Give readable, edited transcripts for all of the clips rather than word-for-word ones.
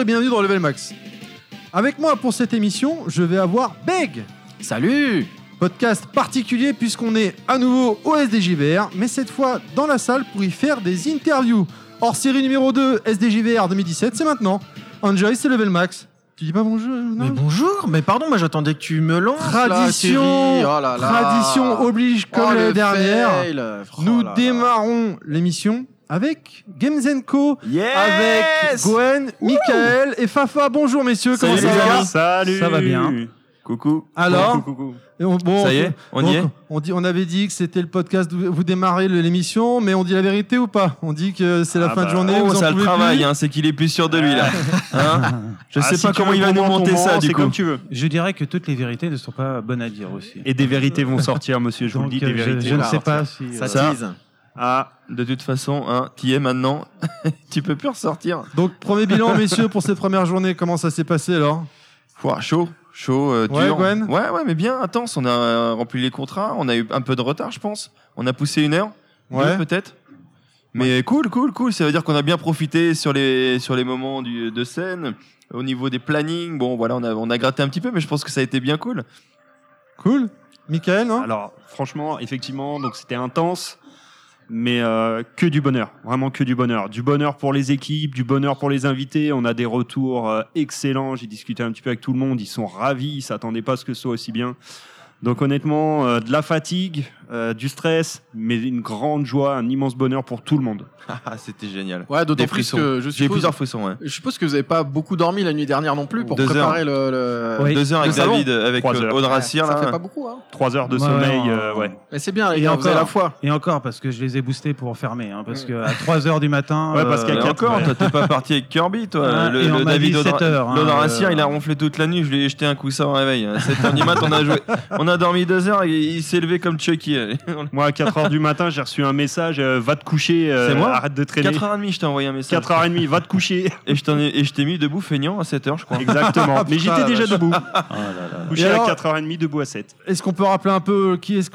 et bienvenue dans Level Max. Avec moi pour cette émission, je vais avoir Beg. Salut. Podcast particulier puisqu'on est à nouveau au SDJVR, mais cette fois dans la salle pour y faire des interviews. Hors série numéro 2, SDJVR 2017, c'est maintenant. Enjoy, c'est Level Max. Tu dis pas bonjour? Non. Mais bonjour, mais pardon, moi j'attendais que tu me lances. Tradition, tradition oblige comme l'année dernière. Nous démarrons l'émission avec Games & Co, avec Gwen, Michael et Fafa. Bonjour messieurs, comment ça va? Salut. Ça va bien. Coucou. Alors, coucou. ça y est, on y est. On avait dit que c'était le podcast où vous démarrez l'émission, mais on dit la vérité ou pas? On dit que c'est la fin de journée. Oh, vous en ça le pouvez travail, plus. hein, c'est qu'il est plus sûr de lui là. Hein, je sais Si pas tu comment veux il va nous qu'on monter monte, ça du c'est coup. comme tu veux. Je dirais que toutes les vérités ne sont pas bonnes à dire aussi. Et des vérités vont sortir, monsieur. Je vous le dis, des vérités. Je ne sais pas si Ça ça. tease. Ah, de toute façon, hein, t'y es maintenant. Tu peux plus ressortir. Donc premier bilan messieurs pour cette première journée, comment ça s'est passé alors? Ouah, chaud, Ouais, dur. Gwen. Ouais, mais bien intense. On a rempli les contrats. On a eu un peu de retard, je pense. On a poussé 1 heure, Ouais. 2 peut-être. Mais cool. Ça veut dire qu'on a bien profité sur les moments de scène. Au niveau des plannings, bon voilà, on a gratté un petit peu, mais je pense que ça a été bien cool. Cool. Michael, non? Alors, franchement, effectivement, donc c'était intense, mais que du bonheur. Vraiment que du bonheur. Du bonheur pour les équipes, du bonheur pour les invités. On a des retours excellents. J'ai discuté un petit peu avec tout le monde. Ils sont ravis. Ils s'attendaient pas à ce que ce soit aussi bien. Donc honnêtement, de la fatigue, du stress, mais une grande joie, un immense bonheur pour tout le monde. Ah, c'était génial. Ouais, d'autant Des plus frissons. que J'ai eu plusieurs frissons, ouais. je suppose que vous n'avez pas beaucoup dormi la nuit dernière non plus pour 2 préparer le... Oui. 2 heures avec le salon. David, avec 3 heures. Aude Rassir, Ça là. fait pas beaucoup, hein. 3 heures de sommeil, ouais. Mais c'est bien, les Et gars, vous avez encore. la foi. Et encore, parce que je les ai boostés pour fermer. Hein, parce qu'à 3h du matin. Ouais, parce qu'il y a Et 4 encore, ouais. toi, t'es pas parti avec Kirby, toi. Ah, et on Le m'a David dit 7 heures, hein, Aude Rassir, il a ronflé toute la nuit. Je lui ai jeté un coup ça au réveil. 7h du mat, on a joué. On a dormi 2 heures et il s'est levé comme Chucky. Moi, à 4h du matin, j'ai reçu un message, va te coucher, C'est moi arrête de traîner. 4h30, je t'ai envoyé un message. 4h30, va te coucher. Et je t'ai mis debout feignant à 7h, je crois. Exactement. Mais j'étais la déjà vache. debout. Et Couché à alors 4h30, debout à 7. Est-ce qu'on peut rappeler un peu qui est-ce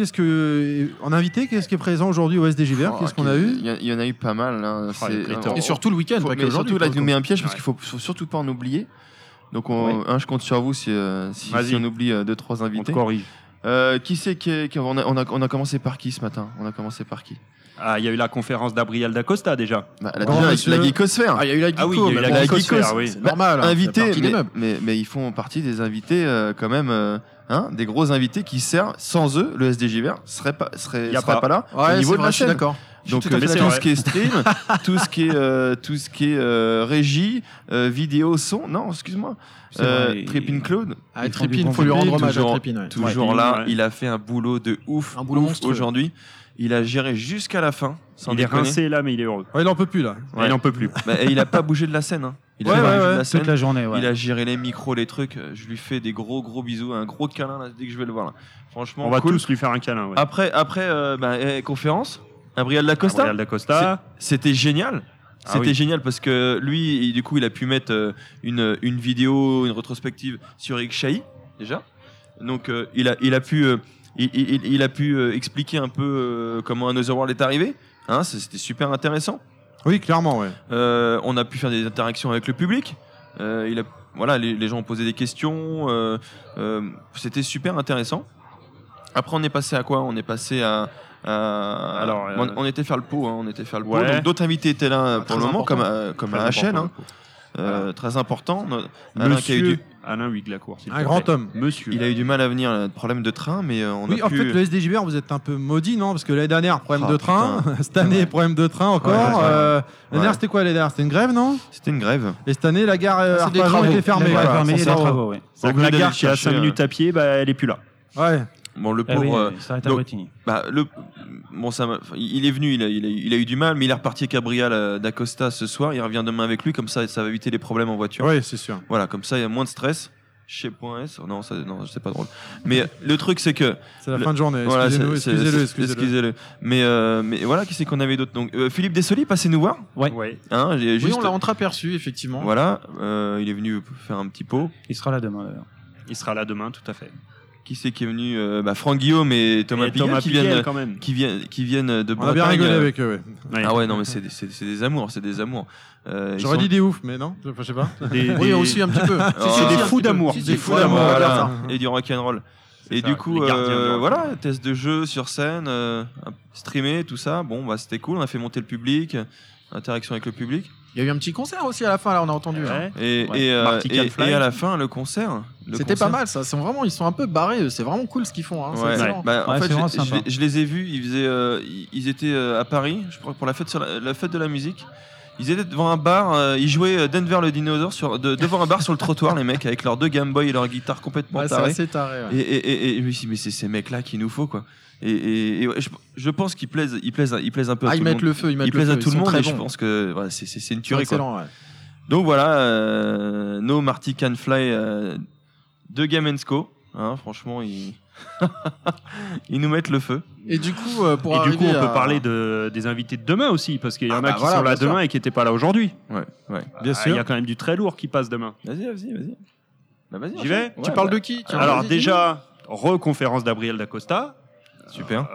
que en invité, qui est-ce qui est présent aujourd'hui au SDJVR, Oh, qu'est-ce qu'on a eu? Il y en a eu pas mal. Hein. Oh, il y a pléthore. Et surtout le week-end, pas Mais qu'aujourd'hui. surtout, là, pour tu le nous mets coup. un piège parce Ouais. qu'il faut surtout pas en oublier. Donc, Ouais. je compte sur vous si Vas-y. on oublie 2-3 On te invités. corrige. Qui c'est on a commencé par qui ce matin? On a commencé par qui? Ah, il y a eu la conférence d'Abriel D'Acosta déjà. Bah, Grand monsieur. la geekosphère. Ah, il y a eu la Ah oui, Geeko, il y a eu mais la bon, geekosphère, oui. c'est normal. hein, Invités, c'est partie des meubles. mais ils font partie des invités quand même, des gros invités qui servent. Sans eux, le SDJVR serait pas là Ouais, au niveau c'est de vrai, la je suis scène. d'accord. Donc tout à fait tout d'accord. ce qui est stream, tout ce qui est régie, vidéo, son. Non, excuse-moi. C'est vrai, Tripping Cloud. Ah, Ils font du Trépine, bon faut lui boulot. rendre hommage à toujours- Trépine. ouais. Toujours Ouais. là, Ouais. il a fait un boulot de ouf. Un boulot monstrueux. Aujourd'hui. Il a géré jusqu'à la fin. Sans Il est déconner. rincé là, mais il est heureux. Ouais, il en peut plus là. Ouais. Il n'en peut plus. Bah, et il a pas bougé de la scène. Hein. Il a Ouais, pas ouais, bougé de ouais. la scène. Toute la journée, ouais. Il a géré les micros, les trucs. Je lui fais des gros bisous, un gros câlin là, dès que je vais le voir. Là. Franchement, On va cool. tous lui faire un câlin. Ouais. Après, conférence. Gabriel D'Acosta. Gabriel D'Acosta. C'était génial. Ah C'était oui. génial parce que lui, du coup, il a pu mettre une vidéo, une rétrospective sur Ixchai déjà. Donc, il a pu expliquer un peu comment Another World est arrivé. Hein, c'était super intéressant. Oui, clairement, ouais. On a pu faire des interactions avec le public. Les gens ont posé des questions. C'était super intéressant. Après, on est passé à quoi? On est passé à Alors, on était faire le pot. Hein, on était faire le pot. Ouais. Donc d'autres invités étaient là pour très le moment, important. comme Très à HL. important, Hein. Très important. Alain qui a eu Monsieur Alain Huyglacourt. s'il Un te grand plaît. homme. Monsieur. il a eu du mal à venir, problème de train, mais on Oui, a en pu. fait, le SDJVR, vous êtes un peu maudit, non? Parce que l'année dernière, problème Ah, de train. Cette année, Ouais. problème de train encore. Ouais, L'année Ouais. dernière, c'était quoi l'année dernière? C'était une grève, non? C'était une grève. Et cette année, la gare c'est des Arpajon travaux. était fermée. La gare quoi. fermée et Sans les ça, travaux, ouais. Donc Au lieu la d'aller gare qui est à chercher, 5 minutes à pied, bah, elle est plus là. Ouais. Bon, le Ah oui, pauvre. ça arrête à donc, Bretigny. il est venu, il a eu du mal, mais il est reparti avec Gabriel D'Acosta ce soir. Il revient demain avec lui, comme ça va éviter les problèmes en voiture. Oui, c'est sûr. Voilà, comme ça il y a moins de stress. Chez .s, non, c'est pas drôle. Mais le truc c'est que C'est la fin de journée. voilà, Excusez-le. excusez-le. Mais voilà, qui c'est qu'on avait d'autre? Donc Philippe Dessoli, passez nous voir. Ouais. Hein, j'ai Oui, juste on l'a entreaperçu, effectivement. voilà, il est venu faire un petit pot. Il sera là demain, d'ailleurs. Il sera là demain, tout à fait. Qui c'est qui est venu Franck Guillaume et Thomas Piquel qui viennent de Bretagne. On a bien rigolé avec eux, ouais. Ah ouais, non, mais c'est des amours, J'aurais dit des oufs, mais non, je sais pas. Oui, aussi un petit peu. C'est des fous d'amour. Des fous d'amour, voilà. Et du rock'n'roll. Et ça, du coup, voilà, test de jeu sur scène, streamer, tout ça. Bon, c'était cool. On a fait monter le public, interaction avec le public. Il y a eu un petit concert aussi à la fin, là, on a entendu. Ouais. Et à la fin, le concert. C'était pas mal, ça. Ils sont un peu barrés. C'est vraiment cool ce qu'ils font. Hein. Ouais. En fait, sympa. je les ai vus. Ils étaient à Paris, je crois, pour la fête de la musique. Ils étaient devant un bar, ils jouaient Denver le dinosaure devant un bar sur le trottoir, les mecs, avec leurs 2 Game Boy et leur guitare complètement tarée. C'est assez taré. Ouais. Et je me suis dit, mais c'est ces mecs-là qu'il nous faut, quoi. Et je pense qu'ils plaisent un peu à tout le monde. Ils mettent le feu, ils plaisent à tout le monde, et je pense que voilà, c'est une tuerie, quoi. Excellent, ouais. Donc voilà, No Marty Can Fly de Game & Co. Hein, franchement, ils nous mettent le feu. Et du coup, on peut parler des invités de demain aussi, parce qu'il y en a qui sont là demain et qui n'étaient pas là aujourd'hui. Ouais. Bien sûr. Il y a quand même du très lourd qui passe demain. Vas-y. J'y vais. Tu parles de qui? Alors déjà, reconférence d'Abriel Dacosta. Super.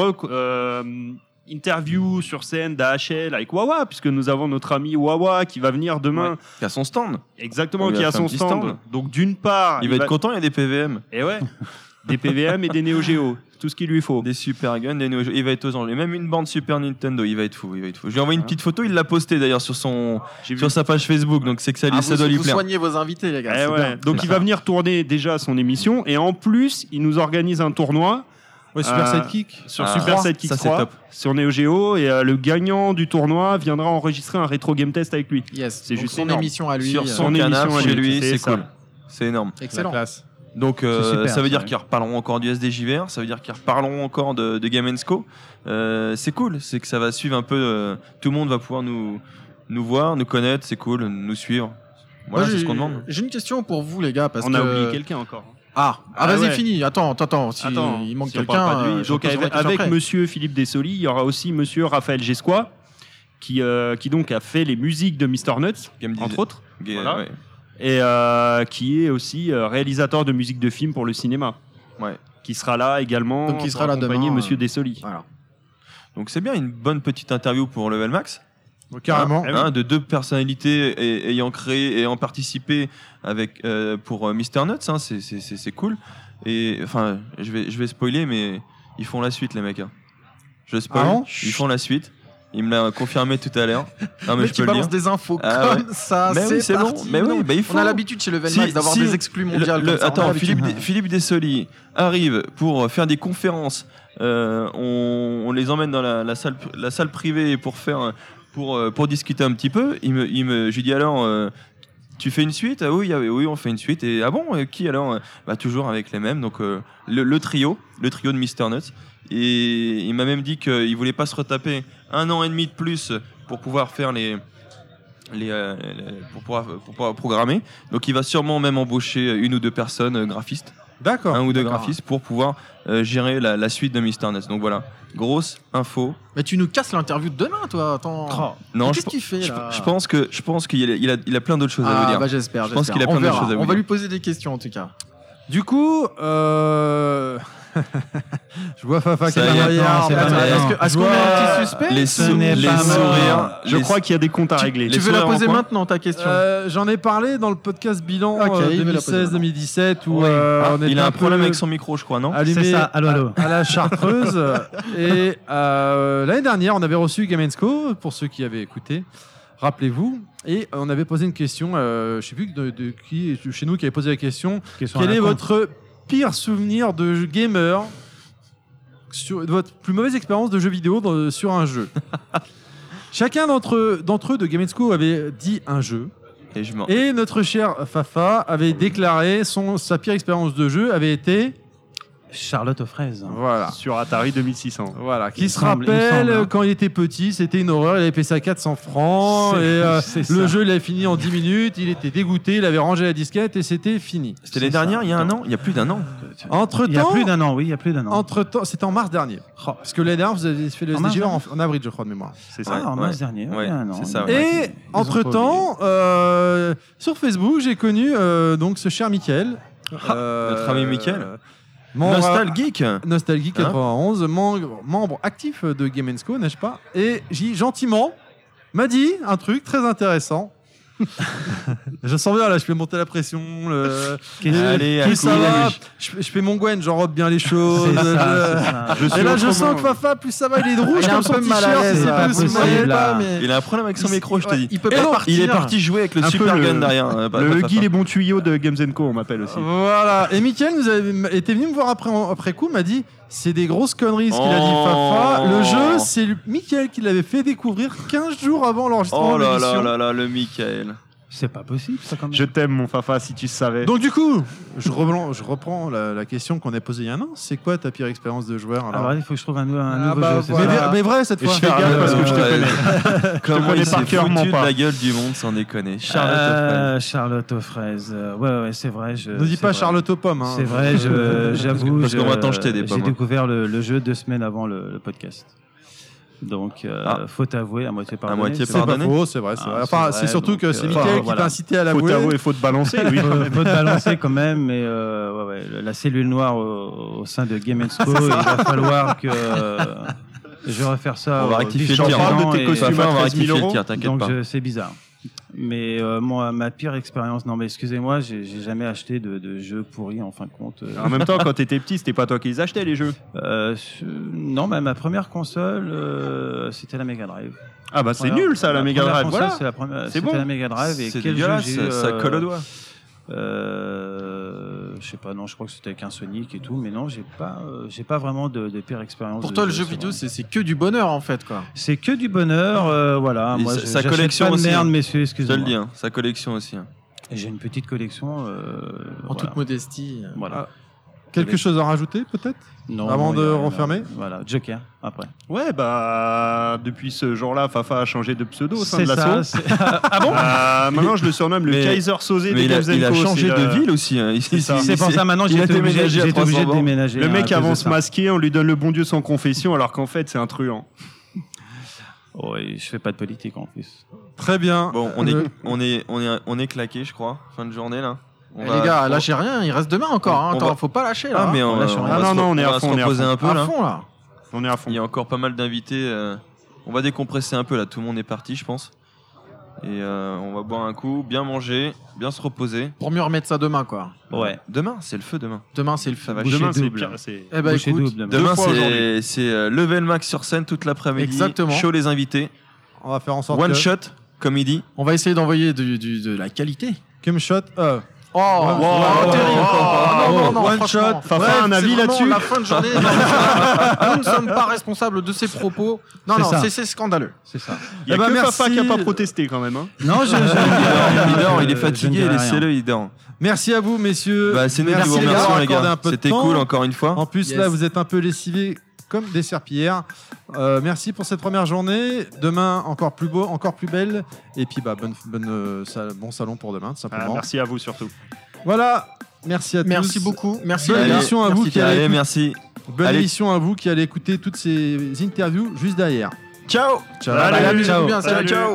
Interview sur scène d'AHL avec Wawa, puisque nous avons notre ami Wawa qui va venir demain. Qui a son stand. Exactement, qui a son stand. Donc d'une part... Il va être content, il y a des PVM. Et ouais, des PVM et des Neo Geo. Tout ce qu'il lui faut. Des Super Guns, des Neo Geo. Il va être aux anges. Et même une bande Super Nintendo, il va être fou. Je lui ai envoyé une petite photo, il l'a postée d'ailleurs sur sa page Facebook, donc c'est que ça doit lui plaire. Vous soignez vos invités, les gars. Donc il va venir tourner déjà son émission, et en plus, il nous organise un tournoi. Ouais, Super Sidekick. Sur Super Sidekick 3, c'est top. Sur Neo Geo, et le gagnant du tournoi viendra enregistrer un rétro game test avec lui. Yes, c'est juste son énorme. Émission à lui. Sur son canapé chez lui, c'est cool. C'est énorme. Excellent. Donc super, ça veut dire qu'ils reparleront encore du SDJVR, ça veut dire qu'ils reparleront encore de Game & Co. C'est cool, c'est que ça va suivre un peu, tout le monde va pouvoir nous voir, nous connaître, c'est cool, nous suivre. Voilà, c'est ce qu'on demande. J'ai une question pour vous, les gars, parce on a oublié quelqu'un encore. Vas-y, fini. Attends. Il manque quelqu'un. Donc avec monsieur Philippe Dessoli, il y aura aussi monsieur Raphaël Gescois, qui donc a fait les musiques de Mr. Nuts, entre autres. Voilà. Ouais. Et qui est aussi réalisateur de musique de film pour le cinéma. Ouais. Qui sera là également. Donc qui sera là accompagner demain. monsieur Dessoli. Voilà. Donc c'est bien, une bonne petite interview pour Level Max. Carrément. De 2 personnalités ayant créé et ayant participé avec pour Mr. Nuts, c'est cool. Et enfin, je vais spoiler, mais ils font la suite, les mecs. Je spoil. Ils font la suite. Il me l'a confirmé tout à l'heure. Non, mais je peux le dire. Des infos comme ça, c'est bon. Mais oui, il faut. On a l'habitude chez Level Max d'avoir des exclus mondiales. Attends, Philippe Dessoli arrive pour faire des conférences. On les emmène dans la salle privée pour discuter un petit peu. Je lui dis alors, tu fais une suite? Ah oui, on fait une suite. Et ah bon, qui alors? Toujours avec les mêmes. Donc le trio de Mr. Nuts. Et il m'a même dit qu'il voulait pas se retaper 1 an et demi de plus pour pouvoir faire pour pouvoir programmer. Donc il va sûrement même embaucher 1 ou 2 personnes graphistes. D'accord. 1 ou 2 graphistes pour pouvoir gérer la suite de Mr. Nuts. Donc voilà, grosse info. Mais tu nous casses l'interview de demain, toi. Attends. Non, qu'est-ce qu'il fait là? Je pense qu'il a plein d'autres choses à vous dire. J'espère. Je pense qu'il a plein d'autres choses à vous dire. On va lui poser des questions en tout cas. Du coup, je vois Fafa qui est derrière. Est-ce qu'on a un petit suspect? Les sourires. Je crois qu'il y a des comptes à régler. Tu veux la poser maintenant, ta question? J'en ai parlé dans le podcast bilan 2016-2017 où on était il a un problème avec son micro, je crois, non? Allumé à la Chartreuse. Et l'année dernière, on avait reçu Game & Co, pour ceux qui avaient écouté. Rappelez-vous, et on avait posé une question, je ne sais plus de qui chez nous qui avait posé la question. Quel est votre pire souvenir de gamer, votre plus mauvaise expérience de jeu vidéo sur un jeu? Chacun d'entre eux de Game & Co avait dit un jeu. Et notre cher Fafa avait déclaré sa pire expérience de jeu avait été Charlotte aux fraises. Voilà. Sur Atari 2600. Voilà. Qui se rappelle, quand il était petit, c'était une horreur. Il avait payé ça 400 francs. Le jeu, il avait fini en 10 minutes. Il était dégoûté. Il avait rangé la disquette et c'était fini. C'était l'année dernière, il y a 1 an? Il y a plus d'1 an. Il y a plus d'un an, oui. Il y a plus d'un an. Entre-temps, c'était en mars dernier. Parce que l'année dernière, vous avez fait le SDG en avril, je crois, de mémoire. C'est ça. En mars dernier. C'est ça. Et entre-temps, sur Facebook, j'ai connu donc ce cher Mickaël. Notre ami Mickaël. Nostalgeek. Nostalgeek 91, membre actif de Game & Co, n'est-ce pas? Et J, gentiment, m'a dit un truc très intéressant. Je sens bien là, je fais monter la pression. Allez, plus ça va, je fais mon Gwen, j'enrobe bien les choses. C'est ça. Et là, je sens que Fafa, plus ça va, il est rouge Il est comme un son peu mal à t-shirt. l'aise, c'est là. plus C'est pas moyen, possible, pas, là. mais- Il a un problème avec son micro, je te dis. Il peut pas partir. Il est parti jouer avec le Un peu super le- gun derrière. Le Guy les bons tuyaux de Games & Co, on m'appelle aussi. Voilà. Et Mickaël était venu me voir après coup, m'a dit c'est des grosses conneries ce qu'il a dit Fafa. Le jeu, c'est Mickaël qui l'avait fait découvrir 15 jours avant l'enregistrement Oh de là l'émission. là là là, le Michael. C'est pas possible, ça, quand même. Je t'aime, mon Fafa, si tu savais. Donc du coup, je reprends la question qu'on a posée il y a un an. C'est quoi ta pire expérience de joueur alors Alors, il faut que je trouve un nouveau bah, jeu. c'est voilà. ça mais vrai cette Et fois. je fais gaffe parce que je te Ouais. connais. Comment connais il s'est particulièrement foutu de pas. la gueule du monde, sans déconner. Charlotte Charlotte aux fraises. Ouais, c'est vrai. Ne dis pas Charlotte aux pommes. Hein. C'est vrai, j'avoue. Parce qu'on va t'en jeter des pommes, J'ai hein. découvert le jeu 2 semaines avant le podcast. Donc, faut avouer, à moitié pardonné. moitié C'est pas pardonné. faux, c'est vrai. Ah, Enfin, c'est c'est vrai, surtout donc, que c'est enfin, Mickaël qui voilà. t'a incité à Faut l'avouer. t'avouer, faut te balancer, oui. Faut te balancer quand même, mais la cellule noire au sein de Game & Co, il va falloir que je vais refaire ça. On va rectifier le J'en tir. parle de tes costumes Fafa, à on va 13 000 rectifier le euros. tir, t'inquiète Donc pas. c'est bizarre. Mais moi, ma pire expérience, non mais excusez-moi, j'ai jamais acheté de jeux pourris en fin de compte. En même temps, quand t'étais petit, c'était pas toi qui les achetais, les jeux. Non, mais ma première console, c'était la Mega Drive. Ah bah c'est Voilà. nul ça, la Mega première Drive. console, Voilà. c'est la première. C'est C'était bon. la Mega Drive. Et C'est quel jeu dégueulasse, j'ai eu, ça colle au doigt. Je sais pas, non, je crois que c'était avec un Sonic et tout, mais non, j'ai pas vraiment de pire expérience. Pour de toi, le jeu jeu sur- vidéo, c'est que du bonheur en fait, quoi. C'est que du bonheur, voilà. Et Moi, sa j'achète collection pas de aussi, merde, hein. messieurs, Je te le excusez-moi. dis, hein, sa collection aussi. hein. J'ai une petite collection. En voilà. toute modestie. Voilà. Quelque chose à rajouter peut-être Non, Avant non, de il y a rien. refermer Voilà, Joker, après. Ouais, bah depuis ce jour-là, Fafa a changé de pseudo au sein C'est de ça. l'assaut. Ah bon Maintenant, je le surnomme le Mais- Kaiser Sosé Mais des Games il a & Co. changé C'est de le- ville aussi. hein. C'est pour ça maintenant il a j'ai été obligé déménagé à de 300 bornes. déménager. Le à mec cause de avance ça. masqué, on lui donne le bon Dieu sans confession, alors qu'en fait, c'est un truand. Oh, et je fais pas de politique en plus. Très bien. Bon, on est claqué, je crois. Fin de journée là. On Eh, va- les gars, lâchez rien, il reste demain encore. Hein. on Attends, va- faut pas lâcher là. Ah mais hein. on, lâche on rien. va Non, se- non, on est à va se fond, on est à reposer fond. un peu à là. fond là. On est à fond. Il y a encore pas mal d'invités. On va décompresser un peu là. Tout le monde est parti, je pense. Et on va boire un coup, bien manger, bien se reposer. Pour mieux remettre ça demain, quoi. Ouais. Demain, c'est le feu demain. Demain, c'est le feu. Ça va Boucher Demain, c'est double. pire. C'est- Eh ben, Boucher écoute, double, demain. Demain, fois aujourd'hui. c'est level max sur scène toute l'après-midi. Exactement. Show les invités. On va faire en sorte One que shot, comme il dit. on va essayer d'envoyer de la qualité. Cum shot. Oh, wow, terrible. oh, Non, one franchement. shot. Fafa, Bref, un avis c'est vraiment là-dessus La fin de journée. Nous ne sommes pas responsables de ces propos. Non, C'est non, ça. c'est scandaleux. C'est ça. Il y a Eh ben, que merci. Fafa qui a pas protesté quand même. Hein. Non, Il dort, il est je fatigué, ne dirai laissez-le, rien. il dort. Merci à vous, messieurs. Bah, c'est nous qui Merci vous les gars remercions, d'avoir les accordé gars. un peu de C'était temps. cool, encore une fois. En plus, Yes. là, vous êtes un peu lessivés comme des serpillères. Merci pour cette première journée. Demain, encore plus beau, encore plus belle. Et puis, bah, bon salon pour demain, tout Ah, simplement. merci à vous surtout. Voilà. Merci à tous. Merci beaucoup. Merci Bonne les gars. émission à vous Merci, qui allez Allez, écouter. merci. Bonne Allez. émission à vous qui allez écouter toutes ces interviews juste derrière. Ciao. Ciao. Allez, amusez-vous ciao. bien, Ciao, salut. ciao.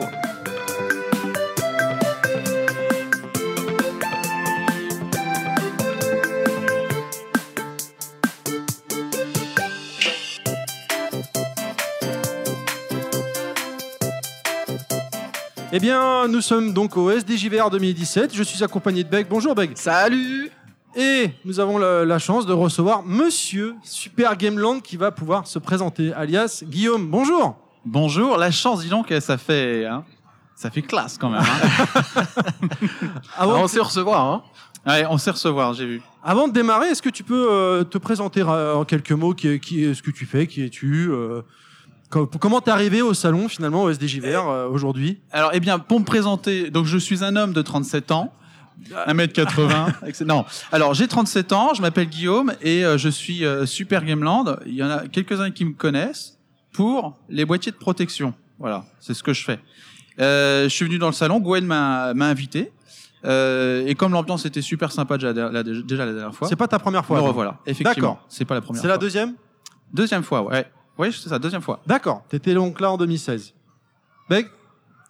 Eh bien, nous sommes donc au SDJVR 2017. Je suis accompagné de Beg. Bonjour Beg. Salut. Et nous avons la chance de recevoir Monsieur Super Gameland qui va pouvoir se présenter, alias Guillaume. Bonjour. Bonjour, la chance, dis donc, ça fait classe quand même. Hein. Avant, On sait recevoir. Hein. Ouais, on sait recevoir, j'ai vu. avant de démarrer, est-ce que tu peux te présenter en quelques mots qui est-ce que tu fais, qui es-tu comment t'es arrivé au salon finalement au SDJVR aujourd'hui? Alors, eh bien, pour me présenter, donc je suis un homme de 37 ans, 1m80. Non, alors j'ai 37 ans, je m'appelle Guillaume et je suis Super Gameland. Il y en a quelques-uns qui me connaissent pour les boîtiers de protection. Voilà, c'est ce que je fais. Je suis venu dans le salon, Gwen m'a invité. Et comme l'ambiance était super sympa déjà la dernière fois, C'est pas ta première fois. me donc. revoilà. Effectivement, D'accord. c'est pas la première C'est fois. la deuxième? Deuxième fois, ouais. Oui, c'est ça, deuxième fois. D'accord. T'étais donc là en 2016. Beg?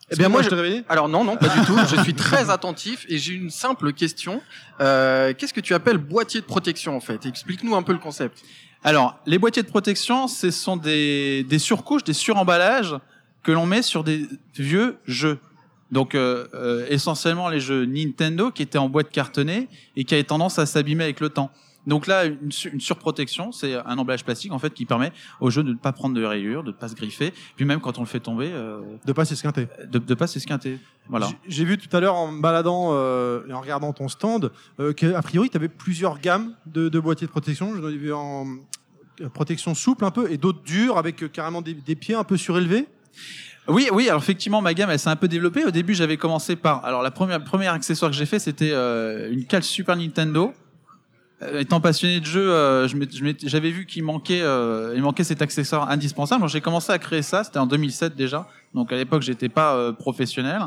Eh bien, moi, je t'ai réveillé ? Alors non, pas du tout. Je suis très attentif et j'ai une simple question. Qu'est-ce que tu appelles boîtier de protection en fait ? Explique-nous un peu le concept. Alors, les boîtiers de protection, ce sont des surcouches, des suremballages que l'on met sur des vieux jeux. Donc, essentiellement les jeux Nintendo qui étaient en boîte cartonnée et qui avaient tendance à s'abîmer avec le temps. Donc là, une surprotection, c'est un emballage plastique en fait qui permet au jeu de ne pas prendre de rayures, de ne pas se griffer, puis même quand on le fait tomber, de pas s'esquinter. De pas s'esquinter. Voilà. J'ai vu tout à l'heure en me baladant et en regardant ton stand qu'a priori tu avais plusieurs gammes de boîtiers de protection. Je l'ai vu en protection souple un peu et d'autres dures avec carrément des pieds un peu surélevés. Oui, alors effectivement, ma gamme, elle s'est un peu développée. Au début, j'avais commencé par, alors la première accessoire que j'ai fait, c'était une cale Super Nintendo. Étant passionné de jeu, j'avais vu qu'il manquait cet accessoire indispensable. Donc j'ai commencé à créer ça. C'était en 2007 déjà. Donc à l'époque, j'étais pas professionnel.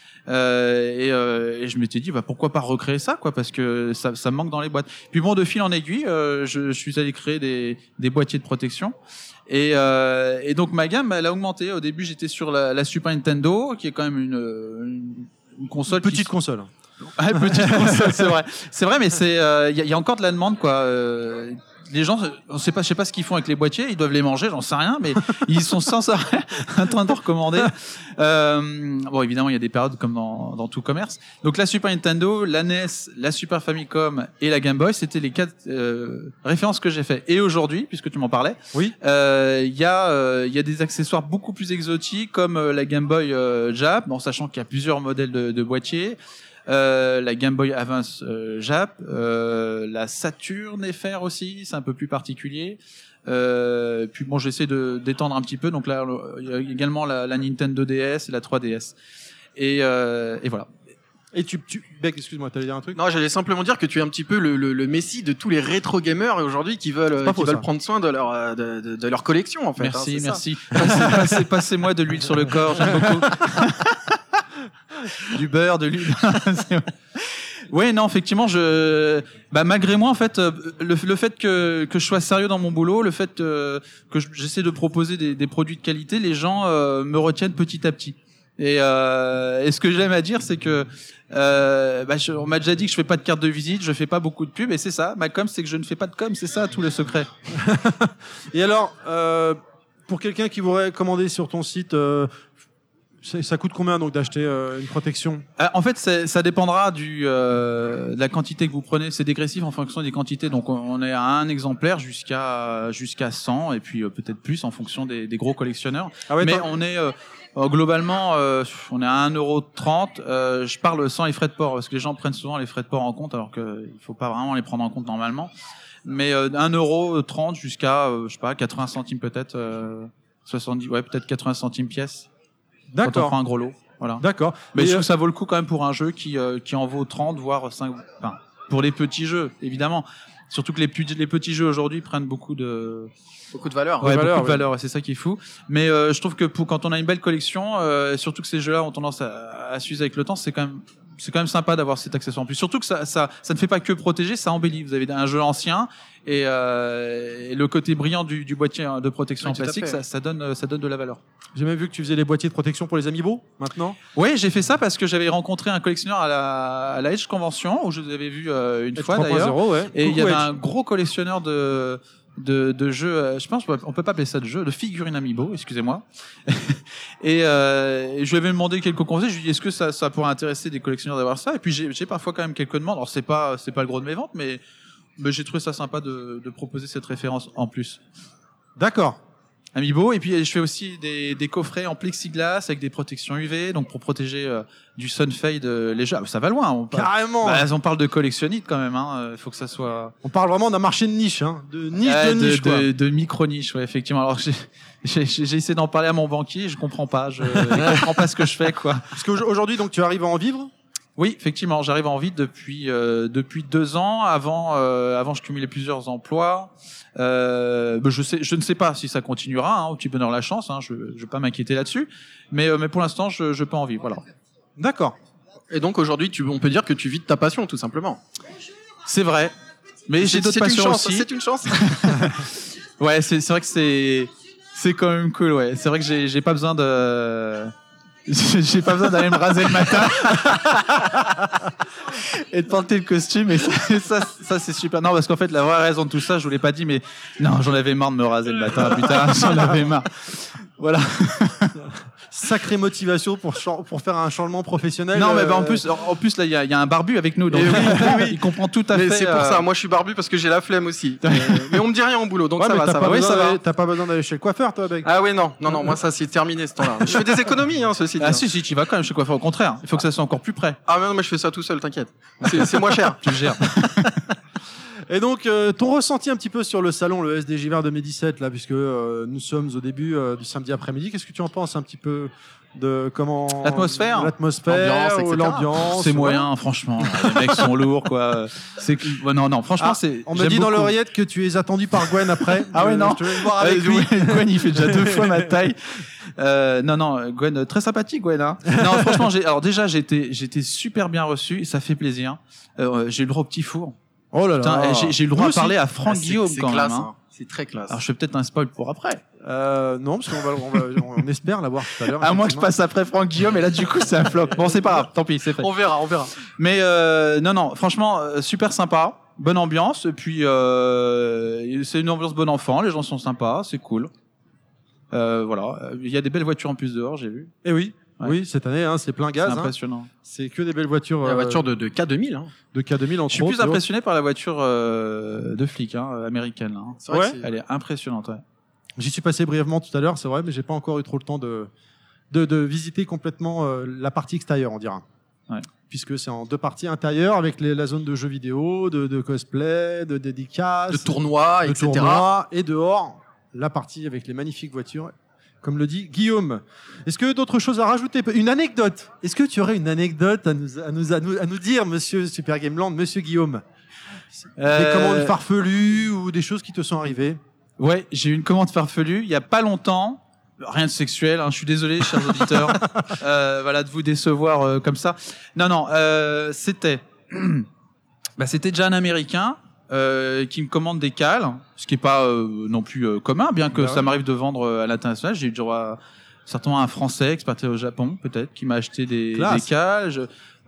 Et je m'étais dit pourquoi pas recréer ça quoi, parce que ça manque dans les boîtes. Puis bon, de fil en aiguille, je suis allé créer des boîtiers de protection. Et donc ma gamme elle a augmenté. Au début j'étais sur la Super Nintendo qui est quand même une console, petite console. Ouais, petite console, c'est vrai, mais il y a encore de la demande quoi. Les gens, je sais pas ce qu'ils font avec les boîtiers, ils doivent les manger, j'en sais rien, mais ils sont sans arrêt en train de recommander. Bon, évidemment, il y a des périodes comme dans tout commerce. Donc la Super Nintendo, la NES, la Super Famicom et la Game Boy, c'était les 4 références que j'ai fait. Et aujourd'hui, puisque tu m'en parlais, oui, il y a des accessoires beaucoup plus exotiques comme la Game Boy Jap, bon, sachant qu'il y a plusieurs modèles de boîtiers. La Game Boy Advance Jap, la Saturn FR aussi, c'est un peu plus particulier. Puis bon, j'essaie d'étendre un petit peu. Donc là, il y a également la Nintendo DS et la 3DS. Et voilà. Et Beck, excuse-moi, t'allais dire un truc ? Non, j'allais simplement dire que tu es un petit peu le messie de tous les rétro gamers aujourd'hui qui veulent prendre soin de leur collection en fait. Merci. Passez-moi de l'huile sur le corps, j'aime beaucoup. Du beurre, de l'huile. Oui, non, effectivement, malgré moi, en fait, le fait que je sois sérieux dans mon boulot, le fait que j'essaie de proposer des produits de qualité, les gens me retiennent petit à petit. Et ce que j'aime à dire, c'est que on m'a déjà dit que je fais pas de carte de visite, je fais pas beaucoup de pubs, et c'est ça. Ma com, c'est que je ne fais pas de com, c'est ça tout le secret. Et alors, pour quelqu'un qui voudrait commander sur ton site. Ça coûte combien donc d'acheter une protection ? En fait, ça dépendra de la quantité que vous prenez. C'est dégressif en fonction des quantités. Donc, on est à un exemplaire jusqu'à 100 et puis peut-être plus en fonction des gros collectionneurs. Ah ouais, mais on est globalement, on est à 1,30 €. Je parle sans les frais de port parce que les gens prennent souvent les frais de port en compte alors qu'il faut pas vraiment les prendre en compte normalement. Mais 1,30 € jusqu'à 80 centimes peut-être, 70, ouais peut-être 80 centimes pièce. D'accord. Quand on prend un gros lot, voilà. D'accord. Mais je trouve que ça vaut le coup quand même pour un jeu qui en vaut 30, voire 5. Enfin, pour les petits jeux, évidemment. Surtout que les petits jeux aujourd'hui prennent beaucoup de valeur. Ouais, beaucoup de valeur, c'est ça qui est fou. Mais je trouve que quand on a une belle collection, surtout que ces jeux-là ont tendance à s'user avec le temps, c'est quand même sympa d'avoir cet accessoire en plus. Surtout que ça ne fait pas que protéger, ça embellit. Vous avez un jeu ancien et le côté brillant du boîtier de protection en plastique, ça donne de la valeur. J'ai même vu que tu faisais les boîtiers de protection pour les Amiibo maintenant. Oui, j'ai fait ça parce que j'avais rencontré un collectionneur à la Edge Convention où je vous avais vu une fois d'ailleurs. Ouais. Et il y avait un gros collectionneur de jeux, je pense on peut pas appeler ça de jeux, de figurines Amiibo, excusez-moi. Et je lui avais demandé quelques conseils, je lui ai dit est-ce que ça pourrait intéresser des collectionneurs d'avoir ça, et puis j'ai parfois quand même quelques demandes. Alors c'est pas le gros de mes ventes, mais j'ai trouvé ça sympa de proposer cette référence en plus. D'accord. Amiibo, et puis je fais aussi des coffrets en plexiglas avec des protections UV, donc pour protéger du sunfade les jeux. Ça va loin. Carrément. On parle de collectionnite quand même. Faut que ça soit. On parle vraiment d'un marché de niche, de niche quoi. De micro niche, ouais, effectivement. Alors j'ai essayé d'en parler à mon banquier, je comprends pas. Je comprends pas ce que je fais, quoi. Parce qu'aujourd'hui, donc tu arrives à en vivre ? Oui, effectivement, j'arrive à en vivre depuis 2 ans. Avant, je cumulais plusieurs emplois. Je ne sais pas si ça continuera. Au petit bonheur la chance. Je vais pas m'inquiéter là-dessus. Mais pour l'instant, je peux en vivre. Voilà. D'accord. Et donc aujourd'hui, on peut dire que tu vis de ta passion, tout simplement. C'est vrai. Mais j'ai d'autres passions aussi. C'est une chance. Ouais, c'est vrai que c'est quand même cool. Ouais, c'est vrai que j'ai pas besoin J'ai pas besoin d'aller me raser le matin et de porter le costume. Et ça c'est super. Non, parce qu'en fait, la vraie raison de tout ça, je vous l'ai pas dit, mais non, j'en avais marre de me raser le matin. Putain, j'en avais marre. Voilà. Sacrée motivation pour faire un changement professionnel. Non, mais en plus là, il y a un barbu avec nous, donc oui. Il comprend tout à fait. C'est pour ça. Moi, je suis barbu parce que j'ai la flemme aussi. Mais on me dit rien au boulot, donc ça va. T'as pas besoin d'aller chez le coiffeur, toi, mec. Ah oui, non. Moi, ça c'est terminé ce temps-là. Je fais des économies, ceci dit. Ah si, tu vas quand même chez le coiffeur. Au contraire, il faut que ça soit encore plus près. Ah mais non, mais je fais ça tout seul, t'inquiète. C'est moins cher. Tu le gères. Et donc, ton ressenti un petit peu sur le salon, le SDJVR 2017, là, puisque nous sommes au début du samedi après-midi. Qu'est-ce que tu en penses un petit peu de comment l'atmosphère, l'ambiance. C'est moyen, franchement. Les mecs sont lourds, quoi. Non, franchement, c'est. On me dit dans l'oreillette que tu es attendu par Gwen après. Ah ouais, non. Je vais le voir avec lui. Gwen, il fait déjà 2 fois ma taille. Non, Gwen, très sympathique, Gwen. Hein. Non, franchement, j'ai été super bien reçu et ça fait plaisir. J'ai eu le droit au petit four. Oh là là. Putain, j'ai eu le droit de parler à Franck Guillaume quand classe, même. Hein. C'est très classe. Alors je fais peut-être un spoil pour après. Non, parce qu'on espère l'avoir tout à l'heure. À moins que je passe après Franck Guillaume, et là du coup c'est un flop. Bon, c'est pas grave, tant pis, c'est fait. On verra. Mais non, franchement, super sympa, bonne ambiance, et puis c'est une ambiance bon enfant, les gens sont sympas, c'est cool. Voilà, il y a des belles voitures en plus dehors, j'ai vu. Et oui. Ouais. Oui, cette année, c'est plein gaz. C'est impressionnant. C'est que des belles voitures. La voiture de K2000. Hein. De K2000 en Je suis plus impressionné par la voiture de flic américaine. Hein. C'est vrai Elle est impressionnante. Ouais. J'y suis passé brièvement tout à l'heure, c'est vrai, mais j'ai pas encore eu trop le temps de visiter complètement la partie extérieure, on dira. Ouais. Puisque c'est en 2 parties intérieures avec la zone de jeux vidéo, de cosplay, de dédicaces, de tournois, etc. Et dehors, la partie avec les magnifiques voitures. Comme le dit Guillaume. Est-ce que d'autres choses à rajouter? Une anecdote? Est-ce que tu aurais une anecdote à nous dire, monsieur Super Gameland, monsieur Guillaume? Des commandes farfelues ou des choses qui te sont arrivées? Ouais, j'ai eu une commande farfelue il y a pas longtemps. Rien de sexuel, hein, je suis désolé, chers auditeurs. Voilà, de vous décevoir comme ça. Non, c'était déjà un Américain. Qui me commande des cales, ce qui est pas non plus commun, bien que ça m'arrive de vendre à l'international. J'ai eu droit certainement à un Français expatrié au Japon, peut-être, qui m'a acheté des cales.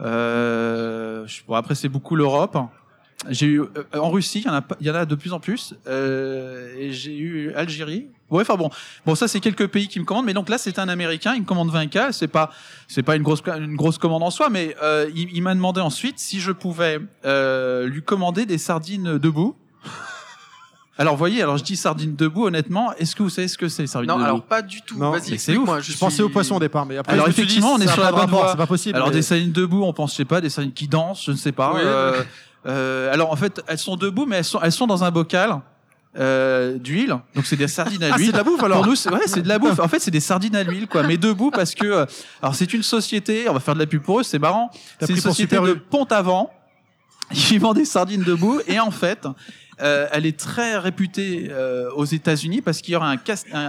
Bon, après, c'est beaucoup l'Europe. J'ai eu en Russie, il y en a de plus en plus. Et j'ai eu Algérie. Ouais, enfin bon, ça c'est quelques pays qui me commandent, mais donc là c'est un Américain, il me commande 20 cales, c'est pas une grosse commande en soi, mais il m'a demandé ensuite si je pouvais lui commander des sardines debout. Alors voyez, je dis sardines debout, honnêtement, est-ce que vous savez ce que c'est les sardines debout? Non, alors pas du tout. Non, vas-y, c'est ouf. Je pensais aux poissons au départ, mais après alors effectivement, on est sur la bonne voie. C'est pas possible. Alors des sardines debout, on pense, je sais pas, des sardines qui dansent, je ne sais pas. Oui. Alors en fait, elles sont debout, mais elles sont dans un bocal. D'huile, donc c'est des sardines à l'huile. C'est de la bouffe alors. Pour nous, c'est de la bouffe. En fait, c'est des sardines à l'huile, quoi, mais debout parce que alors c'est une société, on va faire de la pub pour eux, c'est marrant. C'est une société de Pont-Aven qui vend des sardines debout et en fait, elle est très réputée aux États-Unis parce qu'il y aurait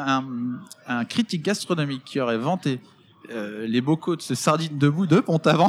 un critique gastronomique qui aurait vanté les bocaux de ces sardines debout de Pont-Aven.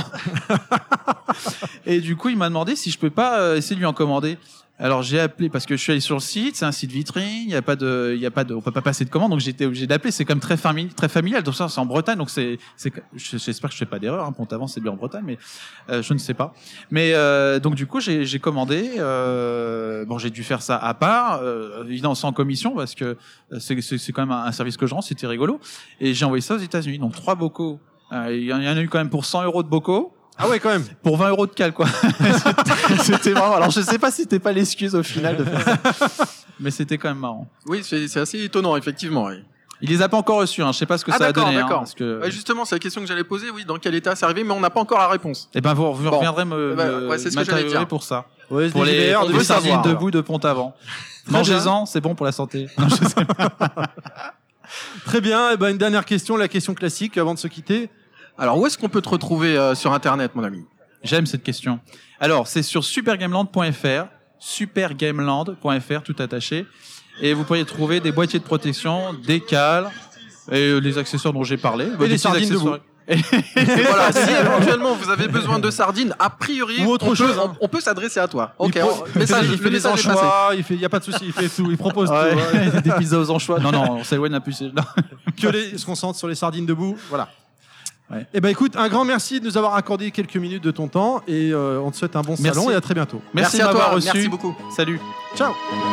Et du coup, il m'a demandé si je peux pas essayer de lui en commander. Alors j'ai appelé parce que je suis allé sur le site, c'est un site vitrine, il y a pas de, on peut pas passer de commande, donc j'étais obligé d'appeler. C'est comme très familial, donc ça c'est en Bretagne, donc j'espère que je fais pas d'erreur. Hein, Pont-Aven c'est bien en Bretagne, mais je ne sais pas. Mais donc du coup j'ai commandé. Bon, j'ai dû faire ça à part, évidemment sans commission parce que c'est quand même un service que je rends, c'était rigolo. Et j'ai envoyé ça aux États-Unis, donc 3 bocaux. Il y en a eu quand même pour 100 € de bocaux. Ah ouais, quand même. Pour 20 € de cale, quoi. C'était vraiment. Alors, je sais pas si c'était pas l'excuse au final de faire ça. Mais c'était quand même marrant. Oui, c'est assez étonnant, effectivement. Oui. Il les a pas encore reçus, hein. Je sais pas ce que ça a donné. D'accord. Hein, parce que... Ouais, justement, c'est la question que j'allais poser. Oui, dans quel état c'est arrivé, mais on n'a pas encore la réponse. Eh ben, vous reviendrez c'est ce que j'allais dire pour ça. Ouais, pour les sardines savoir, debout de Pont-Aven. Mangez-en, c'est bon pour la santé. Non, je sais pas. Très bien. Et ben, une dernière question, la question classique avant de se quitter. Alors, où est-ce qu'on peut te retrouver sur Internet, mon ami? J'aime cette question. Alors, c'est sur supergameland.fr, supergameland.fr, tout attaché. Et vous pourriez trouver des boîtiers de protection, des cales, et les accessoires dont j'ai parlé. Et les sardines debout. Et voilà, si éventuellement vous avez besoin de sardines, a priori, ou autre chose, on peut s'adresser à toi. Ok, il fait des anchois, il y a pas de souci, il fait tout, il propose tout. Ouais. Des pizzas aux anchois. Non, on s'éloigne un peu. Que se concentre sur les sardines debout, voilà. Ouais. Eh ben écoute, un grand merci de nous avoir accordé quelques minutes de ton temps et on te souhaite un bon salon et à très bientôt. Merci à de m'avoir toi, reçu. merci beaucoup. Salut. Ciao.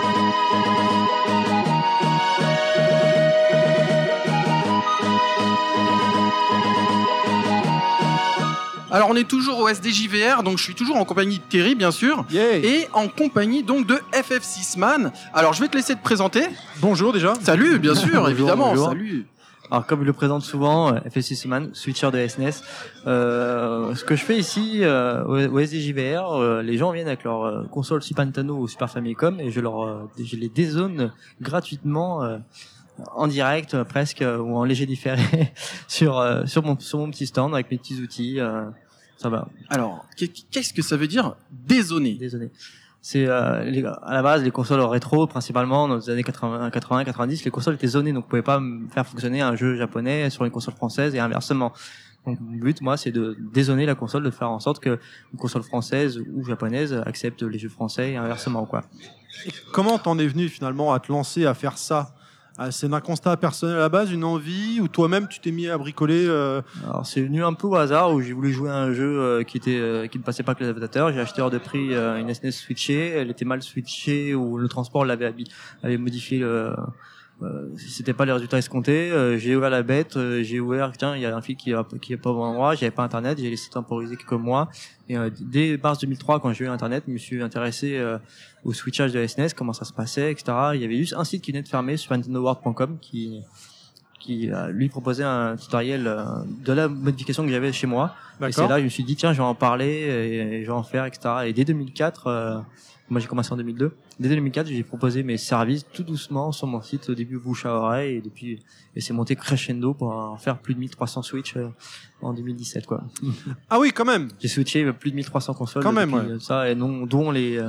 Alors on est toujours au SDJVR, donc je suis toujours en compagnie de Terry bien sûr, et en compagnie donc de FF6man. Alors je vais te laisser te présenter. Bonjour déjà. Salut, bien sûr, Bonjour, évidemment. bonjour. Salut. Alors comme je le présente souvent, FF6man, switcher de SNES. Ce que je fais ici au SDJVR, les gens viennent avec leur console Super Nintendo ou Super Famicom et je les dézone gratuitement en direct presque ou en léger différé sur mon petit stand avec mes petits outils. Ça va. Alors, qu'est-ce que ça veut dire dézoner? Désolé. C'est à la base les consoles rétro principalement dans les années 80-90, les consoles étaient zonées, donc on pouvait pas faire fonctionner un jeu japonais sur une console française et inversement. Donc mon but, moi, c'est de dézoner la console, de faire en sorte que une console française ou japonaise accepte les jeux français et inversement, quoi. Et comment t'en es venu finalement à te lancer à faire ça? C'est un constat personnel à la base, une envie, ou toi-même tu t'es mis à bricoler Alors c'est venu un peu au hasard où j'ai voulu jouer à un jeu qui ne passait pas que les adaptateurs. J'ai acheté hors de prix une SNES switchée, elle était mal switchée ou le transport avait modifié c'était pas les résultats escomptés. J'ai ouvert la bête, j'ai ouvert, tiens, il y a un fil qui est pas au bon endroit, j'avais pas internet, j'ai laissé temporiser quelques mois. Et dès mars 2003, quand j'ai eu internet, je me suis intéressé au switchage de la SNES, comment ça se passait, etc. Il y avait juste un site qui venait de fermer, SuperNintendoWorld.com, qui lui proposait un tutoriel de la modification que j'avais chez moi. D'accord. Et c'est là que je me suis dit, tiens, je vais en parler et je vais en faire, etc. Et dès 2004, moi j'ai commencé en 2002. Dès 2004, j'ai proposé mes services tout doucement sur mon site, au début bouche à oreille, et c'est monté crescendo pour en faire plus de 1300 switch en 2017, quoi. Ah oui, quand même. J'ai switché plus de 1300 consoles. Quand même, depuis, ça, et dont les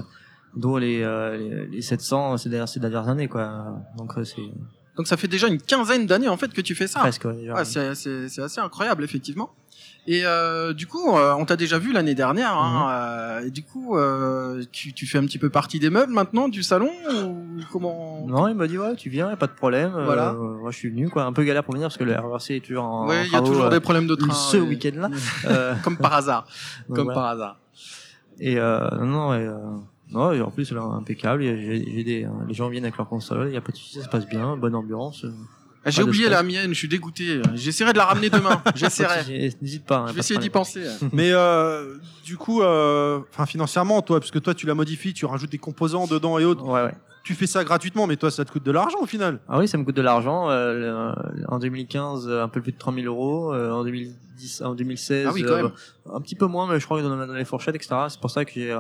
700 ces dernières années, quoi. Donc ça fait déjà une quinzaine d'années en fait que tu fais ça. Presque, ouais, Ouais, c'est assez incroyable effectivement. Et du coup, on t'a déjà vu l'année dernière. Et du coup, tu fais un petit peu partie des meubles maintenant du salon ou comment? Non, il m'a dit ouais, tu viens, y a pas de problème. Voilà. Moi, je suis venu, quoi. Un peu galère pour venir parce que le RERC est toujours en. Ouais, il y a toujours des problèmes de train. Ce week-end-là. Comme par hasard. Donc, voilà. Par hasard. Et non, et en plus, là, impeccable. Les gens viennent avec leur console, il y a pas de souci, ça se passe bien, bonne ambiance. J'ai oublié la mienne, je suis dégoûté. J'essaierai de la ramener demain. J'essaierai. N'hésite pas. Je vais essayer d'y penser. Mais du coup, financièrement, toi, parce que toi tu la modifies, tu rajoutes des composants dedans et autres. Ouais. Tu fais ça gratuitement, mais toi ça te coûte de l'argent au final. Ah oui, ça me coûte de l'argent. En 2015, un peu plus de 3000 euros. En 2016, ah oui, quand même. Un petit peu moins, mais je crois que dans les fourchettes, etc. C'est pour ça que j'ai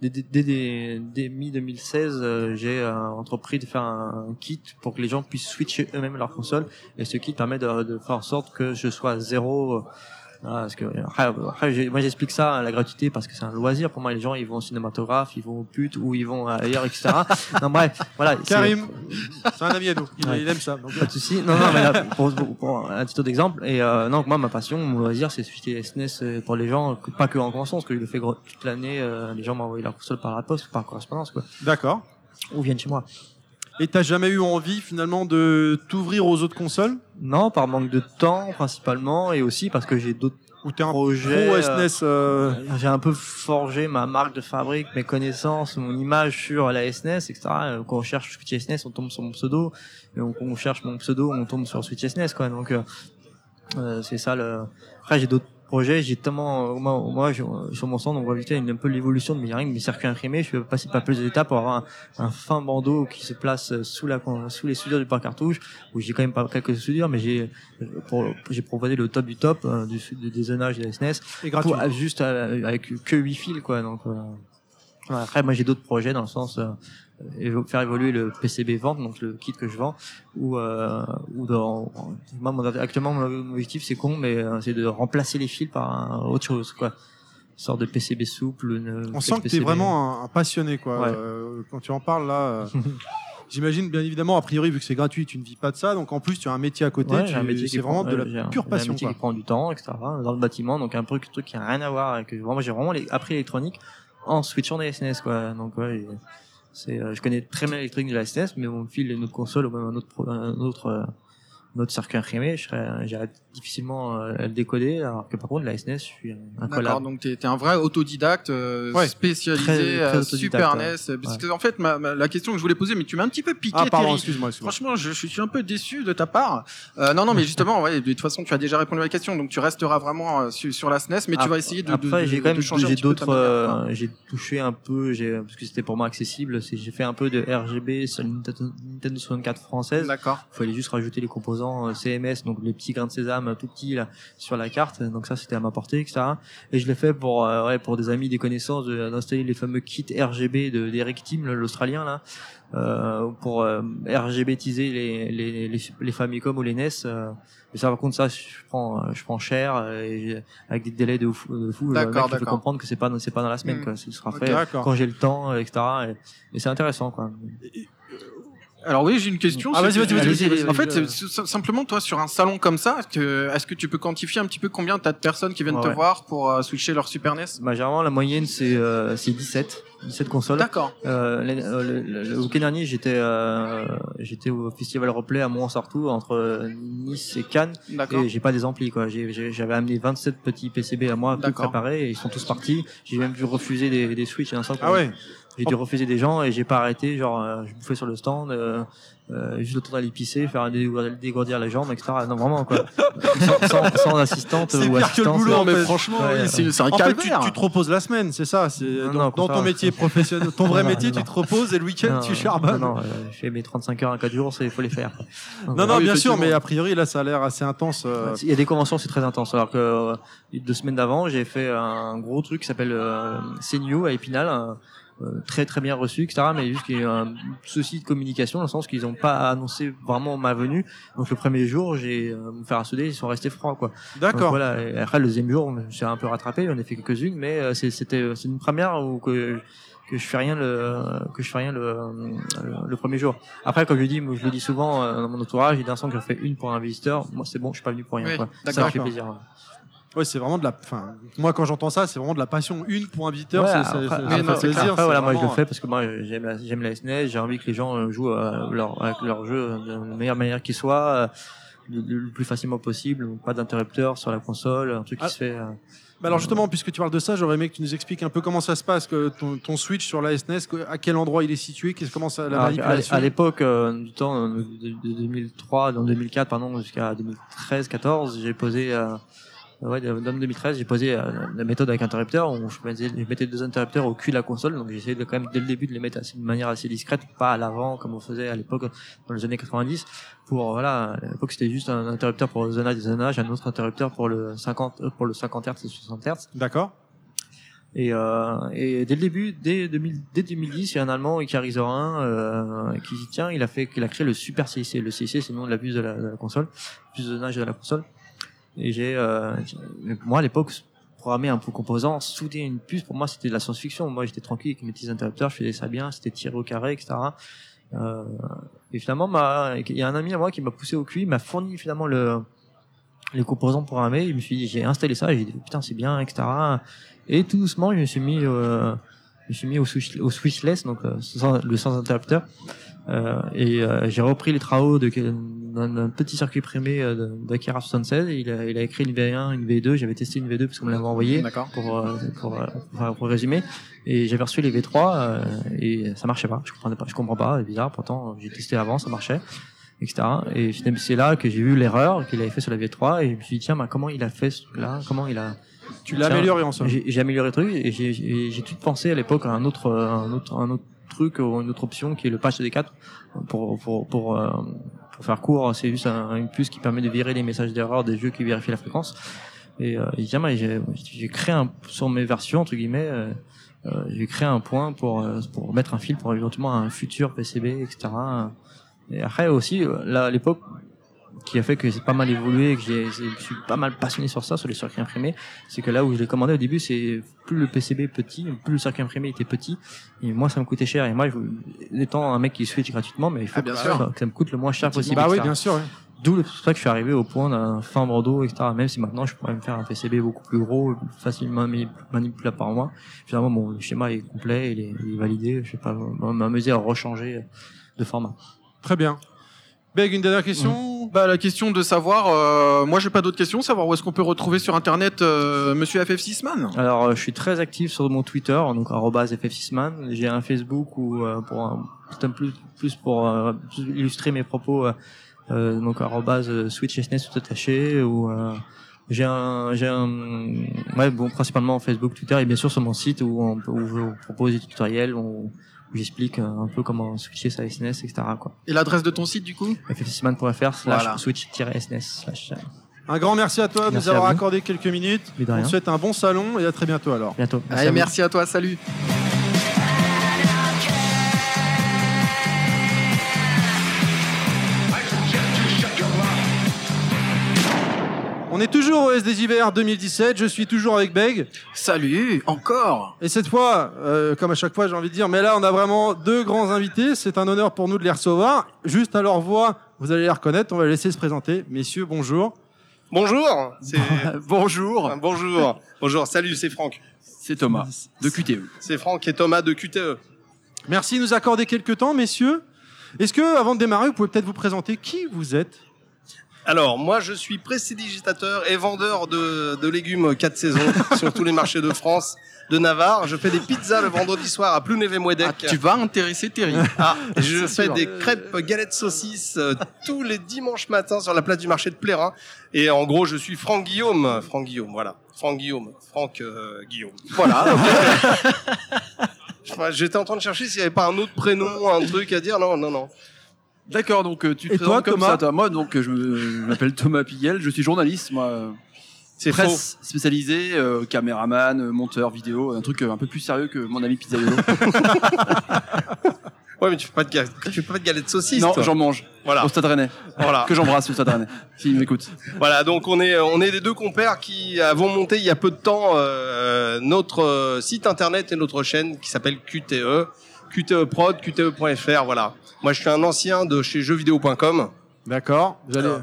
dès mi-2016, j'ai entrepris de faire un kit pour que les gens puissent switcher eux-mêmes leur console. Et ce kit permet de faire en sorte que je sois zéro. Parce que moi j'explique ça la gratuité parce que c'est un loisir pour moi. Les gens ils vont au cinématographe, ils vont au pute ou ils vont ailleurs, etc. Non bref, voilà. Karim, c'est un ami à nous, il aime ça. Donc... Pas de souci. Non mais là, pour un titre d'exemple. Et non, moi ma passion, mon loisir, c'est switcher SNES pour les gens, pas que en console, parce que je le fais toute l'année. Les gens m'envoient leur console par la poste, par correspondance, quoi. D'accord. Ou viennent chez moi. Et t'as jamais eu envie finalement de t'ouvrir aux autres consoles? Non, par manque de temps principalement, et aussi parce que j'ai d'autres ou t'es un projets. Pro SNES J'ai un peu forgé ma marque de fabrique, mes connaissances, mon image sur la SNES, etc. Quand on cherche Switch SNES, on tombe sur mon pseudo, et quand on cherche mon pseudo, on tombe sur Switch SNES, quoi. Donc c'est ça le. Après j'ai d'autres projets, j'ai tellement moi sur mon stand on voit vite un peu l'évolution de mes circuits imprimés. Je vais passer par plusieurs étapes pour avoir un fin bandeau qui se place sous les soudures du pare cartouche, où j'ai quand même pas quelques soudures, mais j'ai proposé le top du top du dézonage de la SNES et gratuit, juste avec que 8 fils, quoi. Donc après moi j'ai d'autres projets dans le sens faire évoluer le PCB vente, donc le kit que je vends, actuellement mon objectif c'est c'est de remplacer les fils par autre chose, quoi. Une sorte de PCB souple. On sent que tu es vraiment un passionné, quoi. Ouais. Quand tu en parles là. J'imagine bien évidemment, a priori, vu que c'est gratuit, tu ne vis pas de ça, donc en plus tu as un métier à côté, c'est vraiment de la pure passion. Un métier qui prend du temps, etc. Dans le bâtiment, donc un truc qui n'a rien à voir avec. Moi j'ai vraiment appris l'électronique en switchant des SNES, quoi. Donc ouais. Je connais très bien l'électronique de la SNES, mais on file une autre console ou même un autre notre circuit imprimé, j'arrive difficilement à le décoder, alors que par contre la SNES, je suis un collab. D'accord, donc t'es un vrai autodidacte spécialisé très Super NES. Parce que en fait, la question que je voulais poser, mais tu m'as un petit peu piqué. Ah pardon, Terry. excuse-moi. Franchement, je suis un peu déçu de ta part. Non, mais justement, de toute façon, tu as déjà répondu à la question, donc tu resteras vraiment sur la SNES, mais tu vas essayer de changer un petit peu ta manière. J'ai touché un peu, parce que c'était pour moi accessible, j'ai fait un peu de RGB sur Nintendo 64 française. D'accord. Il fallait juste rajouter les composants CMS, donc les petits grains de sésame tout petits là sur la carte. Donc ça, c'était à ma portée, etc. Et je l'ai fait pour des amis, des connaissances, d'installer les fameux kits RGB d'Eric Tim, l'Australien là, pour RGBtiser les Famicom ou les NES. Mais ça, par contre, ça, je prends cher avec des délais de fou. D'accord. Je peux comprendre que c'est pas dans la semaine, quoi. Ce sera fait quand j'ai le temps, etc. Et c'est intéressant, quoi. Alors oui, j'ai une question. Vas-y. En fait, simplement, toi, sur un salon comme ça, est-ce que tu peux quantifier un petit peu combien t'as de personnes qui viennent te voir pour switcher leur Super NES? Généralement, la moyenne, c'est 17 consoles. D'accord. Le week-end dernier, j'étais au Festival Replay à Mont-Sartoux, entre Nice et Cannes. D'accord. Et j'ai pas des amplis, quoi. J'avais amené 27 petits PCB à moi, tout préparés, et ils sont tous partis. J'ai même dû refuser des Switch, et un Ah ouais. J'ai dû refuser des gens et j'ai pas arrêté, je bouffais sur le stand, juste le temps d'aller pisser, faire dégourdir la jambe, etc. Non, vraiment, quoi. Sans assistante ou assistance. Non, mais franchement, c'est un calvaire. Tu te reposes la semaine, c'est ça. Dans ton métier professionnel, ton vrai métier, tu te reposes et le week-end, tu charbonnes. Non, je fais mes 35 heures à 4 jours, il faut les faire. Non, bien sûr, mais a priori, là, ça a l'air assez intense. Il y a des conventions, c'est très intense. Alors que 2 semaines d'avant, j'ai fait un gros truc qui s'appelle CNU à Épinal, très très bien reçu, etc. Mais juste qu'il y a un souci de communication dans le sens qu'ils n'ont pas annoncé vraiment ma venue. Donc le premier jour, j'ai me faire assauder, ils sont restés froids, quoi. D'accord. Donc, voilà. Et après le deuxième jour, je me suis un peu rattrapé, j'en ai fait quelques-unes, mais c'est une première où que je fais rien le premier jour. Après, comme je le dis souvent dans mon entourage, il y a un sens que je fais une pour un visiteur. Moi, c'est bon, je suis pas venu pour rien, quoi. Ça me fait plaisir. Ouais, c'est vraiment moi, quand j'entends ça, c'est vraiment de la passion. Une pour un visiteur, ça fait plaisir. Après, voilà, moi, je le fais parce que moi, j'aime la SNES, j'ai envie que les gens jouent avec leur jeu de la meilleure manière qu'il soit, le plus facilement possible, pas d'interrupteur sur la console, un truc qui se fait. Alors justement, puisque tu parles de ça, j'aurais aimé que tu nous expliques un peu comment ça se passe, que ton Switch sur la SNES, à quel endroit il est situé, comment ça la manipulation. À l'époque du temps de 2003, dans 2004, pardon, jusqu'à 2013-14, j'ai posé dans 2013, j'ai posé la méthode avec interrupteur où je mettais 2 interrupteurs au cul de la console, donc j'essayais quand même dès le début de les mettre de manière assez discrète, pas à l'avant comme on faisait à l'époque dans les années 90. À l'époque c'était juste un interrupteur pour le zonage, un autre interrupteur pour le 50 Hz et 60 Hz. D'accord. Et dès le début, dès 2010, il y a un Allemand, Ikari Zorin, qui il a créé le Super CIC. Le CIC, c'est le nom de la puce de la console, puce de zonage de la console. Et moi à l'époque, programmer un peu composant, souder une puce, pour moi c'était de la science-fiction. Moi j'étais tranquille avec mes petits interrupteurs, je faisais ça bien, c'était tiré au carré, etc. Et finalement, il y a un ami à moi qui m'a poussé au cul, il m'a fourni finalement les composants programmés. J'ai installé ça, et j'ai dit putain c'est bien, etc. Et tout doucement, je me suis mis au switchless, donc le sans interrupteur. J'ai repris les travaux d'un petit circuit imprimé d'Akira 76. Il a écrit une V1, une V2. J'avais testé une V2 parce qu'on me l'avait envoyé pour résumer. Et j'avais reçu les V3 et ça marchait pas. Je comprends pas. C'est bizarre. Pourtant, j'ai testé avant, ça marchait, etc. Et c'est là que j'ai vu l'erreur qu'il avait fait sur la V3 et je me suis dit tiens, comment il a fait ce truc-là? Comment il a Tu l'as amélioré en somme. J'ai amélioré le truc et j'ai tout pensé à l'époque à un autre truc ou une autre option qui est le patch CD4 pour faire court. C'est juste une puce qui permet de virer les messages d'erreur des jeux qui vérifient la fréquence. Et j'ai créé sur mes versions entre guillemets, j'ai créé un point pour mettre un fil pour éventuellement un futur PCB, etc. Et après aussi là à l'époque, qui a fait que j'ai pas mal évolué et que je suis pas mal passionné sur les circuits imprimés, c'est que là où je l'ai commandé au début, c'est plus le PCB petit, plus le circuit imprimé était petit, et moi ça me coûtait cher, et moi étant un mec qui switch gratuitement, mais il faut que ça me coûte le moins cher possible. Bah oui, bien sûr. D'où c'est pour ça que je suis arrivé au point d'un fin Bordeaux, etc. Même si maintenant je pourrais me faire un PCB beaucoup plus gros, facilement manipulable par moi. Finalement, le schéma est complet, il est validé, je vais pas m'amuser à rechanger de format. Très bien. Beg, une dernière question. Bah, la question de savoir, moi j'ai pas d'autres questions, savoir où est-ce qu'on peut retrouver sur internet Monsieur FF6man. Alors, je suis très actif sur mon Twitter, donc @FF6man. J'ai un Facebook où peut-être plus pour illustrer mes propos, donc @SwitchSNES tout attaché. Ou principalement Facebook, Twitter et bien sûr sur mon site où je propose des tutoriels où j'explique un peu comment switcher sa SNES, etc. quoi. Et l'adresse de ton site du coup? ff6man.fr/switch-SNES. Un grand merci à toi de nous avoir accordé quelques minutes. On te souhaite un bon salon et à très bientôt alors. Bientôt. Allez, merci à toi, salut. On est toujours au SDJVR 2017, je suis toujours avec Beg. Salut, encore. Et cette fois, comme à chaque fois j'ai envie de dire, mais là on a vraiment deux grands invités, c'est un honneur pour nous de les recevoir. Juste à leur voix, vous allez les reconnaître, on va les laisser se présenter. Messieurs, bonjour. Bonjour. Bonjour. Bonjour, salut, c'est Franck. C'est Thomas, de QTE. C'est Franck et Thomas de QTE. Merci de nous accorder quelques temps, messieurs. Est-ce que, avant de démarrer, vous pouvez peut-être vous présenter qui vous êtes ? Alors, moi, je suis prestidigitateur et vendeur de légumes 4 saisons sur tous les marchés de France, de Navarre. Je fais des pizzas le vendredi soir à Plounez-Moedec. Ah, tu vas intéresser Terry. Je fais des crêpes galettes saucisses tous les dimanches matins sur la place du marché de Plérin. Et en gros, je suis Franck Guillaume, voilà. Franck Guillaume. Voilà. J'étais en train de chercher s'il n'y avait pas un autre prénom, un truc à dire. Non. D'accord, donc tu te et toi, présentes comme Thomas ça, toi. Moi, donc je m'appelle Thomas Piguel, je suis journaliste, moi. C'est presse spécialisée, caméraman, monteur vidéo, un truc un peu plus sérieux que mon ami Pizzaiolo. Ouais, mais tu fais pas de galettes saucisses. Non, toi. j'en mange. Voilà. Au Stade Rennais. Voilà. Que j'embrasse au Stade Rennais. S'il m'écoute. Voilà, donc on est des deux compères qui avons monté il y a peu de temps notre site internet et notre chaîne qui s'appelle QTE, QTE Prod, QTE.fr, voilà. Moi, je suis un ancien de chez jeuxvideo.com. D'accord. Vous allez...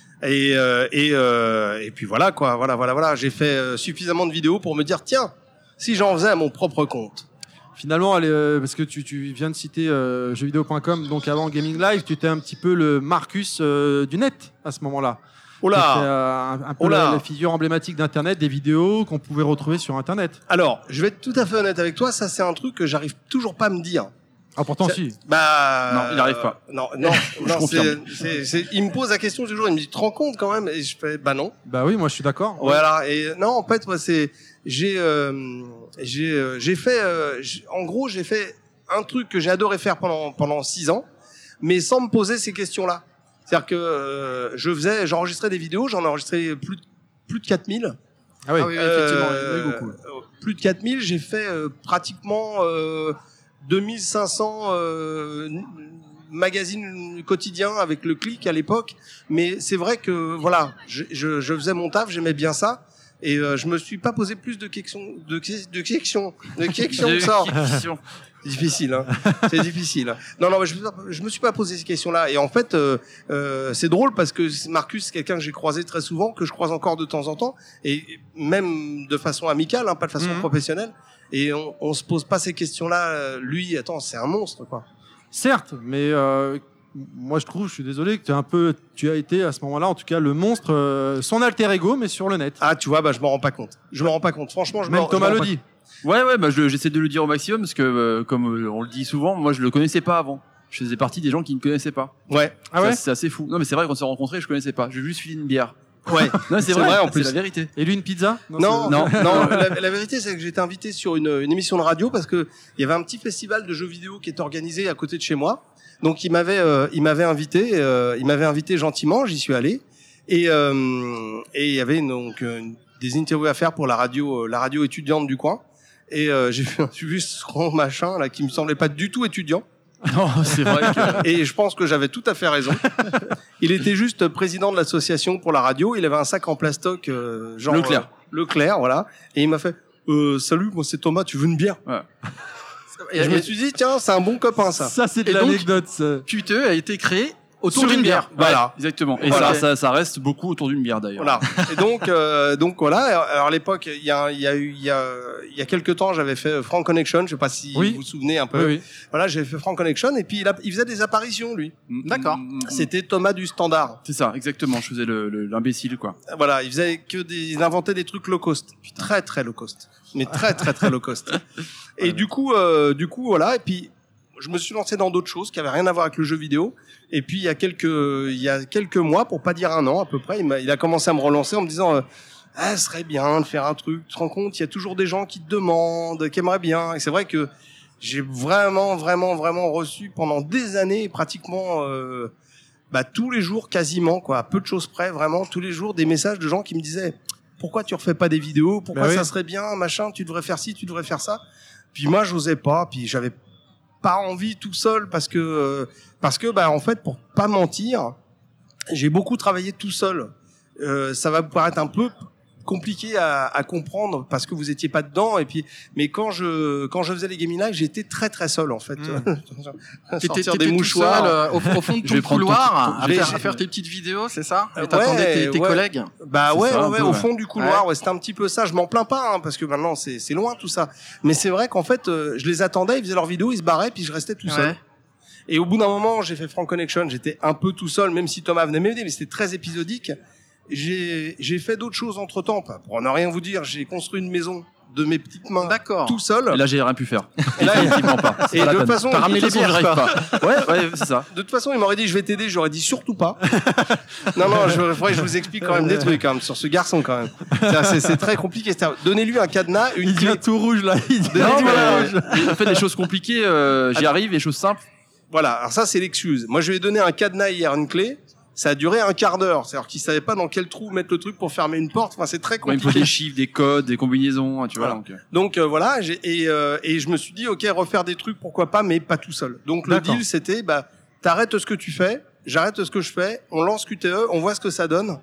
Et puis voilà, quoi. Voilà. J'ai fait suffisamment de vidéos pour me dire, tiens, si j'en faisais à mon propre compte. Finalement, parce que tu viens de citer jeuxvideo.com, donc avant Gaming Live, tu étais un petit peu le Marcus du net à ce moment-là. Oh là, un peu la figure emblématique d'Internet, des vidéos qu'on pouvait retrouver sur Internet. Alors, je vais être tout à fait honnête avec toi, ça c'est un truc que j'arrive toujours pas à me dire. Ah, pourtant si. Bah non, il n'arrive pas. Non, je confirme. Il me pose la question toujours, il me dit, tu te rends compte quand même? Et je fais, bah non. Bah oui, moi je suis d'accord. Voilà, et non, en fait, moi j'ai fait un truc que j'ai adoré faire pendant 6 ans, mais sans me poser ces questions-là. C'est-à-dire que j'enregistrais des vidéos, j'en ai enregistré plus de 4000. Ah oui, effectivement, il y a eu beaucoup. Plus de 4000, j'ai fait pratiquement 2500 magazines quotidiens avec le Click à l'époque. Mais c'est vrai que voilà, je faisais mon taf, j'aimais bien ça. Et je me suis pas posé plus de questions que ça. C'est difficile, hein. C'est difficile. Non, mais je me suis pas posé ces questions-là. Et en fait, c'est drôle parce que Marcus, c'est quelqu'un que j'ai croisé très souvent, que je croise encore de temps en temps, et même de façon amicale, hein, pas de façon professionnelle. Et on se pose pas ces questions-là. Lui, attends, c'est un monstre, quoi. Certes, mais moi je suis désolé que tu as été à ce moment-là, en tout cas, le monstre, son alter ego, mais sur le net. Ah, tu vois, bah je m'en rends pas compte. Franchement, même Thomas le dit. Ouais, bah j'essaie de le dire au maximum parce que comme on le dit souvent, moi je le connaissais pas avant. Je faisais partie des gens qui ne connaissaient pas. Ouais. Ah ouais. C'est assez fou. Non, mais c'est vrai qu'on s'est rencontrés, je connaissais pas. J'ai juste filé une bière. Ouais. Non, c'est vrai en plus. C'est la vérité. Et lui une pizza? Non. La vérité, c'est que j'ai été invité sur une émission de radio parce que il y avait un petit festival de jeux vidéo qui était organisé à côté de chez moi. Donc il m'avait invité gentiment, j'y suis allé et il y avait donc des interviews à faire pour la radio étudiante du coin et j'ai vu ce grand machin là qui me semblait pas du tout étudiant. Non, c'est vrai que... Et je pense que j'avais tout à fait raison. Il était juste président de l'association pour la radio, il avait un sac en plastoc genre Leclerc, voilà, et il m'a fait salut, moi c'est Thomas, tu veux une bière? Ouais. Et je me suis dit, tiens, c'est un bon copain, ça. Ça, c'est de l'anecdote. QTE a été créé Autour d'une bière. Voilà. Exactement. Et Voilà. ça reste beaucoup autour d'une bière d'ailleurs. Voilà. Et donc voilà. Alors à l'époque, il y a quelques temps, j'avais fait Frank Connection. Je sais pas si vous vous souvenez un peu. Oui. Voilà, j'avais fait Frank Connection et puis il faisait des apparitions lui. D'accord. C'était Thomas du Standard. C'est ça, exactement. Je faisais l'imbécile, quoi. Voilà, il inventait des trucs low cost. Très très low cost. Mais très très très low cost. Et du coup voilà. Et puis je me suis lancé dans d'autres choses qui avaient rien à voir avec le jeu vidéo. Et puis il y a quelques mois, pour pas dire un an à peu près, il a commencé à me relancer en me disant ce serait bien de faire un truc. Tu te rends compte, il y a toujours des gens qui te demandent, qui aimeraient bien. Et c'est vrai que j'ai vraiment reçu pendant des années pratiquement tous les jours quasiment, quoi, à peu de choses près, vraiment tous les jours, des messages de gens qui me disaient pourquoi tu refais pas des vidéos, pourquoi ça serait bien, machin, tu devrais faire ci, tu devrais faire ça. Puis moi j'osais pas, puis j'avais pas envie tout seul parce que en fait, pour pas mentir, j'ai beaucoup travaillé tout seul. Ça va vous paraître un peu compliqué à comprendre parce que vous étiez pas dedans, et puis mais quand je faisais les gaming live, j'étais très très seul en fait. T'étais des mouchoirs au fond de ton couloir à faire tes petites vidéos, c'est ça? Et t'attendais tes collègues? Au fond du couloir, c'était un petit peu ça. Je m'en plains pas parce que maintenant c'est loin tout ça, mais c'est vrai qu'en fait je les attendais, ils faisaient leurs vidéos, ils se barraient, puis je restais tout seul. Et au bout d'un moment, j'ai fait Frank Connection, j'étais un peu tout seul, même si Thomas venait m'aider, mais c'était très épisodique. J'ai fait d'autres choses entre temps, pour ne rien vous dire, j'ai construit une maison de mes petites mains, tout seul. Et là, j'ai rien pu faire. Et là, effectivement pas. Et de toute façon, t'as ramené les bières, je rêve pas. Ouais, c'est ça. De toute façon, il m'aurait dit, je vais t'aider, j'aurais dit surtout pas. non, faudrait que je vous explique quand même des trucs, sur ce garçon, quand même. C'est très compliqué. Donnez-lui un cadenas, il devient tout rouge, là. En fait, des choses compliquées, j'y arrive, les choses simples. Voilà. Alors ça, c'est l'excuse. Moi, je lui ai donné un cadenas hier, une clé. Ça a duré un quart d'heure. C'est-à-dire qu'il savait pas dans quel trou mettre le truc pour fermer une porte. Enfin, c'est très compliqué. Il faut des chiffres, des codes, des combinaisons, tu vois. Donc voilà. Et je me suis dit, ok, refaire des trucs, pourquoi pas, mais pas tout seul. Donc le deal, c'était, t'arrêtes ce que tu fais, j'arrête ce que je fais, on lance QTE, on voit ce que ça donne,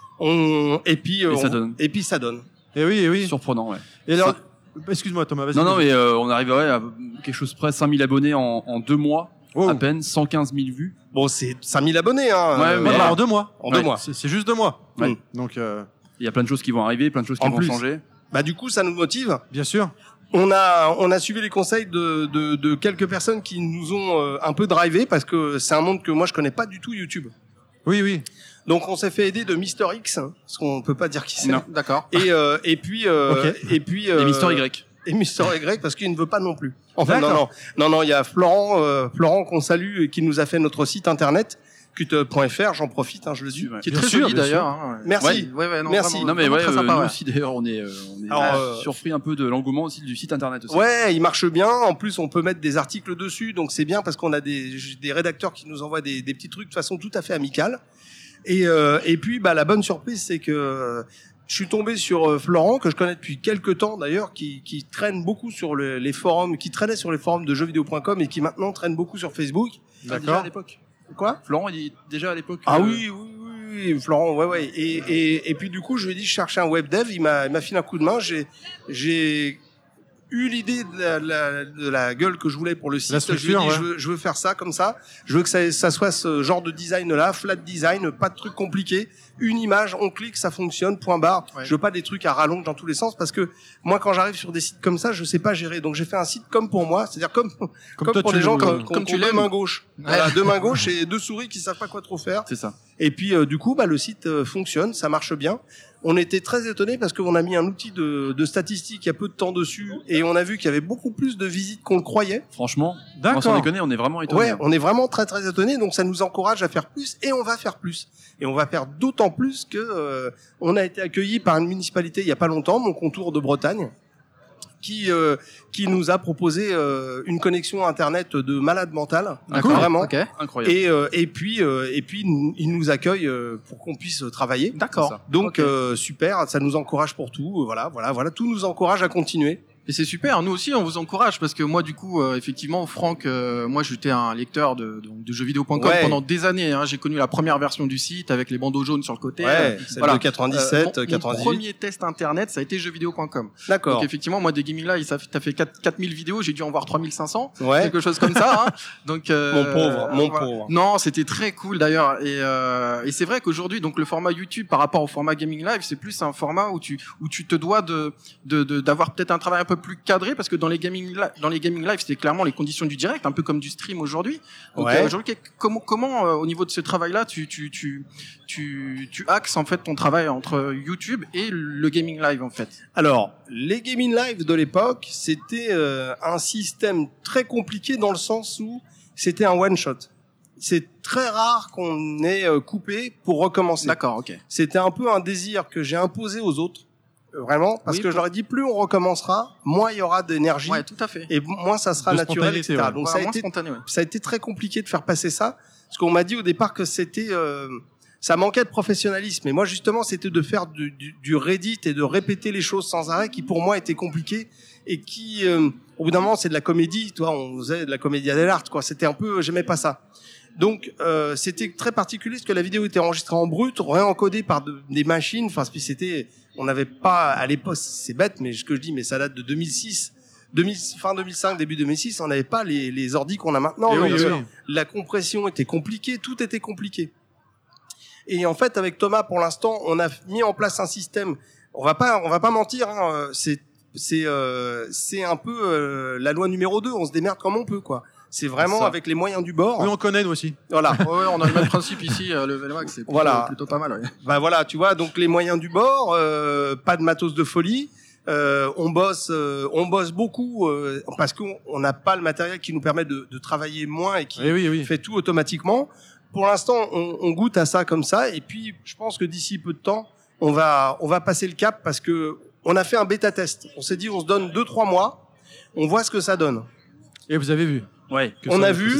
et puis ça donne. Et oui. Surprenant, ouais. Et alors, excuse-moi Thomas, vas-y. Non, mais on arriverait à quelque chose près 5000 abonnés en 2 mois. À peine 115 000 vues. Bon, c'est 5000 abonnés, hein. Ouais, mais en 2 mois. En 2 mois. C'est juste 2 mois. Ouais. Donc, il y a plein de choses qui vont arriver, plein de choses qui vont changer. Du coup, ça nous motive. Bien sûr. On a suivi les conseils de quelques personnes qui nous ont un peu drivé parce que c'est un monde que moi je connais pas du tout, YouTube. Oui. Donc on s'est fait aider de Mister X, parce qu'on peut pas dire qui c'est. Non, d'accord. Et puis et Mister Y. Et Mister Y parce qu'il ne veut pas non plus. Enfin non, il y a Florent qu'on salue et qui nous a fait notre site internet QTE.fr, j'en profite, je le dis. Qui est très joli d'ailleurs. Merci. Merci. Non mais nous aussi d'ailleurs on est surpris un peu de l'engouement aussi du site internet aussi. Ouais, il marche bien. En plus, on peut mettre des articles dessus, donc c'est bien parce qu'on a des rédacteurs qui nous envoient des petits trucs de façon tout à fait amicale. Et puis la bonne surprise, c'est que je suis tombé sur Florent, que je connais depuis quelques temps d'ailleurs, qui traîne beaucoup sur les forums, qui traînait sur les forums de jeuxvideo.com et qui maintenant traîne beaucoup sur Facebook. D'accord. Déjà à l'époque. Quoi? Florent, il est déjà à l'époque. Ah oui, Florent, ouais. Et puis du coup, je lui ai dit, je cherchais un web dev, il m'a filé un coup de main. J'ai eu l'idée de la gueule que je voulais pour le site. Je lui ai dit, je veux faire ça comme ça. Je veux que ça soit ce genre de design-là, flat design, pas de trucs compliqués. Une image, on clique, ça fonctionne, point barre. Ouais. Je veux pas des trucs à rallonge dans tous les sens parce que moi, quand j'arrive sur des sites comme ça, je sais pas gérer. Donc j'ai fait un site comme pour moi, c'est-à-dire comme pour les gens comme tu l'aimes, deux mains gauches. Voilà, 2 mains gauches et 2 souris qui savent pas quoi trop faire. C'est ça. Et puis du coup, le site fonctionne, ça marche bien. On était très étonnés parce qu'on a mis un outil de statistiques il y a peu de temps dessus et on a vu qu'il y avait beaucoup plus de visites qu'on le croyait. Franchement, sans déconner, on est vraiment étonnés. Ouais, on est vraiment très très étonnés, donc ça nous encourage à faire plus et on va faire plus. Et on va faire d'autant plus que on a été accueillis par une municipalité il y a pas longtemps, mon contour de Bretagne, qui nous a proposé une connexion internet de malade mental, vraiment, okay. Incroyable. Et puis il nous accueille pour qu'on puisse travailler. D'accord. Donc super, ça nous encourage pour tout. Voilà, tout nous encourage à continuer. Et c'est super. Nous aussi, on vous encourage parce que moi, du coup, effectivement, Franck, moi, j'étais un lecteur de jeuxvideo.com pendant des années. Hein. J'ai connu la première version du site avec les bandeaux jaunes sur le côté. Ouais, celle de 97, mon 98. Mon premier test internet, ça a été jeuxvideo.com. D'accord. Donc effectivement, moi, des gaming live, t'as fait 4000 vidéos, j'ai dû en voir 3500, ouais. quelque chose comme ça. Hein. Donc mon pauvre. Non, c'était très cool d'ailleurs. Et c'est vrai qu'aujourd'hui, donc le format YouTube par rapport au format gaming live, c'est plus un format où tu te dois d'avoir peut-être un travail un peu plus cadré parce que dans les gaming live, c'était clairement les conditions du direct, un peu comme du stream aujourd'hui. Donc aujourd'hui, comment au niveau de ce travail-là, tu axes en fait ton travail entre YouTube et le gaming live en fait. Alors, les gaming live de l'époque, c'était un système très compliqué dans le sens où c'était un one shot. C'est très rare qu'on ait coupé pour recommencer. D'accord, ok. C'était un peu un désir que j'ai imposé aux autres. Vraiment, parce que je leur ai dit, plus on recommencera, moins il y aura d'énergie. Ouais, tout à fait. Et moins ça sera naturel, etc. Ouais. Donc ça a été très compliqué de faire passer ça, parce qu'on m'a dit au départ que c'était, ça manquait de professionnalisme. Et moi, justement, c'était de faire du Reddit et de répéter les choses sans arrêt, qui pour moi était compliqué et qui, au bout d'un moment, c'est de la comédie. Toi, on faisait de la commedia dell'arte, quoi. C'était un peu, j'aimais pas ça. Donc c'était très particulier parce que la vidéo était enregistrée en brut, réencodée par des machines. Enfin, c'était, on n'avait pas à l'époque, c'est bête, mais ce que je dis, mais ça date de 2006, fin 2005, début 2006. On n'avait pas les ordis qu'on a maintenant. Donc, la compression était compliquée, tout était compliqué. Et en fait, avec Thomas, pour l'instant, on a mis en place un système. On va pas mentir. Hein, c'est un peu la loi numéro 2. On se démerde comme on peut, quoi. C'est vraiment avec les moyens du bord. Oui, on connaît nous aussi. Voilà. Ouais, on a le même principe ici, le Velmax, c'est plutôt pas mal. Ouais. Bah voilà, tu vois, donc les moyens du bord, pas de matos de folie. On bosse beaucoup parce qu'on n'a pas le matériel qui nous permet de travailler moins et qui fait tout automatiquement. Pour l'instant, on goûte à ça comme ça, et puis je pense que d'ici peu de temps, on va passer le cap parce que on a fait un bêta test. On s'est dit, on se donne 2-3 mois, on voit ce que ça donne. Et vous avez vu? Ouais. On a vu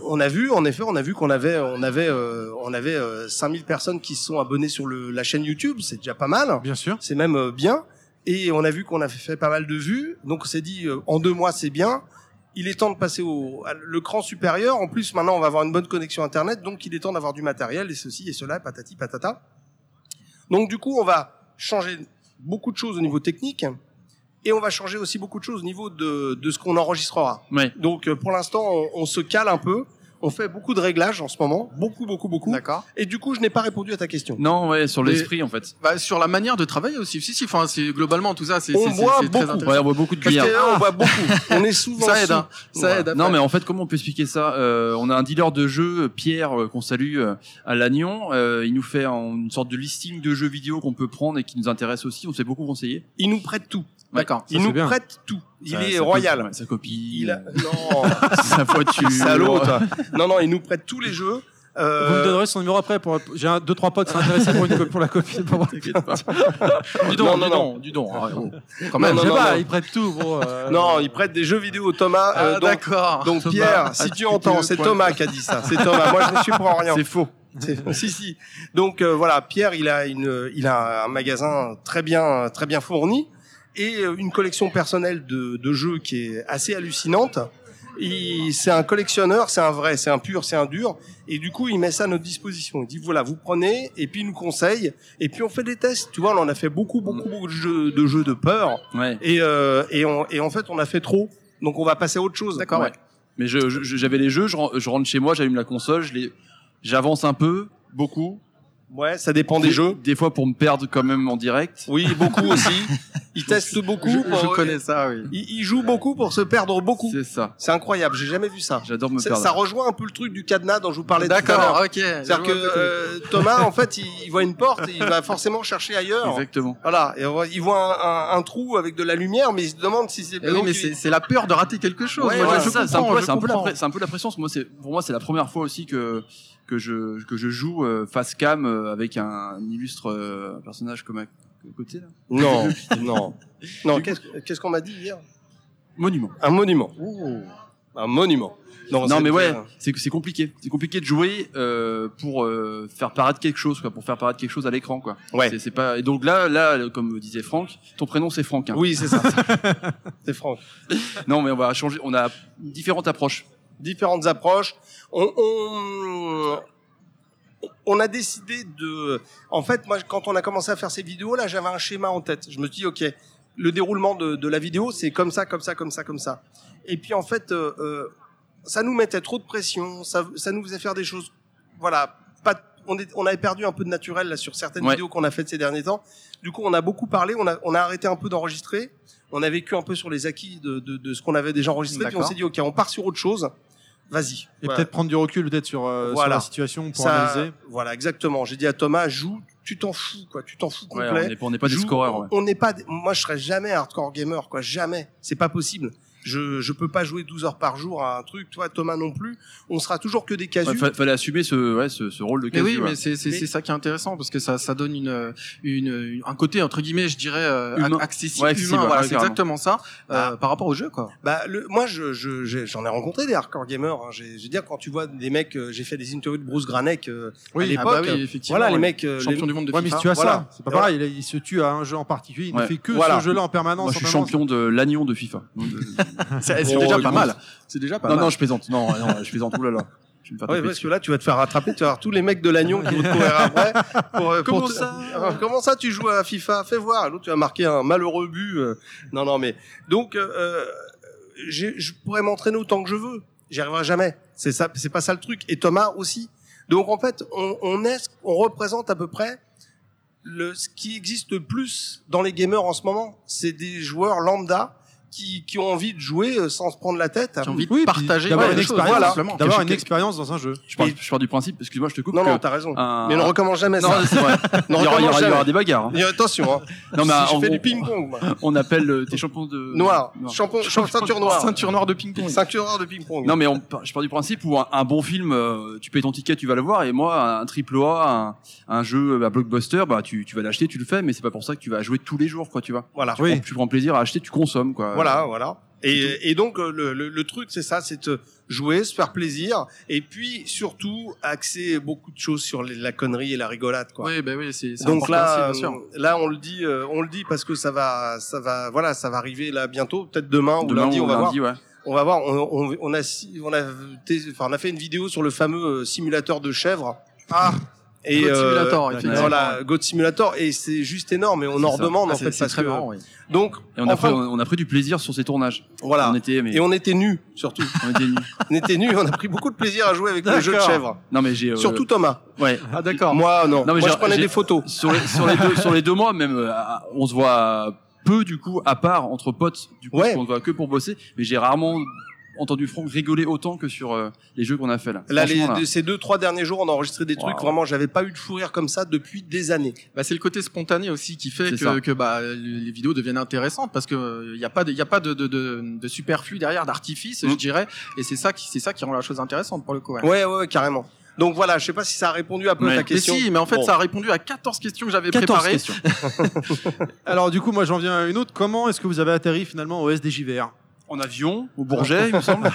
qu'on avait 5000 personnes qui se sont abonnées sur la chaîne YouTube, c'est déjà pas mal. Bien sûr. C'est même bien. Et on a vu qu'on avait fait pas mal de vues. Donc on s'est dit, en 2 mois, c'est bien. Il est temps de passer le cran supérieur. En plus, maintenant, on va avoir une bonne connexion Internet. Donc il est temps d'avoir du matériel et ceci et cela, patati patata. Donc du coup, on va changer beaucoup de choses au niveau technique. Et on va changer aussi beaucoup de choses au niveau de ce qu'on enregistrera. Ouais. Donc pour l'instant, on se cale un peu. On fait beaucoup de réglages en ce moment, beaucoup. D'accord. Et du coup, je n'ai pas répondu à ta question. Non, ouais, sur l'esprit en fait. Bah, sur la manière de travailler aussi. Si, enfin, c'est globalement tout ça. On boit très beaucoup. intéressant. Ouais, on boit beaucoup de bière. On boit beaucoup. On est souvent. Ça aide. Hein. Ça aide. Non, mais en fait, comment on peut expliquer ça? On a un dealer de jeux, Pierre, qu'on salue à Lannion. Il nous fait une sorte de listing de jeux vidéo qu'on peut prendre et qui nous intéresse aussi. On s'est beaucoup conseillé. Il nous prête tout. D'accord. Il nous prête tout. Il est royal. Sa copie. Non. Sa voiture. Salaud, toi. Non, il nous prête tous les jeux. Vous me donnerez son numéro après. J'ai 2-3 potes qui sont intéressés pour la copie. Dis donc. Quand même, je sais pas, il prête tout. Non, il prête des jeux vidéo, Thomas. D'accord. Donc Pierre, si tu entends, c'est Thomas qui a dit ça. C'est Thomas. Moi, je ne suis pour rien. C'est faux. Si. Donc voilà, Pierre, il a un magasin très bien fourni et une collection personnelle de jeux qui est assez hallucinante. C'est un collectionneur, c'est un pur, c'est un dur. Et du coup, il met ça à notre disposition. Il dit, voilà, vous prenez, et puis il nous conseille, et puis on fait des tests. Tu vois, on en a fait beaucoup de jeux de peur. Ouais. Et en fait, on a fait trop. Donc on va passer à autre chose. D'accord, ouais. Mais j'avais les jeux, je rentre chez moi, j'allume la console, j'avance un peu, beaucoup. Ouais, ça dépend des jeux. Des fois pour me perdre quand même en direct. Oui, beaucoup aussi. Ils testent beaucoup. Je connais ça, oui. Ils jouent beaucoup pour se perdre beaucoup. C'est ça. C'est incroyable, j'ai jamais vu ça. J'adore me perdre. Ça rejoint un peu le truc du cadenas dont je vous parlais tout à l'heure. D'accord, ok. C'est-à-dire que Thomas, en fait, il voit une porte et il va forcément chercher ailleurs. Exactement. Voilà, et il voit un trou avec de la lumière, mais il se demande si c'est... Oui, mais c'est la peur de rater quelque chose. Ouais, moi, c'est un peu la pression. Parce que pour moi, c'est la première fois aussi que je joue face cam avec un illustre personnage comme à côté là. Non. Qu'est-ce qu'on m'a dit hier? Monument. Un monument. Un monument. Non mais ouais, c'est compliqué. C'est compliqué de jouer pour faire paraître quelque chose, quoi, pour faire paraître quelque chose à l'écran, quoi. Ouais. C'est pas. Et donc là, comme disait Franck, ton prénom c'est Franck. Hein. Oui, c'est ça. C'est Franck. Non mais on va changer. On a différentes approches. Différentes approches. On a décidé de. En fait, moi, quand on a commencé à faire ces vidéos, là, j'avais un schéma en tête. Je me suis dit, ok, le déroulement de la vidéo, c'est comme ça. Et puis en fait. Ça nous mettait trop de pression, ça nous faisait faire des choses, voilà, on avait perdu un peu de naturel là sur certaines vidéos qu'on a faites ces derniers temps. Du coup, on a beaucoup parlé, on a arrêté un peu d'enregistrer, on a vécu un peu sur les acquis de ce qu'on avait déjà enregistré, puis on s'est dit ok, on part sur autre chose. Vas-y. Et peut-être prendre du recul peut-être sur la situation pour analyser. Voilà, exactement. J'ai dit à Thomas, joue, tu t'en fous complet. Ouais, on n'est pas des scoreurs. Ouais. On n'est pas, moi je serais jamais hardcore gamer, quoi, jamais. C'est pas possible. Je peux pas jouer 12 heures par jour à un truc, toi Thomas non plus. On sera toujours que des casus. Ouais, fallait assumer ce rôle de casu. Mais oui, mais c'est ça qui est intéressant parce que ça donne un côté entre guillemets, je dirais accessible, humain. Voilà, c'est exactement ça par rapport au jeu, quoi. Bah moi j'en ai rencontré des hardcore gamers. Hein. Je veux dire quand tu vois des mecs, j'ai fait des interviews de Bruce Granek à l'époque. Effectivement. Voilà les mecs champion du monde de FIFA. Mais si tu as ça, c'est pas pareil. Il se tue à un jeu en particulier. Il ne fait que ce jeu-là en permanence. Moi, je suis champion de l'agnon de FIFA. C'est déjà pas mal. C'est déjà pas mal. Non, je plaisante. Non, je plaisante. Oulala. Ouais, parce que là, tu vas te faire rattraper. Tu vas avoir tous les mecs de l'agnon qui vont te courir après. Comment ça, tu joues à FIFA? Fais voir. L'autre, tu vas marquer un malheureux but. Non, mais donc, je pourrais m'entraîner autant que je veux. J'y arriverai jamais. C'est ça. C'est pas ça le truc. Et Thomas aussi. Donc, en fait, on représente à peu près ce qui existe le plus dans les gamers en ce moment. C'est des joueurs lambda qui ont envie de jouer sans se prendre la tête, qui ont envie de partager, d'avoir une expérience dans un jeu. Je pars du principe, excuse-moi, je te coupe. Non, t'as raison. Mais on ne recommence jamais ça. Non, c'est vrai. Il y aura des bagarres. Attention. Non, mais je fais du ping-pong. On appelle tes champions de noir. Ceinture noire. Ceinture noire de ping-pong. Ceinture noire de ping-pong. Non, mais je pars du principe où un bon film, tu payes ton ticket, tu vas le voir, et moi, un triple A, un jeu blockbuster, bah tu vas l'acheter, tu le fais, mais c'est pas pour ça que tu vas jouer tous les jours, quoi, tu vois. Voilà. Tu prends plaisir à acheter, tu consommes, quoi. Voilà. Et donc le truc c'est ça, c'est de jouer, se faire plaisir, et puis surtout axer beaucoup de choses sur la connerie et la rigolade, quoi. Oui, oui, c'est donc là on le dit parce que ça va arriver là bientôt, peut-être demain ou lundi, on va voir. Ouais. On va voir. On a fait une vidéo sur le fameux simulateur de chèvre. Et Goat Simulator, voilà, Goat Simulator, et c'est juste énorme, et on en redemande en fait parce que marrant, oui. Donc et on a pris du plaisir sur ces tournages. Voilà. Et on était nus surtout. On était nus, on a pris beaucoup de plaisir à jouer avec les jeux de chèvres. Non mais surtout Thomas. Ouais. Ah d'accord. Moi non. Moi je prenais des photos. Sur les 2 mois même, on se voit peu du coup, à part entre potes, du coup, on se voit que pour bosser, mais j'ai rarement entendu Franck rigoler autant que sur les jeux qu'on a fait là. Ces 2-3 derniers jours, on a enregistré des trucs. Vraiment, j'avais pas eu de fou rire comme ça depuis des années. Bah, c'est le côté spontané aussi qui fait que les vidéos deviennent intéressantes parce que il y a pas de superflu derrière, d'artifice, je dirais. Et c'est ça qui rend la chose intéressante pour le coup. Ouais, carrément. Donc voilà, je sais pas si ça a répondu un peu à ta question. Mais si, mais en fait, ça a répondu à 14 questions que j'avais préparées. Alors du coup, moi j'en viens à une autre. Comment est-ce que vous avez atterri finalement au SDJVR? En avion, au Bourget, il me semble.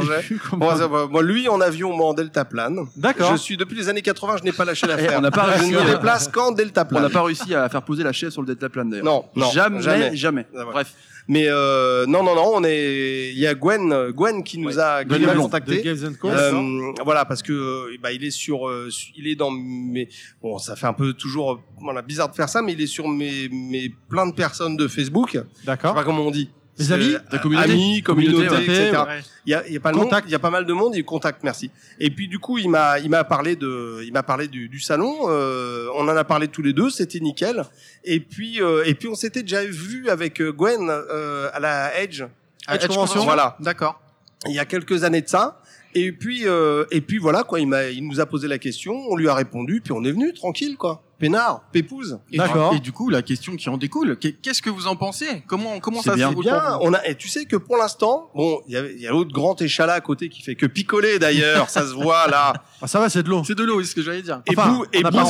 Moi, lui, en avion, moi, en deltaplane. D'accord. Depuis les années 80, je n'ai pas lâché l'affaire. On n'a pas réussi. Je ne me déplace qu'en deltaplane. On n'a pas réussi à faire poser la chaise sur le deltaplane, d'ailleurs. Non. Jamais. Bref. Mais non, il y a Gwen qui nous a contacté. Voilà, parce que il est il est dans mes, bon, ça fait un peu toujours bizarre de faire ça, mais il est sur mes plein de personnes de Facebook. D'accord. Je sais pas comment on dit. Les amis, communauté, etc. Ouais. Il y a pas mal de monde, il contacte, merci. Et puis du coup, il m'a parlé du salon, on en a parlé tous les deux, c'était nickel. Et puis on s'était déjà vu avec Gwen à la Edge Convention. Voilà. D'accord. Il y a quelques années de ça. Et puis voilà quoi, il nous a posé la question, on lui a répondu, puis on est venu tranquille quoi. peinard, pépouze. D'accord. Et du coup, la question qui en découle, qu'est-ce que vous en pensez? Comment ça se déroule bien. Et tu sais que pour l'instant, bon, il y a l'autre grand échalas à côté qui fait que picoler d'ailleurs, ça se voit là. Ah, ça va, c'est de l'eau. C'est de l'eau, c'est ce que j'allais dire. Et enfin,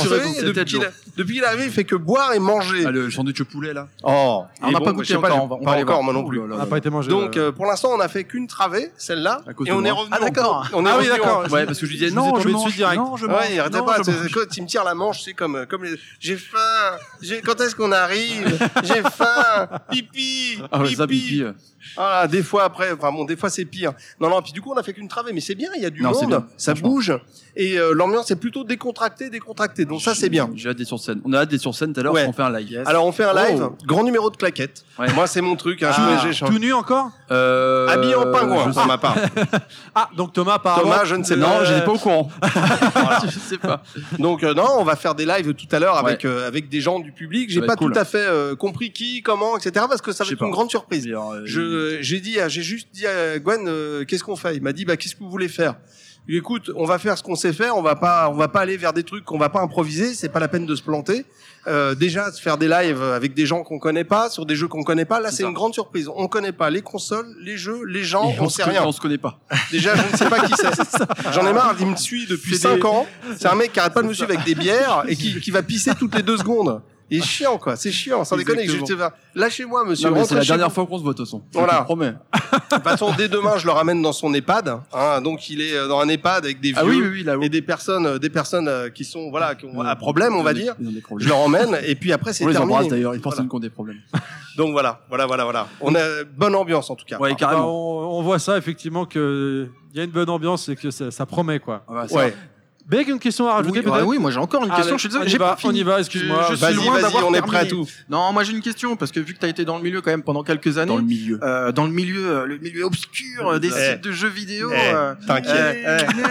depuis qu'il est arrivé, il fait que boire et manger. Ah, le sandwich au poulet là. Oh, on n'a pas goûté encore. Pas encore, moi non plus. On n'a pas été mangé. Donc pour l'instant, on a fait qu'une travée, celle-là, et on est revenu. Ah d'accord. Ah oui, d'accord. Ouais, parce que je lui disais non, je mange direct. Non, je mange. Ouais, il arrêtait pas. Tu me tires la manche, c'est comme les. J'ai faim. Quand est-ce qu'on arrive? J'ai faim. Pipi. Ah ouais, ça pipi. Ah, des fois après, enfin bon, des fois c'est pire. Non, puis du coup on a fait qu'une travée, mais c'est bien, il y a du monde, bien, ça bouge, et l'ambiance est plutôt décontractée, donc ça c'est bien. J'ai hâte d'être sur scène. On a hâte d'être sur scène tout à l'heure, on fait un live. Alors on fait un live, grand numéro de claquettes. Ouais. Moi c'est mon truc, hein, Tout nu encore? Habillé en pingouin, pour ma part. Ah, donc Thomas, je ne sais pas. Non, je n'étais pas au courant. Voilà. Je sais pas. Donc non, on va faire des lives tout à l'heure avec des gens du public. J'ai pas tout à fait compris qui, comment, etc. parce que ça va être une grande surprise. J'ai juste dit à Gwen, qu'est-ce qu'on fait? Il m'a dit, qu'est-ce que vous voulez faire? Écoute, on va faire ce qu'on sait faire, on va pas aller vers des trucs qu'on va pas improviser, c'est pas la peine de se planter. Déjà, se faire des lives avec des gens qu'on connaît pas, sur des jeux qu'on connaît pas, là c'est une grande surprise. On connaît pas les consoles, les jeux, les gens, on sait rien. On se connaît pas. Déjà, je ne sais pas qui c'est. J'en ai marre, il me suit depuis 5 ans. C'est un mec qui arrête pas de me suivre avec des bières et qui va pisser toutes les 2 secondes. Il est chiant, quoi. C'est chiant, sans déconner. Lâchez-moi, monsieur. C'est la dernière fois qu'on se voit, de toute façon. Voilà. Je te promets. De toute façon, dès demain, je le ramène dans son EHPAD. Hein, donc, il est dans un EHPAD avec des vieux là-haut. et des personnes qui sont, qui ont un problème, on va dire. Je le ramène et puis après, c'est terminé. On les embrasse d'ailleurs. Ils pensent qu'ils ont des problèmes. Donc voilà. On a bonne ambiance en tout cas. Ouais, carrément. On voit ça effectivement que il y a une bonne ambiance et que ça promet quoi. Ouais. Beg, une question à rajouter peut-être? Oui, moi j'ai encore une question. Je suis désolé, on y va, excuse-moi. Je suis loin d'avoir on est terminé. prêt à tout. Non, moi j'ai une question parce que vu que tu as été dans le milieu quand même pendant quelques années. Dans le milieu. Le milieu obscur des sites de jeux vidéo. T'inquiète.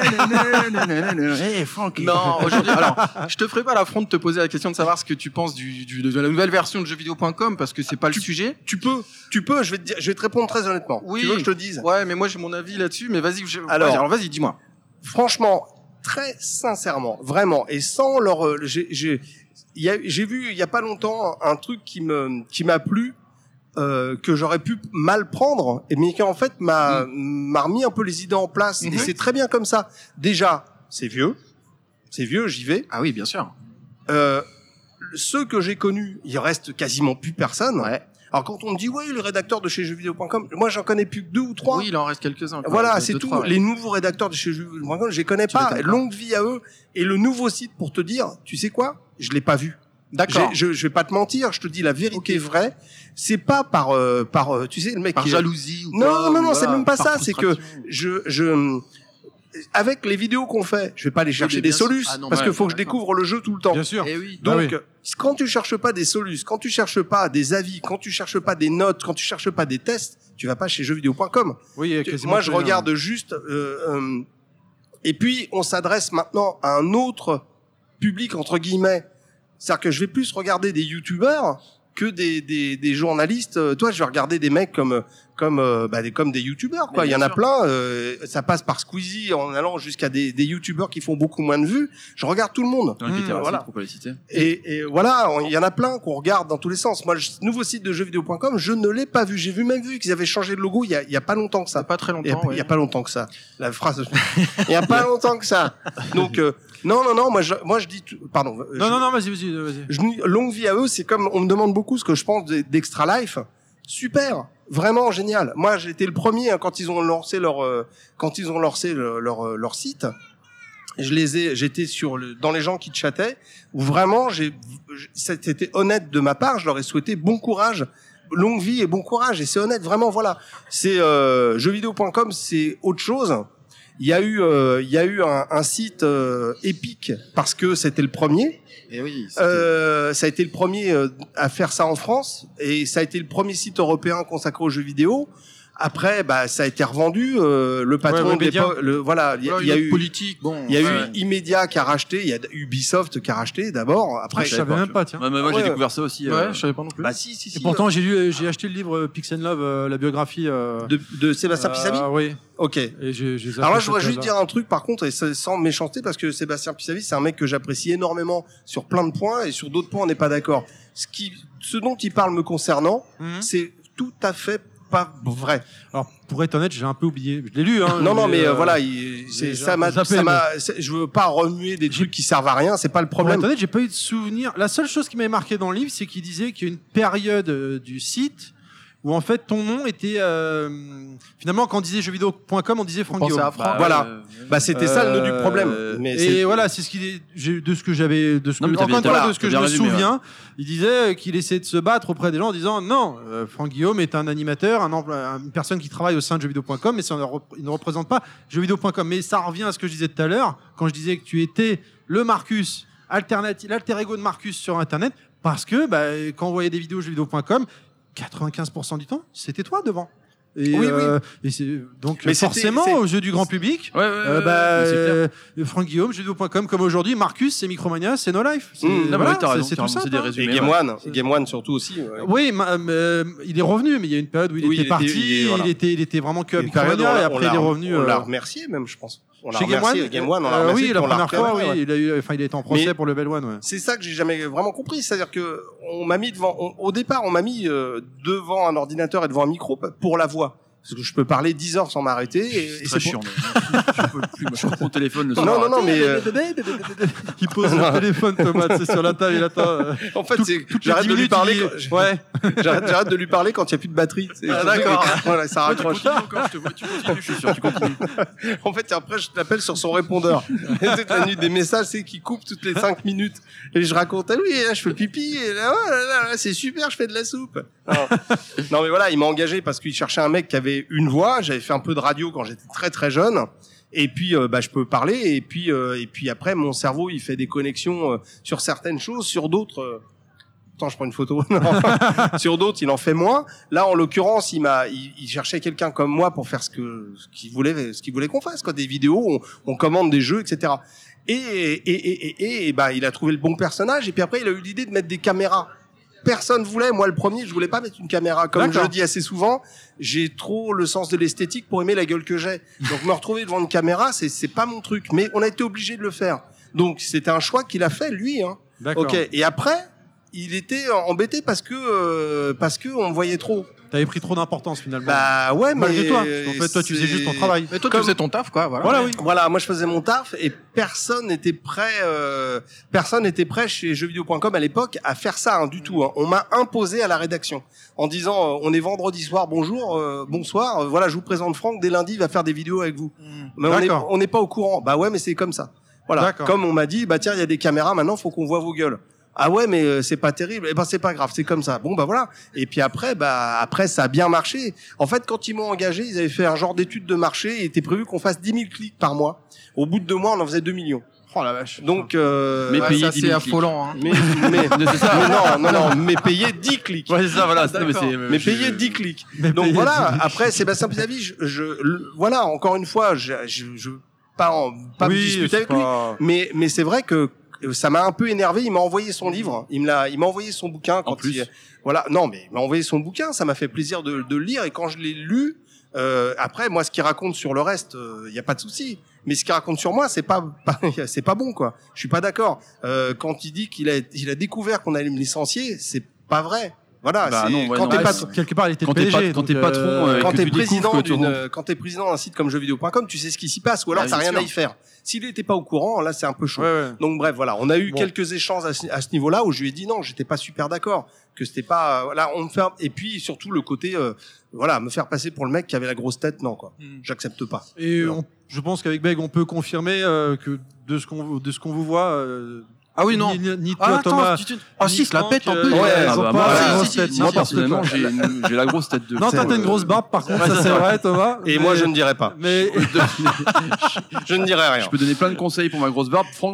Franck. Non, aujourd'hui, alors, je te ferai pas l'affront de te poser la question de savoir ce que tu penses de la nouvelle version de jeuxvideo.com parce que c'est pas le sujet. Tu peux, je vais te répondre très honnêtement. Oui. Tu veux que je te dise? Ouais, mais moi j'ai mon avis là-dessus, mais vas-y, alors vas-y, dis-moi. Franchement, très sincèrement, vraiment, et sans leur, j'ai vu il y a pas longtemps un truc qui m'a plu, que j'aurais pu mal prendre, mais qui en fait m'a remis un peu les idées en place, et c'est très bien comme ça. Déjà, c'est vieux, j'y vais. Ah oui, bien sûr. Ceux que j'ai connus, il reste quasiment plus personne. Ouais. Alors quand on me dit le rédacteur de chez jeuxvideo.com, moi j'en connais plus que 2 ou 3. Oui, il en reste quelques-uns. Voilà, c'est tout. 3, ouais. Les nouveaux rédacteurs de chez jeuxvideo.com, je les connais pas. Longue vie à eux. Et le nouveau site, pour te dire, tu sais quoi? Je l'ai pas vu. D'accord. Je vais pas te mentir, je te dis la vérité vraie. C'est pas par tu sais le mec par jalousie ou non, c'est même pas ça, c'est que avec les vidéos qu'on fait, je vais pas aller chercher des solus parce qu'il faut que je découvre le jeu tout le temps. Bien sûr. Donc quand tu cherches pas des solus, quand tu cherches pas des avis, quand tu cherches pas des notes, quand tu cherches pas des tests, tu vas pas chez jeuxvideo.com. Oui, moi je regarde juste et puis on s'adresse maintenant à un autre public entre guillemets. C'est-à-dire que je vais plus regarder des youtubeurs que des journalistes. Toi, je vais regarder des mecs comme des youtubeurs, quoi. Il y en a plein. Ça passe par Squeezie en allant jusqu'à des youtubeurs qui font beaucoup moins de vues. Je regarde tout le monde. Voilà. Faut pas les citer. Et voilà, il y en a plein qu'on regarde dans tous les sens. Moi, le nouveau site de jeuxvideo.com, je ne l'ai pas vu. J'ai même vu qu'ils avaient changé de logo il y a pas longtemps que ça. Pas très longtemps. Il y a pas longtemps que ça. La phrase. Il y a pas longtemps que ça. Donc non, moi je dis pardon. Non, vas-y. Longue vie à eux, c'est comme on me demande beaucoup ce que je pense d'Extra Life. Super, vraiment génial. Moi, j'ai été le premier quand ils ont lancé leur site. J'étais dans les gens qui chattaient où vraiment c'était honnête de ma part, je leur ai souhaité bon courage, longue vie et bon courage et c'est honnête vraiment voilà. C'est jeuxvideo.com, c'est autre chose. Il y a eu un site épique parce que c'était le premier. Et oui. Ça a été le premier à faire ça en France et ça a été le premier site européen consacré aux jeux vidéo. Après, ça a été revendu. Le patron de l'époque, voilà, il y a eu politique. Bon, il y a eu Immedia qui a racheté, il y a Ubisoft qui a racheté d'abord. Après, je savais même pas. Tiens. Moi, j'ai découvert ça aussi. Ouais, je savais pas non plus. Si. Et pourtant, j'ai acheté le livre Pix and Love, la biographie de Sébastien Pissavi. Oui. Ok. Et alors là, je voudrais juste dire un truc, par contre, et sans méchanceté, parce que Sébastien Pissavi, c'est un mec que j'apprécie énormément sur plein de points, et sur d'autres points, on n'est pas d'accord. Ce dont il parle me concernant, c'est tout à fait pas vrai. Alors, pour être honnête, j'ai un peu oublié. Je l'ai lu, hein. Non, mais voilà, je veux pas remuer des trucs qui servent à rien, c'est pas le problème. Pour être honnête, j'ai pas eu de souvenir. La seule chose qui m'avait marqué dans le livre, c'est qu'il disait qu'il y a une période du site où en fait ton nom était finalement quand on disait jeuxvideo.com on disait Franck Guillaume. Voilà. C'était ça le nœud du problème. Et voilà, c'est ce qu'il de ce que j'avais de ce que je me souviens, il disait qu'il essayait de se battre auprès des gens en disant non, Franck Guillaume est un animateur, une personne qui travaille au sein de jeuxvideo.com, mais il ne représente pas jeuxvideo.com. Mais ça revient à ce que je disais tout à l'heure quand je disais que tu étais le Marcus l'alter ego de Marcus sur internet, parce que quand on voyait des vidéos jeuxvideo.com, 95% du temps, c'était toi devant. Et, oui. Et c'est donc forcément aux yeux du grand public. Franck Guillaume, jeuxvideo.com, comme aujourd'hui, Marcus, c'est Micromania, c'est No Life. C'est tout ça. Et Game One surtout aussi. Oui, il est revenu, mais il y a une période où il était parti. Il était vraiment que à Micromania, et après il est revenu. On l'a remercié même, je pense. Chez Game One, on l'a remercié. Oui, la première fois, oui, il a été en procès pour Level 1. C'est ça que j'ai jamais vraiment compris, c'est-à-dire que on m'a mis au départ, on m'a mis devant un ordinateur et devant un micro pour la voix. Parce que je peux parler 10 heures sans m'arrêter. Et c'est chiant. Je peux plus. Je prends mon téléphone le soir. Non, mais il pose le téléphone, Thomas, c'est sur la table, il attend. En fait, j'arrête de lui parler. J'arrête de lui parler quand il n'y a plus de batterie. D'accord. Voilà, ça raccroche. Tu continues, je suis sûr, tu continues. En fait, après, je t'appelle sur son répondeur. C'est la nuit des messages, c'est qui coupe toutes les 5 minutes. Et je raconte, oui, là, je fais pipi, et là, c'est super, je fais de la soupe. Non, mais voilà, il m'a engagé parce qu'il cherchait un mec qui avait une voix. J'avais fait un peu de radio quand j'étais très très jeune. Et puis, je peux parler. Et puis après, mon cerveau, il fait des connexions sur certaines choses, sur d'autres. Attends, je prends une photo. Non. Sur d'autres, il en fait moins. Là, en l'occurrence, il cherchait quelqu'un comme moi pour faire ce qu'il voulait qu'on fasse, quoi. Des vidéos, on commande des jeux, etc. Et il a trouvé le bon personnage. Et puis après, il a eu l'idée de mettre des caméras. Personne voulait, moi le premier, je voulais pas mettre une caméra. Comme je le dis assez souvent, j'ai trop le sens de l'esthétique pour aimer la gueule que j'ai. Donc me retrouver devant une caméra, c'est pas mon truc. Mais on a été obligé de le faire. Donc c'était un choix qu'il a fait lui. Hein. D'accord. Ok. Et après, il était embêté parce que on me voyait trop. T'avais pris trop d'importance finalement. Bah ouais, malgré mais toi. En fait, toi, tu faisais juste ton travail. Mais toi, tu faisais ton taf, quoi. Voilà. Voilà, moi je faisais mon taf et personne n'était prêt chez jeuxvideo.com à l'époque à faire ça du tout. Hein. On m'a imposé à la rédaction en disant on est vendredi soir, bonsoir. Voilà, je vous présente Franck. Dès lundi, il va faire des vidéos avec vous. Mais on n'est pas au courant. Bah ouais, mais c'est comme ça. Voilà. D'accord. Comme on m'a dit, tiens, il y a des caméras maintenant, faut qu'on voit vos gueules. Ah ouais, mais c'est pas terrible. Eh ben c'est pas grave, c'est comme ça. Bon voilà. Et puis après ça a bien marché. En fait, quand ils m'ont engagé, ils avaient fait un genre d'étude de marché. Il était prévu qu'on fasse 10 000 clics par mois. Au bout de 2 mois, on en faisait 2 millions. Oh la vache. Donc mais payer ça c'est affolant. Hein. Mais payer 10 clics. Ouais, c'est ça, voilà. Mais payer 10 clics. Donc voilà. Après, Sébastien Pissavi, voilà. Encore une fois, je pas me discuter avec lui. Mais c'est vrai que ça m'a un peu énervé. Il m'a envoyé son livre. Il m'a envoyé son bouquin quand voilà. Non, mais il m'a envoyé son bouquin. Ça m'a fait plaisir de le lire. Et quand je l'ai lu, après, moi, ce qu'il raconte sur le reste, il y a pas de souci. Mais ce qu'il raconte sur moi, c'est pas bon, quoi. Je suis pas d'accord. Quand il dit qu'il a découvert qu'on allait me licencier, c'est pas vrai. Voilà, quelque part il était PDG. Quand t'es patron, quand t'es président d'un site comme jeuxvideo.com, tu sais ce qui s'y passe, ou alors t'as rien à y faire. S'il n'était pas au courant, là c'est un peu chaud. Ouais. Donc bref, voilà, on a eu quelques échanges à ce niveau-là où je lui ai dit non, j'étais pas super d'accord, que c'était pas voilà, on me fait et puis surtout le côté me faire passer pour le mec qui avait la grosse tête, non quoi. J'accepte pas. Et je pense qu'avec Beg on peut confirmer que de ce qu'on vous voit ah oui, non. Ni toi, Thomas. Si, se la pète un peu. Moi, personnellement, j'ai la grosse tête de. Non, t'as une grosse barbe, par contre, ça c'est vrai, Thomas. Et moi, je ne dirais pas. Mais. Je ne dirais rien. Je peux donner plein de conseils pour ma grosse barbe. Franck,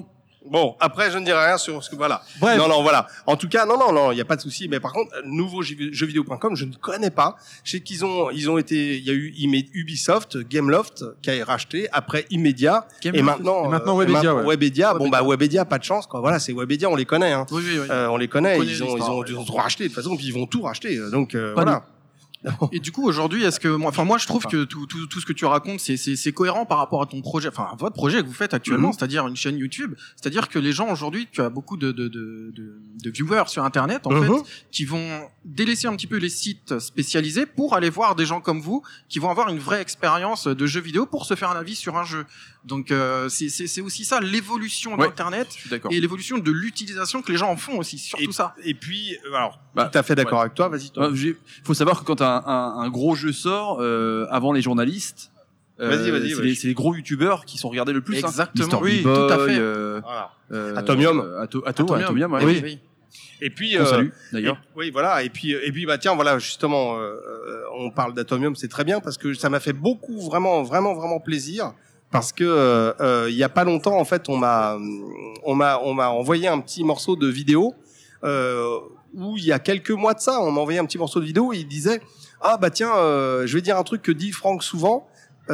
Bon, après, je ne dirai rien sur ce que, voilà. Bref. Non, voilà. En tout cas, non, il n'y a pas de souci. Mais par contre, nouveau jeuxvideo.com, je ne connais pas. Je sais qu'ils ont été, il y a eu Ubisoft, Gameloft, qui a racheté, après Immedia, et maintenant Webedia. Webedia. Bon, Webedia, pas de chance, quoi. Voilà, c'est Webedia, on les connaît, hein. Oui. On les connaît, ils ont tout racheté, de toute façon, puis ils vont tout racheter. Donc, voilà. Et du coup, aujourd'hui, est-ce que moi, je trouve que tout ce que tu racontes, c'est cohérent par rapport à ton projet, enfin, à votre projet que vous faites actuellement, c'est-à-dire une chaîne YouTube. C'est-à-dire que les gens aujourd'hui, tu as beaucoup de viewers sur Internet, en fait, qui vont délaisser un petit peu les sites spécialisés pour aller voir des gens comme vous, qui vont avoir une vraie expérience de jeux vidéo pour se faire un avis sur un jeu. Donc, c'est aussi ça, l'évolution d'Internet et l'évolution de l'utilisation que les gens en font aussi, surtout ça. Et puis, alors, tout à fait d'accord avec toi, vas-y, toi. Faut savoir que quand un gros jeu sort, avant les journalistes, c'est les gros youtubeurs qui sont regardés le plus. Exactement, oui, tout à fait. Atomium. Atomium, oui. Et puis, on salue, d'ailleurs. Oui, voilà. Et puis, tiens, voilà, justement, on parle d'Atomium, c'est très bien parce que ça m'a fait vraiment plaisir. Parce que il y a pas longtemps, en fait, on m'a envoyé un petit morceau de vidéo où il y a quelques mois de ça, on m'a envoyé un petit morceau de vidéo et il disait je vais dire un truc que dit Franck souvent.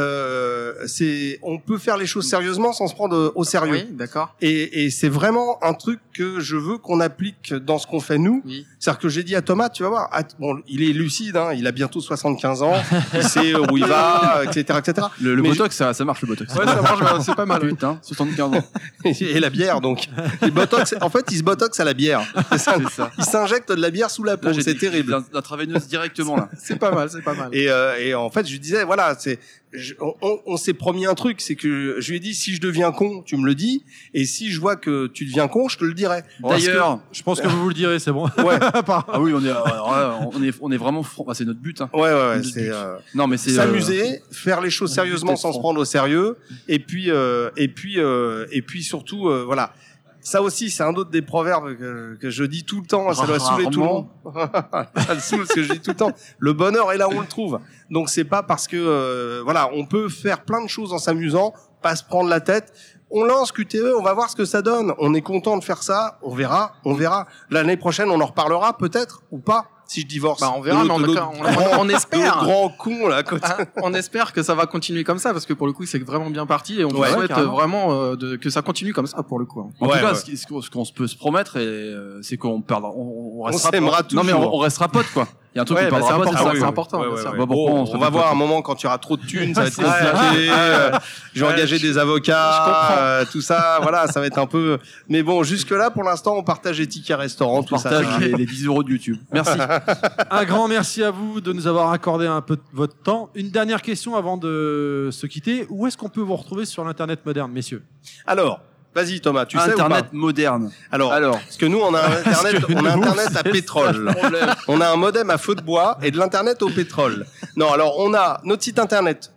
On peut faire les choses sérieusement sans se prendre au sérieux. Oui, d'accord. Et c'est vraiment un truc que je veux qu'on applique dans ce qu'on fait nous. Oui. C'est-à-dire que j'ai dit à Thomas, tu vas voir, il est lucide, hein, il a bientôt 75 ans, il sait où il va, etc. Le Botox, ça marche, le Botox. Ouais, ça marche, c'est pas mal. Putain, 75 ans. Et la bière, donc. Les Botox, en fait, il se Botox à la bière. C'est ça. Il s'injecte de la bière sous la peau, c'est terrible. L'intraveineuse directement, là. C'est pas mal. Et en fait, je disais, voilà, on s'est promis un truc, c'est que je lui ai dit, si je deviens con, tu me le dis, et si je vois que tu deviens con, je te le dirai. D'ailleurs, je pense que vous le direz, c'est bon. Ouais. Ah oui, on est vraiment franc. C'est notre but, hein. Ouais, c'est non, mais c'est s'amuser, faire les choses sérieusement sans se prendre au sérieux, et puis surtout, voilà. Ça aussi, c'est un autre des proverbes que je dis tout le temps. Ça doit saouler tout le monde. Ça le saoule, ce que je dis tout le temps. Le bonheur est là où on le trouve. Donc c'est pas parce que voilà, on peut faire plein de choses en s'amusant, pas se prendre la tête. On lance QTE, on va voir ce que ça donne. On est content de faire ça. On verra. L'année prochaine, on en reparlera peut-être ou pas. Si je divorce, on verra, mais on espère. Grand con là. On espère que ça va continuer comme ça parce que pour le coup c'est vraiment bien parti et on souhaite vraiment que ça continue comme ça pour le coup. En tout cas, ce qu'on peut se promettre, c'est qu'on perdra, on restera. On s'aimera toujours. Non mais on restera potes quoi. Il y a un truc qui parlera pas, c'est important. On va voir un moment quand tu auras trop de thunes, ça va être compliqué. Je vais engager des avocats, tout ça. Voilà, ça va être un peu. Mais bon, jusque là, pour l'instant, on partage les tickets restaurant, tout ça. On partage les 10 € de YouTube. Merci. Un grand merci à vous de nous avoir accordé un peu de votre temps. Une dernière question avant de se quitter. Où est-ce qu'on peut vous retrouver sur l'internet moderne, messieurs? Alors. Vas-y Thomas, tu sais ou pas? Internet moderne. Alors, parce que nous on a internet à pétrole. On a un modem à feu de bois et de l'internet au pétrole. Non, alors on a notre site internet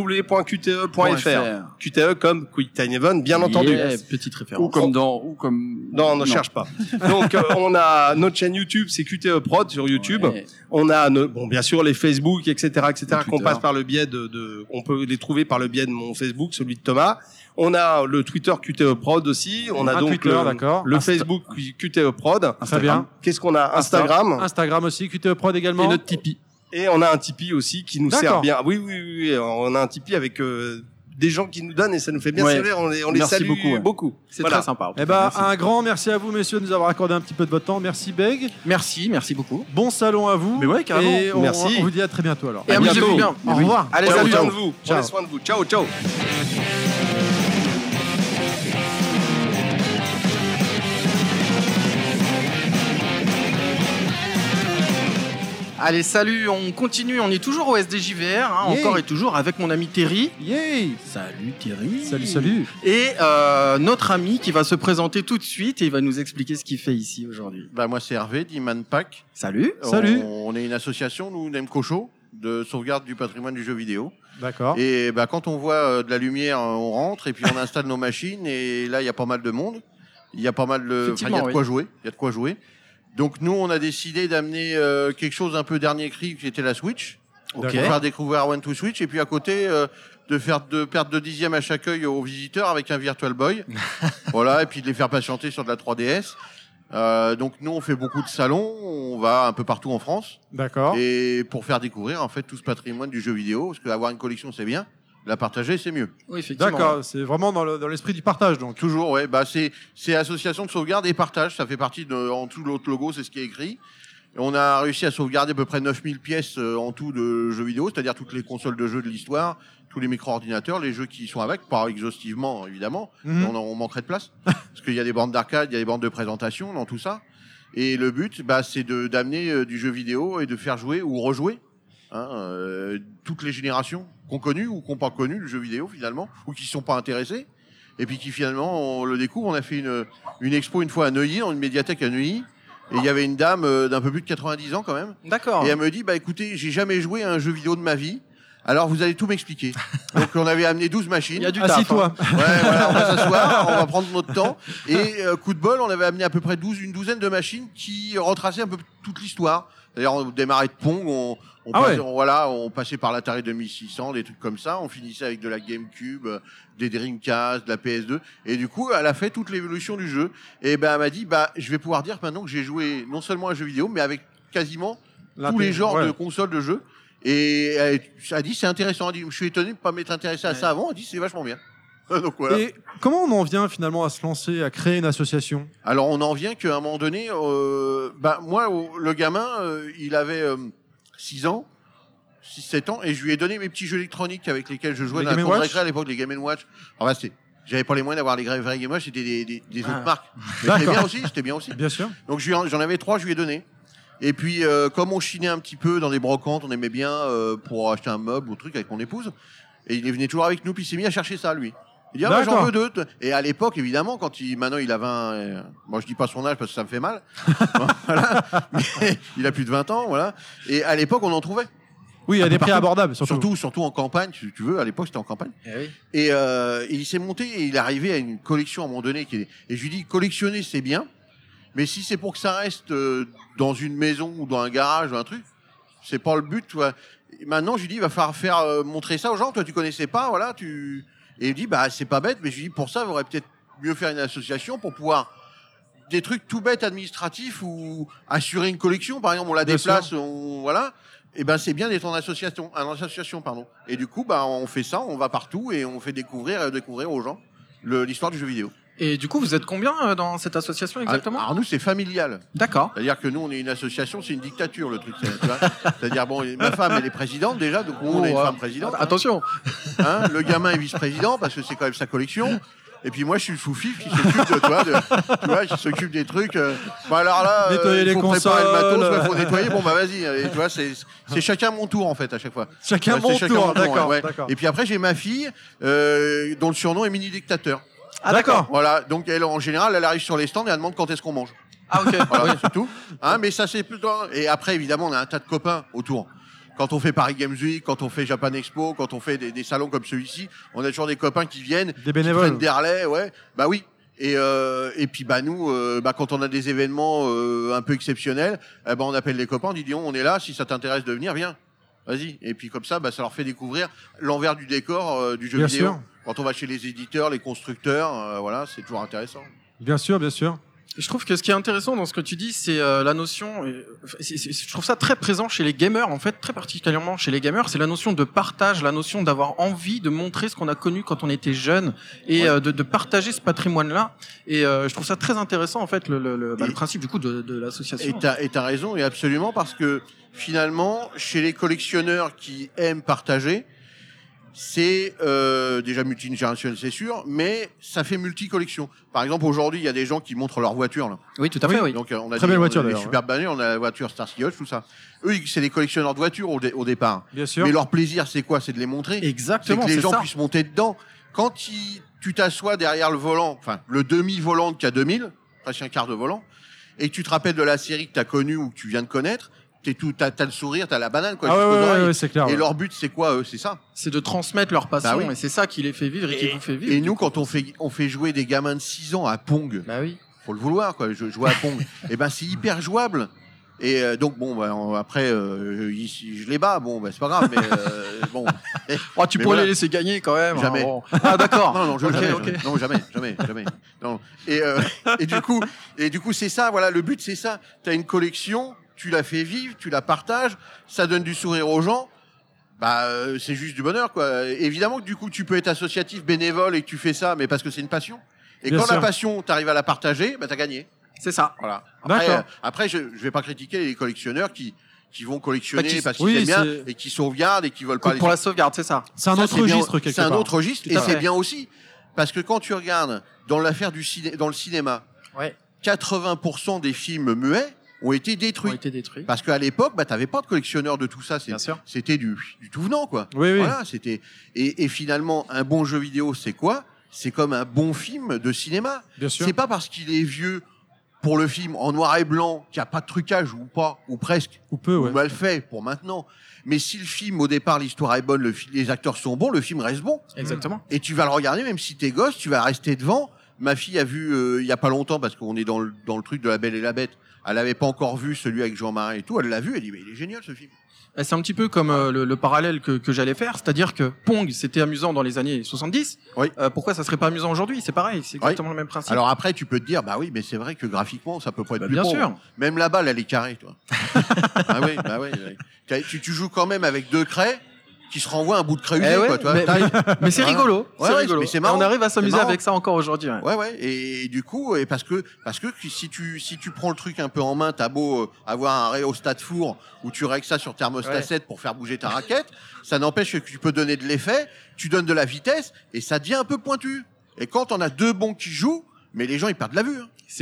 www.qte.fr. QTE comme Quick Time Event, bien entendu. Petite référence. Non, ne cherche pas. Donc on a notre chaîne YouTube, c'est QTE Prod sur YouTube. Ouais. On a bien sûr les Facebook, etc. qu'on passe par le biais on peut les trouver par le biais de mon Facebook, celui de Thomas. On a le Twitter QTE Prod aussi. On a donc Twitter, le Facebook QTE Prod. Très bien. Qu'est-ce qu'on a? Instagram aussi, QTE Prod également. Et notre Tipeee. Et on a un Tipeee aussi qui nous sert bien. Oui. On a un Tipeee avec des gens qui nous donnent et ça nous fait bien servir. On les salue beaucoup. C'est très sympa. Un grand merci à vous, messieurs, de nous avoir accordé un petit peu de votre temps. Merci, Beg. Merci beaucoup. Bon salon à vous. Mais ouais, carrément. Et merci. On vous dit à très bientôt alors. Et amusez-vous bien. Au revoir. Allez, prenez soin de vous. Prenez soin de vous. Ciao. Allez, salut, on continue, on est toujours au SDJVR, encore et toujours avec mon ami Terry. Yay. Salut Terry. Salut. Et notre ami qui va se présenter tout de suite et il va nous expliquer ce qu'il fait ici aujourd'hui. Moi c'est Hervé d'Iman Pack. Salut. On est une association, nous, Nemcocho, de sauvegarde du patrimoine du jeu vidéo. D'accord. Et quand on voit de la lumière, on rentre et puis on installe nos machines et là il y a pas mal de monde. Il y a pas mal de... il y a de quoi jouer. Donc nous, on a décidé d'amener quelque chose un peu dernier cri, qui était la Switch. Pour faire découvrir One to Switch, et puis à côté, de perdre de dixièmes à chaque œil aux visiteurs avec un Virtual Boy. Voilà, et puis de les faire patienter sur de la 3DS. Donc nous, on fait beaucoup de salons, on va un peu partout en France. D'accord. Et pour faire découvrir en fait tout ce patrimoine du jeu vidéo, parce qu'avoir une collection c'est bien, la partager c'est mieux. Oui, effectivement. D'accord, c'est vraiment dans l'esprit du partage donc. Toujours, ouais. Bah c'est association de sauvegarde et partage, ça fait partie en dessous de l'autre logo, c'est ce qui est écrit. Et on a réussi à sauvegarder à peu près 9000 pièces en tout de jeux vidéo, c'est-à-dire toutes les consoles de jeux de l'histoire, tous les micro-ordinateurs, les jeux qui sont avec, pas exhaustivement évidemment, on manquerait de place, parce qu'il y a des bandes d'arcade, il y a des bandes de présentation dans tout ça. Et le but, c'est d'amener du jeu vidéo et de faire jouer ou rejouer toutes les générations qu'on connu ou qu'on pas connu le jeu vidéo finalement, ou qui sont pas intéressés, et puis qui finalement on le découvre. On a fait une expo une fois à Neuilly, dans une médiathèque à Neuilly. Et il y avait une dame d'un peu plus de 90 ans quand même. D'accord. Et elle me dit, écoutez, j'ai jamais joué à un jeu vidéo de ma vie. Alors vous allez tout m'expliquer. Donc on avait amené 12 machines. Il y a du taf. Assis-toi. Ouais, voilà, on va s'asseoir, on va prendre notre temps. Et coup de bol, on avait amené à peu près une douzaine de machines qui retraçaient un peu toute l'histoire. D'ailleurs, on démarrait de Pong, on passait par l'Atari 2600, des trucs comme ça. On finissait avec de la GameCube, des Dreamcast, de la PS2. Et du coup, elle a fait toute l'évolution du jeu. Et elle m'a dit, je vais pouvoir dire maintenant que j'ai joué non seulement à un jeu vidéo, mais avec quasiment tous les genres de consoles de jeux. Et elle a dit, c'est intéressant. Elle a dit, je suis étonné de ne pas m'être intéressé à ça avant. Elle a dit, c'est vachement bien. Donc, voilà. Et comment on en vient finalement à se lancer, à créer une association ? Alors on en vient qu'à un moment donné, moi, le gamin, il avait 6 ans, 6-7 ans, et je lui ai donné mes petits jeux électroniques avec lesquels je jouais dans la cour de récré à l'époque, les Game & Watch. Alors j'avais pas les moyens d'avoir les vrais Game & Watch, c'était des autres marques. Mais c'était bien aussi. Bien sûr. Donc j'en avais 3, je lui ai donné. Et puis comme on chinait un petit peu dans des brocantes, on aimait bien pour acheter un meuble ou un truc avec mon épouse, et il venait toujours avec nous, puis il s'est mis à chercher ça lui. Il dit j'en veux 2. Et à l'époque évidemment maintenant il a 20, moi je dis pas son âge parce que ça me fait mal. Voilà. Mais il a plus de 20 ans, voilà. Et à l'époque on en trouvait. Oui, à des prix abordables surtout en campagne, si tu veux, à l'époque c'était en campagne. Et il s'est monté et il est arrivé à une collection à un moment donné et je lui dis collectionner c'est bien, mais si c'est pour que ça reste dans une maison ou dans un garage ou un truc, c'est pas le but, toi. Maintenant je lui dis il va falloir faire montrer ça aux gens, toi tu connaissais pas, voilà, Et il dit, c'est pas bête, mais je lui dis, pour ça, il vaudrait peut-être mieux faire une association pour pouvoir des trucs tout bêtes administratifs ou assurer une collection. Par exemple, on la déplace, voilà. Et c'est bien d'être en association, pardon. Et du coup, on fait ça, on va partout et on fait découvrir aux gens l'histoire du jeu vidéo. Et du coup, vous êtes combien dans cette association exactement ? Alors nous, c'est familial. D'accord. C'est-à-dire que nous, on est une association, c'est une dictature le truc. C'est-à-dire, ma femme, elle est présidente déjà, donc on est une femme présidente. Attention. Le gamin est vice-président parce que c'est quand même sa collection. Et puis moi, je suis le fou-fif qui s'occupe de toi, qui s'occupe des trucs. Alors là, nettoyer les consoles, préparer le matos, faut nettoyer. Vas-y. Et tu vois, c'est chacun mon tour en fait à chaque fois. Chacun mon tour, d'accord. Et puis après, j'ai ma fille dont le surnom est Mini Dictateur. Ah d'accord. Voilà, donc elle en général, elle arrive sur les stands et elle demande quand est-ce qu'on mange. Ah ok. Voilà, c'est tout. Mais ça c'est plutôt. Et après, évidemment, on a un tas de copains autour. Quand on fait Paris Games Week, quand on fait Japan Expo, quand on fait des salons comme celui-ci, on a toujours des copains qui viennent, des bénévoles, qui prennent des relais, ouais. Oui. Et puis nous, quand on a des événements un peu exceptionnels, on appelle les copains, on dit on est là, si ça t'intéresse de venir, viens. Vas-y. Et puis comme ça, ça leur fait découvrir l'envers du décor du jeu vidéo. Sûr. Quand on va chez les éditeurs, les constructeurs, voilà, c'est toujours intéressant. Bien sûr, bien sûr. Je trouve que ce qui est intéressant dans ce que tu dis, c'est la notion. Je trouve ça très présent chez les gamers, en fait, très particulièrement chez les gamers, c'est la notion de partage, la notion d'avoir envie de montrer ce qu'on a connu quand on était jeune et de partager ce patrimoine-là. Et je trouve ça très intéressant, en fait, le principe du coup de l'association. Et t'as raison, et absolument, parce que finalement, chez les collectionneurs qui aiment partager, c'est déjà multigénérationnel, c'est sûr, mais ça fait multi-collection. Par exemple, aujourd'hui, il y a des gens qui montrent leur voiture. Là. Oui, tout à fait. Oui. Donc, on a très belle voiture, des superbes bagnoles, on a la voiture Starsky Hutch, tout ça. Eux, c'est des collectionneurs de voitures au départ. Bien sûr. Mais leur plaisir, c'est quoi ? C'est de les montrer. Exactement. C'est que les gens puissent monter dedans. Quand tu t'assois derrière le volant, enfin, le demi-volant de K2000, presque un quart de volant, et que tu te rappelles de la série que tu as connue ou que tu viens de connaître, t'as le sourire, t'as la banane, quoi. Ouais, c'est clair. Et leur but, c'est quoi, eux ? C'est ça. C'est de transmettre leur passion, et c'est ça qui les fait vivre et qui vous fait vivre. Et nous, quand on fait jouer des gamins de 6 ans à Pong, oui. Faut le vouloir, quoi. Jouer à Pong, c'est hyper jouable. Et donc bon, après, je les bats. Bon, c'est pas grave, mais bon. Tu pourrais les laisser gagner quand même. Jamais. Bon. Ah d'accord. Non, jamais. Non. Et du coup, c'est ça. Voilà, le but, c'est ça. T'as une collection, tu la fais vivre, tu la partages, ça donne du sourire aux gens. C'est juste du bonheur, quoi. Évidemment que du coup, tu peux être associatif, bénévole et que tu fais ça, mais parce que c'est une passion. Et bien quand sûr. La passion, t'arrives à la partager, t'as gagné. C'est ça. Voilà. D'accord. Après, je vais pas critiquer les collectionneurs qui vont collectionner parce qu'ils aiment bien et qui sauvegardent et qui veulent pas. Pour la sauvegarde, c'est ça. C'est un autre registre quelque part. C'est un autre registre et c'est bien aussi parce que quand tu regardes dans l'affaire dans le cinéma, 80% des films muets ont été détruits. Parce qu'à l'époque, t'avais pas de collectionneur de tout ça. C'était du tout venant, quoi. Oui. Voilà, c'était et finalement un bon jeu vidéo, c'est quoi? C'est comme un bon film de cinéma. Bien sûr. C'est pas parce qu'il est vieux pour le film en noir et blanc qu'il n'y a pas de trucage ou pas ou presque ou mal fait pour maintenant. Mais si le film au départ l'histoire est bonne, les acteurs sont bons, le film reste bon. Exactement. Et tu vas le regarder même si t'es gosse, tu vas rester devant. Ma fille a vu il y a pas longtemps parce qu'on est dans le truc de La Belle et la Bête. Elle avait pas encore vu celui avec Jean Marais et tout. Elle l'a vu. Elle dit mais il est génial ce film. C'est un petit peu comme le parallèle que j'allais faire, c'est-à-dire que Pong, c'était amusant dans les années 70. Oui. Pourquoi ça serait pas amusant aujourd'hui? C'est pareil, c'est exactement le même principe. Alors après, tu peux te dire, oui, mais c'est vrai que graphiquement, ça peut pas être plus bien bon. sûr. Même la balle, elle est carrée, toi. oui. Tu joues quand même avec 2 craies qui se renvoient un bout de craie usé, quoi, toi. Mais c'est rigolo. C'est rigolo. Mais c'est marrant. On arrive à s'amuser avec ça encore aujourd'hui. Ouais. Et du coup, parce que si tu prends le truc un peu en main, t'as beau avoir un rhéostat de four où tu règles ça sur thermostat 7 pour faire bouger ta raquette, ça n'empêche que tu peux donner de l'effet, tu donnes de la vitesse et ça devient un peu pointu. Et quand on a 2 bons qui jouent, mais les gens ils perdent la vue. C'est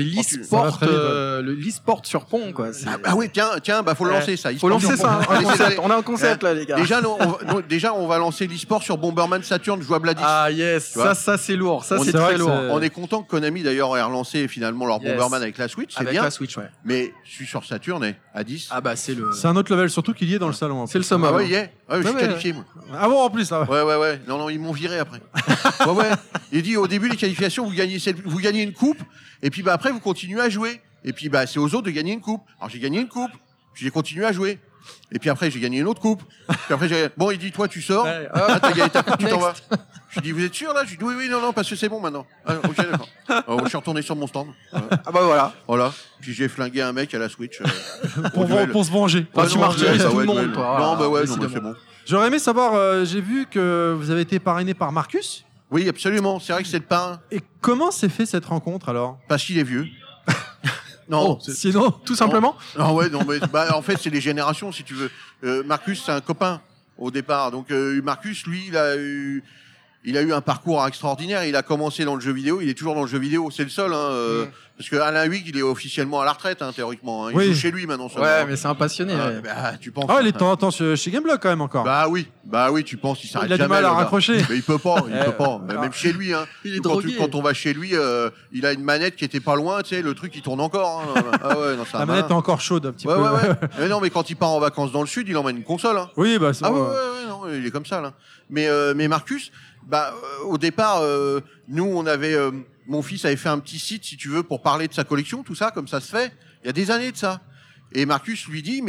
l'e-sport sur Pong, quoi. Oui, tiens, faut le lancer ça. Faut lancer ça. On a un concept là, les gars. Déjà, on va lancer l'e-sport sur Bomberman Saturn jouable à 10. Ah yes, ça c'est lourd, ça c'est très lourd. On est content que Konami d'ailleurs ait relancé finalement leur Bomberman avec la Switch, c'est bien. Avec la Switch, ouais. Mais celui sur Saturn est à 10. Ah bah c'est un autre level, surtout qu'il y est dans le salon. C'est le summum. Ah ouais, il y est. Je suis qualifié moi. Ah bon, en plus là. Ouais. Non, ils m'ont viré après. Ouais. Il dit au début des qualifications, vous gagnez une coupe. Et puis après vous continuez à jouer. Et puis c'est aux autres de gagner une coupe. Alors j'ai gagné une coupe, puis j'ai continué à jouer. Et puis après j'ai gagné une autre coupe. Puis après il dit toi tu sors. T'as gagné ta coupe, tu t'en vas. Je lui dis vous êtes sûr là? Je lui dis oui non parce que c'est bon maintenant. Ok d'accord. Je suis retourné sur mon stand. Voilà. Puis j'ai flingué un mec à la Switch. Pour se venger. Tu martyrises tout le monde toi. Non c'est bon. J'aurais aimé savoir, j'ai vu que vous avez été parrainé par Marcus. Oui, absolument. C'est vrai que c'est le parrain. Et comment s'est fait cette rencontre alors? Parce qu'il est vieux. Non, sinon, tout simplement. Non, mais en fait, c'est les générations, si tu veux. Marcus, c'est un copain au départ. Donc, Marcus, lui, il a eu un parcours extraordinaire. Il a commencé dans le jeu vidéo. Il est toujours dans le jeu vidéo. C'est le seul, parce que Alain Huyghe, il est officiellement à la retraite, théoriquement. Il joue chez lui maintenant. Ouais, mais c'est un passionné. Tu penses. Il est de temps en temps chez Gameblog quand même encore. Oui, tu penses, il s'arrête jamais. Il a du mal à raccrocher. Mais il peut pas. Même chez lui, il est drogué. Quand on va chez lui, il a une manette qui était pas loin, tu sais, le truc il tourne encore. La manette est encore chaude un petit peu. Mais non, mais quand il part en vacances dans le sud, il emmène une console. Oui, non, il est comme ça là. Mais Marcus, au départ, nous on avait, mon fils avait fait un petit site, si tu veux, pour parler de sa collection, tout ça, comme ça se fait. Il y a des années de ça. Et Marcus lui dit,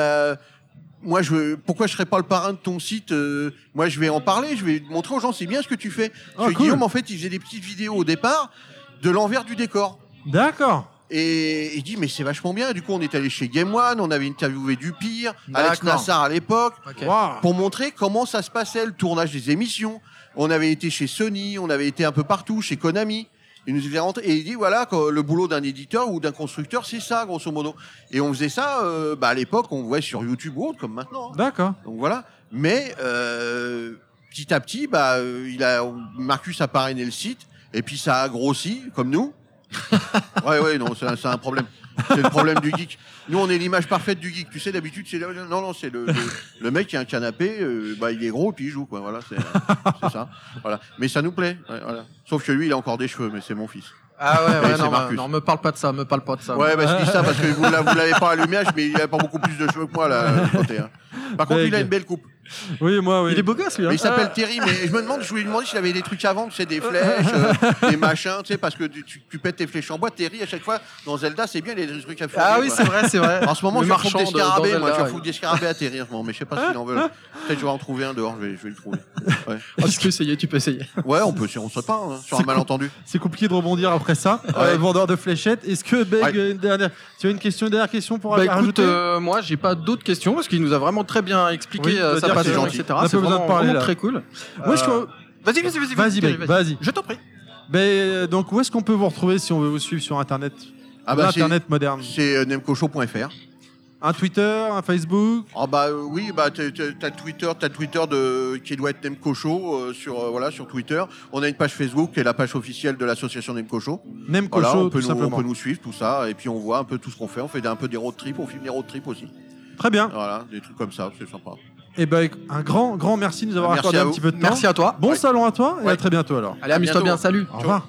moi, pourquoi je serais pas le parrain de ton site? Moi, je vais en parler, je vais montrer aux gens, c'est bien ce que tu fais. Cool. Guillaume, en fait, il faisait des petites vidéos au départ de l'envers du décor. D'accord. Et il dit, mais c'est vachement bien. Du coup, on est allé chez Game One, on avait interviewé Dupire, Alex Nassar à l'époque, pour montrer comment ça se passait, le tournage des émissions. On avait été chez Sony, on avait été un peu partout, chez Konami. Il nous faisait rentrer et il dit voilà, le boulot d'un éditeur ou d'un constructeur, c'est ça, grosso modo. Et on faisait ça, à l'époque, on voyait sur YouTube ou autre, comme maintenant. D'accord. Donc voilà. Mais petit à petit, Marcus a parrainé le site et puis ça a grossi, comme nous. Non, c'est un problème. C'est le problème du geek. Nous, on est l'image parfaite du geek. Tu sais, d'habitude, c'est le mec qui a un canapé, il est gros et puis il joue, quoi. Voilà, c'est ça. Voilà. Mais ça nous plaît. Voilà. Sauf que lui, il a encore des cheveux, mais c'est mon fils. Ah non, me parle pas de ça, Ouais, je dis ça parce que vous l'avez pas allumé, mais il a pas beaucoup plus de cheveux que moi, là, côté. Par contre, il a une belle coupe. Oui, moi, oui. Il est beau gosse, lui. Il s'appelle Terry, mais je me demande, je voulais lui demander s'il avait des trucs à vendre, tu sais, des flèches, des machins, tu sais, parce que tu pètes tes flèches en bois. Terry, à chaque fois, dans Zelda, c'est bien, il y a des trucs à faire. Ah oui, c'est vrai. En ce moment, Le je fous des scarabées, moi, je ouais. fous des scarabées à Terry en ce moment, mais je sais pas s'il en veut. Peut-être je vais en trouver un dehors, je vais le trouver. Ouais. Tu peux essayer. Ouais, on peut, on se pas, hein, sur un malentendu. C'est compliqué de rebondir après ça. Vendeur de fléchettes. Est-ce que Beg, tu as une dernière question pour écoute, rajouter moi, j'ai pas d'autres questions parce qu'il nous a vraiment très bien expliqué sa passion, etc. C'est vraiment très cool. Vas-y. Je t'en prie. Donc, où est-ce qu'on peut vous retrouver si on veut vous suivre sur Internet? Internet moderne. C'est nemcocho.fr. Un Twitter, un Facebook. Oui, t'as Twitter qui doit être Nemcocho sur Twitter. On a une page Facebook qui est la page officielle de l'association Nemcocho. Nemcocho, tout simplement. On peut nous suivre, tout ça, et puis on voit un peu tout ce qu'on fait. On fait un peu des road trips, on filme des road trips aussi. Très bien. Voilà, des trucs comme ça, c'est sympa. Et un grand merci de nous avoir accordé un petit peu de temps. Merci à toi. Bon salon à toi et à très bientôt alors. Allez, amuse-toi bien, salut. Au revoir.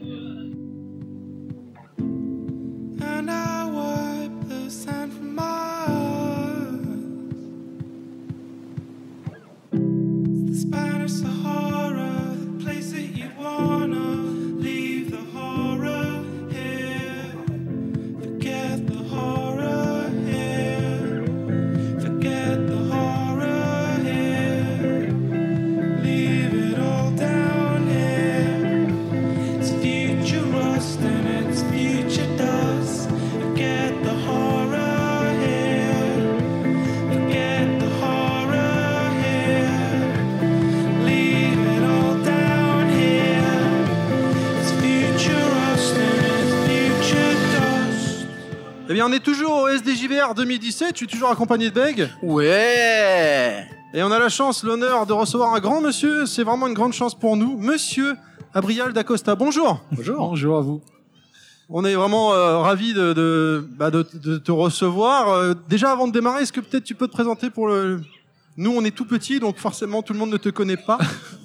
Eh bien, on est toujours au SDJVR 2017. Je suis toujours accompagné de Beg. Ouais. Et on a la chance, l'honneur de recevoir un grand monsieur. C'est vraiment une grande chance pour nous. Monsieur Abrial d'Acosta. Bonjour. Bonjour à vous. On est vraiment ravis de te recevoir. Déjà, avant de démarrer, est-ce que peut-être tu peux te présenter pour le... Nous, on est tout petits, donc forcément, tout le monde ne te connaît pas.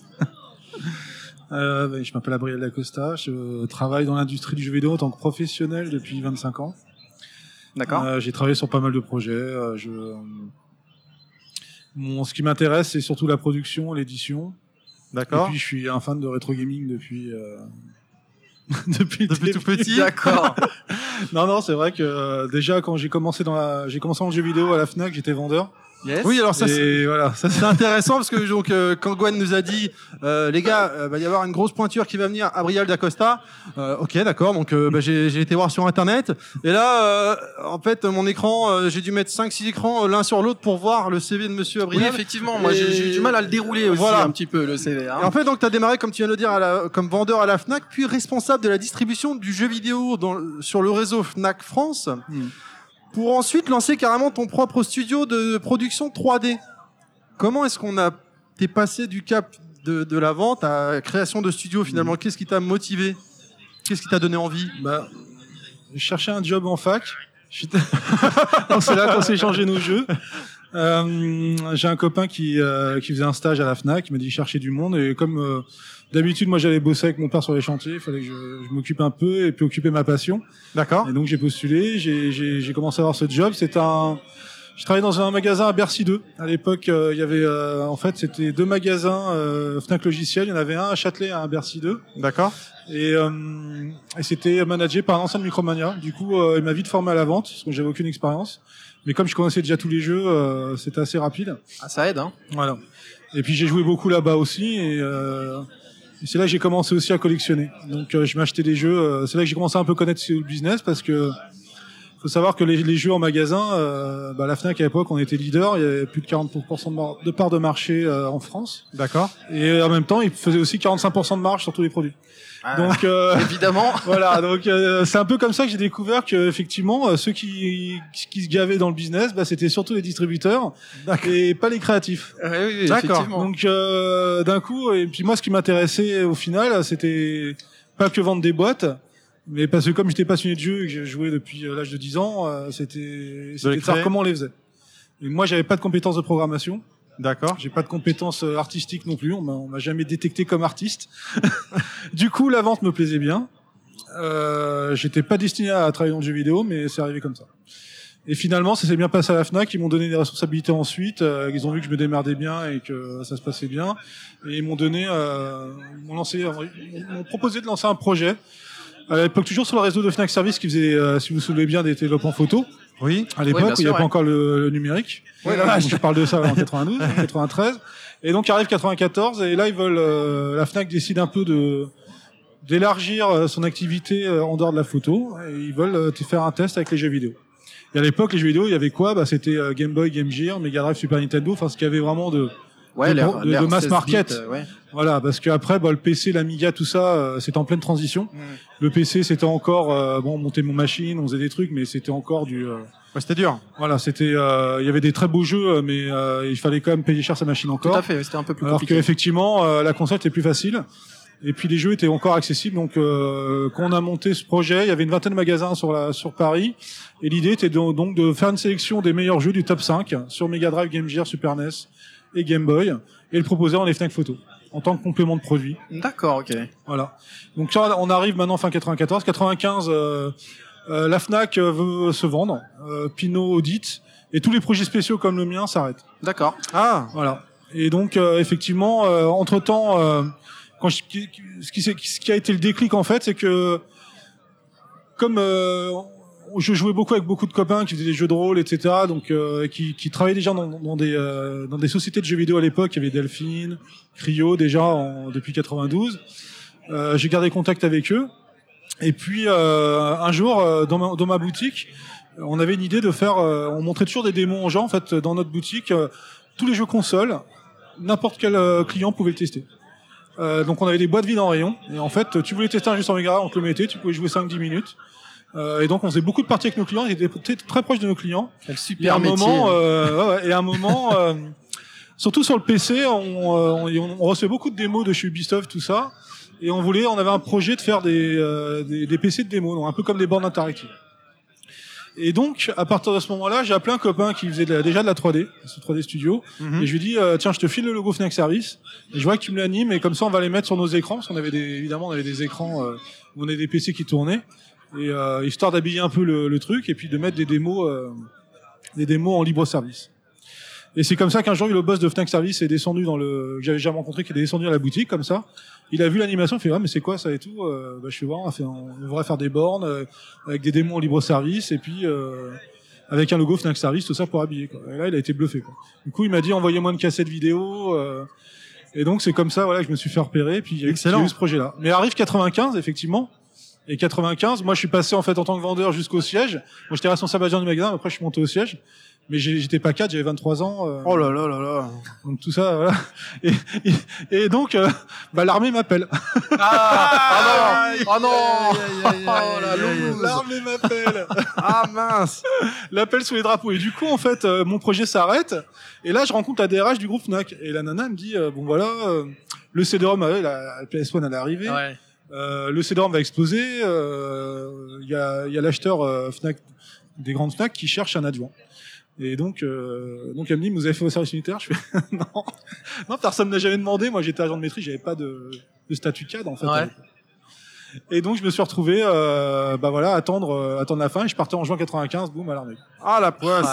Je m'appelle Abrial d'Acosta. Je travaille dans l'industrie du jeu vidéo en tant que professionnel depuis 25 ans. D'accord. J'ai travaillé sur pas mal de projets. Ce qui m'intéresse, c'est surtout la production, l'édition. D'accord. Et puis, je suis un fan de rétro gaming depuis depuis tout petit. D'accord. Non, c'est vrai que déjà quand j'ai commencé en jeu vidéo à la Fnac, j'étais vendeur. Yes. Oui, alors ça, c'est intéressant parce que donc quand Gwen nous a dit les gars, va y avoir une grosse pointure qui va venir, Abrial d'Acosta. Ok, d'accord. Donc j'ai été voir sur internet et là en fait mon écran, j'ai dû mettre 5-6 écrans l'un sur l'autre pour voir le CV de Monsieur Abrial. Oui, effectivement. Moi, j'ai eu du mal à le dérouler aussi un petit peu le CV. Hein. Et en fait, donc t'as démarré comme tu viens de le dire comme vendeur à la Fnac, puis responsable de la distribution du jeu vidéo sur le réseau Fnac France. Pour ensuite lancer carrément ton propre studio de production 3D. Comment est-ce t'es passé du cap de la vente à la création de studio finalement? Qu'est-ce qui t'a motivé? Qu'est-ce qui t'a donné envie? Je cherchais un job en fac. Donc c'est là qu'on s'est échangé nos jeux. J'ai un copain qui faisait un stage à la Fnac, il m'a dit chercher du monde et comme d'habitude moi j'allais bosser avec mon père sur les chantiers, il fallait que je m'occupe un peu et puis occuper ma passion. D'accord. Et donc j'ai postulé, j'ai commencé à avoir ce job. Je travaillais dans un magasin à Bercy 2. À l'époque, il y avait en fait c'était deux magasins Fnac Logiciel. Il y en avait un à Châtelet, un à Bercy 2. D'accord. Et c'était managé par un ancien de Micromania. Du coup, il m'a vite formé à la vente parce que j'avais aucune expérience. Mais comme je connaissais déjà tous les jeux, c'était assez rapide. Ah, ça aide, hein. Voilà. Et puis j'ai joué beaucoup là-bas aussi et c'est là que j'ai commencé aussi à collectionner. Donc je m'achetais des jeux. C'est là que j'ai commencé à un peu connaître ce business parce que faut savoir que les jeux en magasin, la Fnac à l'époque, on était leader. Il y avait plus de 40% de part de marché en France. D'accord. Et en même temps, ils faisaient aussi 45% de marge sur tous les produits. Donc évidemment. Voilà, donc c'est un peu comme ça que j'ai découvert que effectivement ceux qui se gavaient dans le business, c'était surtout les distributeurs et pas les créatifs. Oui, d'accord. Donc d'un coup, et puis moi ce qui m'intéressait au final, c'était pas que vendre des boîtes, mais parce que comme j'étais passionné de jeu et que j'ai joué depuis l'âge de 10 ans, c'était de savoir comment on les faisait. Et moi j'avais pas de compétences de programmation. D'accord. J'ai pas de compétences artistiques non plus. On m'a jamais détecté comme artiste. Du coup, la vente me plaisait bien. J'étais pas destiné à travailler dans le jeu vidéo, mais c'est arrivé comme ça. Et finalement, ça s'est bien passé à la Fnac. Ils m'ont donné des responsabilités ensuite. Ils ont vu que je me démerdais bien et que ça se passait bien. Et ils m'ont proposé de lancer un projet. À l'époque, toujours sur le réseau de Fnac Service, qui faisait, si vous vous souvenez bien, des développements photo. Oui. À l'époque, où il n'y avait pas encore le numérique. Oui, là, je parle de ça en 92, 93. Et donc arrive 94, et là ils veulent, la Fnac décide un peu d'élargir son activité en dehors de la photo, et ils veulent faire un test avec les jeux vidéo. Et à l'époque, les jeux vidéo, il y avait quoi? Bah, c'était Game Boy, Game Gear, Mega Drive, Super Nintendo, enfin ce qu'il y avait vraiment de mass market. Voilà, parce que après, le PC, l'Amiga, tout ça, c'était en pleine transition. Le PC, c'était encore, on montait mon machine, on faisait des trucs, mais c'était encore du. C'était dur. Voilà, c'était, il y avait des très beaux jeux, mais il fallait quand même payer cher sa machine encore. Tout à fait, c'était un peu plus compliqué. Alors qu'effectivement, la console était plus facile. Et puis les jeux étaient encore accessibles. Donc, quand on a monté ce projet, il y avait une vingtaine de magasins sur Paris. Et l'idée était donc de faire une sélection des meilleurs jeux du top 5 sur Mega Drive, Game Gear, Super NES et Game Boy, et le proposer en les Fnac Photo, en tant que complément de produit. D'accord, ok. Voilà. Donc ça, on arrive maintenant fin 94. 95, la Fnac veut se vendre. Pinot audite. Et tous les projets spéciaux comme le mien s'arrêtent. D'accord. Ah, voilà. Et donc, effectivement, entre-temps... ce qui a été le déclic en fait, c'est que comme je jouais beaucoup avec beaucoup de copains qui faisaient des jeux de rôle, etc., donc qui travaillaient déjà dans des sociétés de jeux vidéo à l'époque. Il y avait Delphine, Cryo déjà depuis 92. J'ai gardé contact avec eux. Et puis un jour dans ma boutique, on avait une idée de faire. On montrait toujours des démos aux gens en fait dans notre boutique. Tous les jeux consoles, n'importe quel client pouvait le tester. Donc on avait des boîtes vides en rayon, et en fait tu voulais tester un jeu sur Mega Drive, on te le mettait, tu pouvais jouer 5-10 minutes, et donc on faisait beaucoup de parties avec nos clients, ils étaient très proches de nos clients. Quel super métier. Et à un moment, surtout sur le PC, on recevait beaucoup de démos de chez Ubisoft, tout ça, et on avait un projet de faire des PC de démos, donc un peu comme des bornes interactives. Et donc, à partir de ce moment-là, j'ai appelé un copain qui faisait déjà de la 3D, ce 3D Studio, et je lui ai dit, tiens, je te file le logo Fnac Service, et je vois que tu me l'animes, et comme ça, on va les mettre sur nos écrans, parce qu'on avait évidemment, on avait des écrans, où on avait des PC qui tournaient, et histoire d'habiller un peu le truc, et puis de mettre des démos en libre service. Et c'est comme ça qu'un jour, le boss de Fnac Service est descendu que j'avais jamais rencontré, qui est descendu à la boutique, comme ça. Il a vu l'animation, il fait, mais c'est quoi ça et tout? Je fais voir, on devrait faire des bornes, avec des démos en libre service, et puis, avec un logo Fnac Service, tout ça pour habiller, quoi. Et là, il a été bluffé, quoi. Du coup, il m'a dit, envoyez-moi une cassette vidéo, et donc, c'est comme ça, voilà, que je me suis fait repérer, et puis, il y a eu ce projet-là. Mais arrive 95, effectivement. Et 95, moi, je suis passé, en fait, en tant que vendeur jusqu'au siège. Moi, j'étais responsable adjoint du magasin, après, je suis monté au siège. Mais j'étais pas cadre, j'avais 23 ans. Oh là là là là. Donc tout ça, voilà. Et donc, l'armée m'appelle. Oh non. L'armée m'appelle. Ah mince. L'appel sous les drapeaux. Et du coup, en fait, mon projet s'arrête. Et là, je rencontre la DRH du groupe Fnac. Et la nana me dit, bon voilà, le CD-ROM, la PS1 elle est arrivée. Ouais. Le CD-ROM va exploser. Il y a l'acheteur Fnac, des grandes Fnac, qui cherche un adjoint. Et donc elle me dit, vous avez fait vos services militaires? Je fais, non, personne n'a jamais demandé. Moi, j'étais agent de maîtrise, j'avais pas de statut cadre, en fait. Ouais. Et donc, je me suis retrouvé, attendre la fin. Et je partais en juin 95, boum, à l'armée. Ah, la poisse.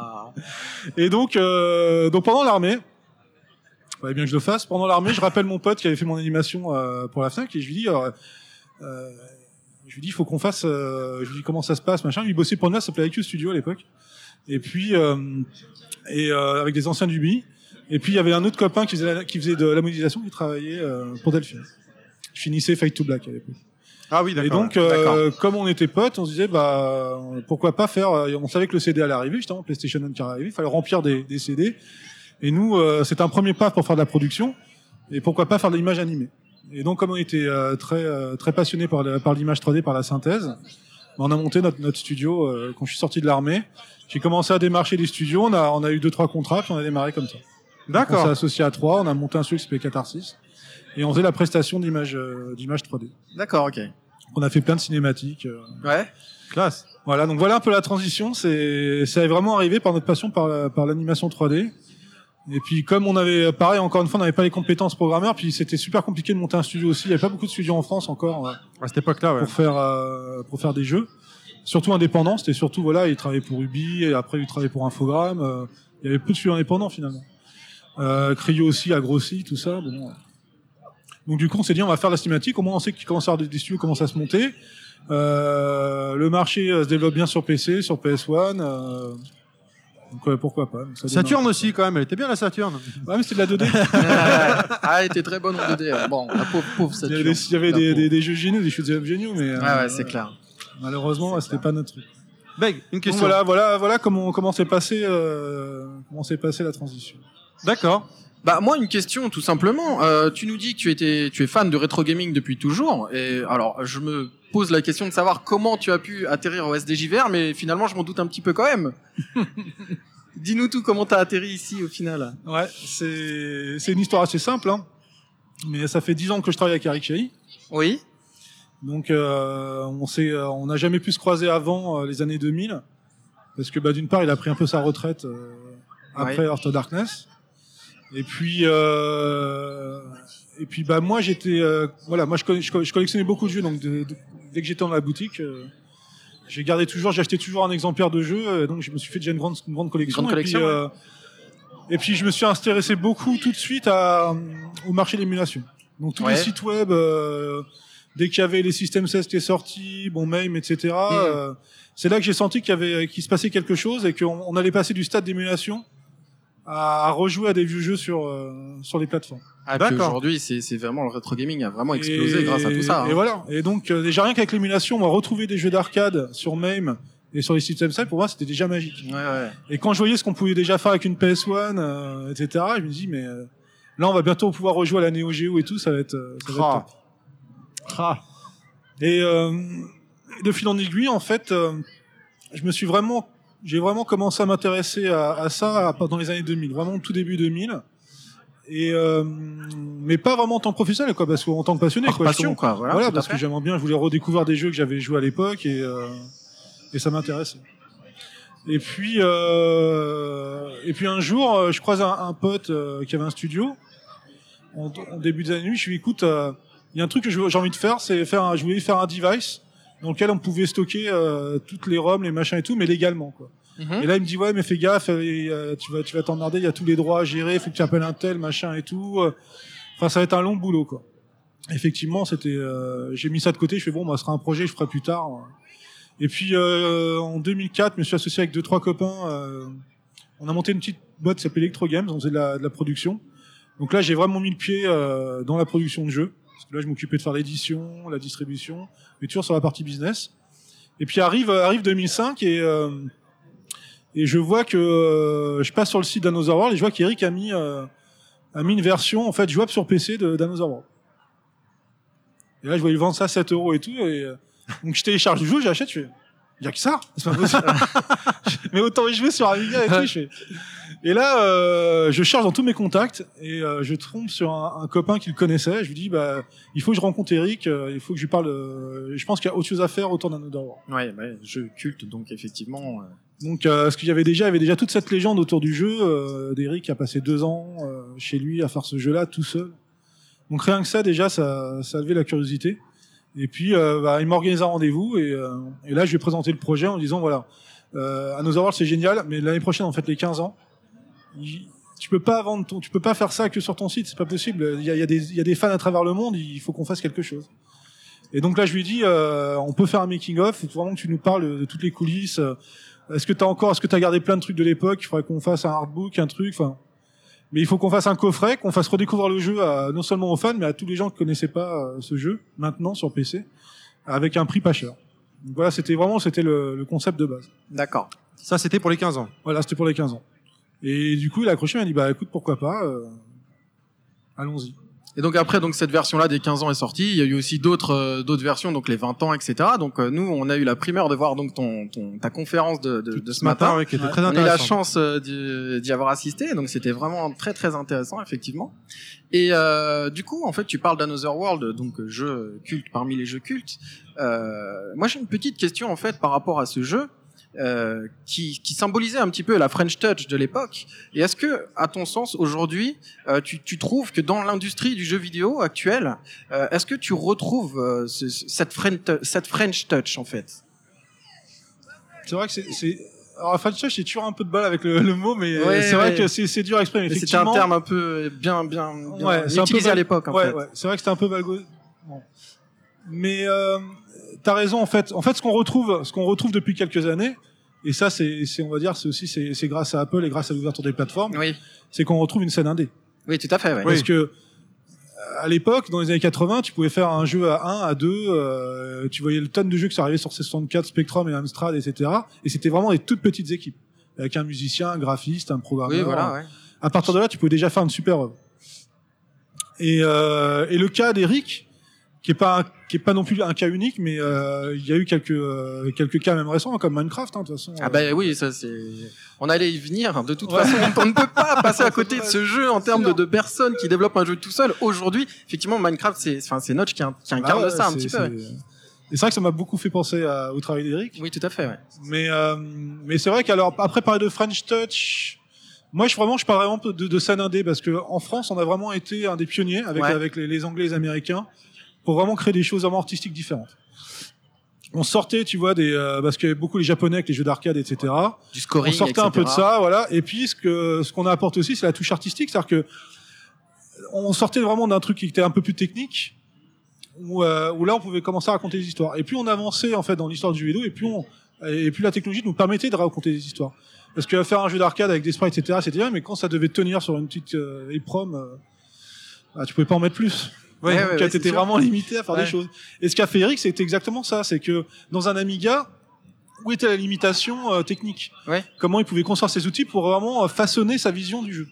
Et donc pendant l'armée, fallait bien que je le fasse. Pendant l'armée, je rappelle mon pote qui avait fait mon animation, pour la Fnac, et je lui dis, il faut qu'on fasse, je lui dis comment ça se passe, machin. Il bossait pour nous, ça s'appelait IQ Studio à l'époque. Et puis avec des anciens d'Ubi. Et puis il y avait un autre copain qui faisait de la modélisation, qui travaillait pour Delphine. Je finissais Fight to Black à l'époque. Ah oui, d'accord. Et donc comme on était potes, on se disait pourquoi pas faire. On savait que le CD allait arriver, justement, PlayStation 1 qui arrivait. Il fallait remplir des CD. Et nous, c'était un premier pas pour faire de la production. Et pourquoi pas faire de l'image animée. Et donc comme on était très passionnés par l'image 3D, par la synthèse, on a monté notre studio quand je suis sorti de l'armée. J'ai commencé à démarcher des studios, on a eu 2-3 contrats, puis on a démarré comme ça. D'accord. On s'est associé à 3, on a monté un studio qui s'appelait Catharsis, et on faisait la prestation d'image 3D. D'accord, ok. On a fait plein de cinématiques. Ouais. Classe. Voilà, donc voilà un peu la transition, ça est vraiment arrivé par notre passion par l'animation 3D. Et puis comme on avait, pareil, encore une fois, on n'avait pas les compétences programmeurs, puis c'était super compliqué de monter un studio aussi, il n'y avait pas beaucoup de studios en France encore à cette époque-là, ouais. pour faire des jeux. surtout indépendants. C'était surtout voilà, il travaillait pour Ubi et après il travaillait pour Infogrames. Il y avait peu de studios indépendants finalement. Cryo aussi a grossi, tout ça. Bon. Donc du coup, on s'est dit on va faire la cinématique. Au moins, on sait qu'il commence à avoir des studios commencent à se monter. Le marché se développe bien sur PC, sur PS1. Donc pourquoi pas. Saturn aussi quand même, elle était bien la Saturn. Ouais, mais c'était de la 2D. Elle était très bonne en 2D. Bon, la pauvre Saturn. Il y avait des jeux géniaux, des shoot'em géniaux, mais ouais, c'est clair. Malheureusement, c'était pas notre truc. Beg, une question. Donc, voilà comment s'est passé la transition. D'accord. Bah moi une question tout simplement. Tu nous dis que tu es fan de rétro gaming depuis toujours. Et alors je me pose la question de savoir comment tu as pu atterrir au SDJVR, mais finalement je m'en doute un petit peu quand même. Dis-nous tout, comment t'as atterri ici au final. Ouais, c'est une histoire assez simple, hein. Mais ça fait 10 ans que je travaille avec Eric Chahi. Oui. Donc on n'a jamais pu se croiser avant les années 2000 parce que d'une part il a pris un peu sa retraite après Heart of Darkness. Et puis moi j'étais moi je collectionnais beaucoup de jeux, donc dès que j'étais dans la boutique j'ai acheté toujours un exemplaire de jeu, donc je me suis fait déjà une grande collection. Et puis je me suis intéressé beaucoup tout de suite au marché de l'émulation. Donc tous les sites web, dès qu'il y avait les System 16 qui est sorti, MAME, etc. C'est là que j'ai senti qu'il se passait quelque chose et qu'on allait passer du stade d'émulation à rejouer à des vieux jeux sur les plateformes. D'accord. Aujourd'hui, c'est vraiment le rétro gaming a vraiment explosé grâce à tout ça. Et voilà. Et donc déjà rien qu'avec l'émulation, on va retrouver des jeux d'arcade sur MAME et sur les System 7. Pour moi, c'était déjà magique. Ouais. Et quand je voyais ce qu'on pouvait déjà faire avec une PS1, etc., je me dis mais là, on va bientôt pouvoir rejouer à la Neo Geo et tout. Ça va être top. Et de fil en aiguille, en fait, j'ai vraiment commencé à m'intéresser à ça dans les années 2000, vraiment tout début 2000. Et mais pas vraiment en tant que professionnel, quoi, parce qu'en tant que passionné, quoi. Passion, quoi. Voilà, parce que j'aimais bien, je voulais redécouvrir des jeux que j'avais joués à l'époque et ça m'intéressait. Et puis un jour, je croise un pote qui avait un studio. En début des années, je lui dis, écoute, il y a un truc que j'ai envie de faire, je voulais faire un device dans lequel on pouvait stocker toutes les ROM, les machins et tout, mais légalement, quoi. Et là, il me dit, ouais, mais fais gaffe, tu vas t'emmerder, il y a tous les droits à gérer, faut que tu appelles un tel, machin et tout. Enfin, ça va être un long boulot, quoi. Effectivement, j'ai mis ça de côté, je fais, bon, ça sera un projet, je ferai plus tard. Et puis, en 2004, je me suis associé avec 2-3 copains, on a monté une petite boîte qui s'appelle Electro Games, on faisait de la production. Donc là, j'ai vraiment mis le pied dans la production de jeux. Parce que là, je m'occupais de faire l'édition, la distribution, mais toujours sur la partie business. Et puis arrive 2005 et je vois que je passe sur le site d'Another World et je vois qu'Eric a mis une version en fait jouable sur PC d'Another World. Et là, je voyais vendre ça à 7 € et tout. Et donc je télécharge le jeu, j'achète, je fais, il y a que ça, c'est pas possible. Mais autant y jouer sur Amiga et tout. Et là, je cherche dans tous mes contacts et je tombe sur un copain qui le connaissait. Je lui dis, il faut que je rencontre Eric, il faut que je lui parle. Je pense qu'il y a autre chose à faire autour d'Another World. Ouais, jeu culte, donc effectivement. Donc, parce qu'il y avait déjà toute cette légende autour du jeu d'Eric qui a passé 2 ans chez lui à faire ce jeu-là tout seul. Donc rien que ça, déjà, ça a levé la curiosité. Et puis, il m'a organisé un rendez-vous et là, je lui ai présenté le projet en disant, voilà, Another World, c'est génial, mais l'année prochaine, on fête les 15 ans. Tu peux pas faire ça que sur ton site, c'est pas possible. Il y a des fans à travers le monde, il faut qu'on fasse quelque chose. Et donc là, je lui ai dit, on peut faire un making-of, il faut vraiment que tu nous parles de toutes les coulisses. Est-ce que t'as gardé plein de trucs de l'époque? Il faudrait qu'on fasse un artbook, un truc, mais il faut qu'on fasse un coffret, qu'on fasse redécouvrir le jeu non seulement aux fans, mais à tous les gens qui connaissaient pas ce jeu, maintenant, sur PC, avec un prix pas cher. Donc voilà, c'était le concept de base. D'accord. Ça, c'était pour les 15 ans. Voilà, c'était pour les 15 ans. Et du coup, il a accroché, il m'a dit, écoute, pourquoi pas, allons-y. Et donc après, cette version-là des 15 ans est sortie. Il y a eu aussi d'autres versions, donc les 20 ans, etc. Donc nous, on a eu la primeur de voir donc ta conférence de ce matin. Oui, qui était très intéressant. On a eu la chance d'y avoir assisté, donc c'était vraiment très très intéressant, effectivement. Et du coup, en fait, tu parles d'Another World, donc jeu culte parmi les jeux cultes. Moi, j'ai une petite question en fait par rapport à ce jeu. Qui symbolisait un petit peu la French Touch de l'époque. Et est-ce que, à ton sens, aujourd'hui, tu trouves que dans l'industrie du jeu vidéo actuel, est-ce que tu retrouves cette French Touch, en fait? C'est vrai que c'est... Alors, franchise, j'ai toujours un peu de balle avec le mot, mais c'est vrai que c'est dur à exprimer. C'était un terme un peu bien utilisé à l'époque. En fait. C'est vrai que c'était un peu valgo. Bon. Mais t'as raison. En fait, ce qu'on retrouve depuis quelques années, et ça, c'est on va dire, c'est grâce à Apple et grâce à l'ouverture des plateformes. Oui. C'est qu'on retrouve une scène indé. Oui, tout à fait. Ouais. Parce que à l'époque, dans les années 80, tu pouvais faire un jeu à 1, à 2, tu voyais le tonne de jeux qui sont arrivés sur C64, Spectrum et Amstrad, etc. Et c'était vraiment des toutes petites équipes. Avec un musicien, un graphiste, un programmeur. Oui, voilà, ouais. À partir de là, tu pouvais déjà faire une super œuvre. Et le cas d'Eric, qui est pas non plus un cas unique, mais il y a eu quelques cas même récents, comme Minecraft, de toute façon. Ah bah oui, ça c'est... On allait y venir, de toute façon. On ne peut pas passer à côté de ce jeu en termes de personnes qui développent un jeu tout seul. Aujourd'hui, effectivement, Minecraft, c'est Notch qui incarne ça un petit peu. Et c'est vrai que ça m'a beaucoup fait penser au travail d'Eric. Oui, tout à fait, ouais. Mais c'est vrai qu'alors, après parler de French Touch, moi, je parle vraiment de scène indé, parce que en France, on a vraiment été un des pionniers avec les Anglais et les Américains, pour vraiment créer des choses vraiment artistiques différentes. On sortait, tu vois, parce qu'il y avait beaucoup les Japonais avec les jeux d'arcade, etc. Du scoring, on sortait etc. un peu de ça, voilà. Et puis, ce qu'on a apporté aussi, c'est la touche artistique, c'est-à-dire que on sortait vraiment d'un truc qui était un peu plus technique, où là, on pouvait commencer à raconter des histoires. Et plus on avançait, en fait, dans l'histoire du jeu vidéo, et plus la technologie nous permettait de raconter des histoires. Parce que faire un jeu d'arcade avec des sprites, etc., c'était bien, mais quand ça devait tenir sur une petite EEPROM, tu pouvais pas en mettre plus. Donc, t'étais vraiment limité à faire des choses. Et ce qu'a fait Eric, c'était exactement ça. C'est que dans un Amiga, où était la limitation technique? Comment il pouvait construire ses outils pour vraiment façonner sa vision du jeu?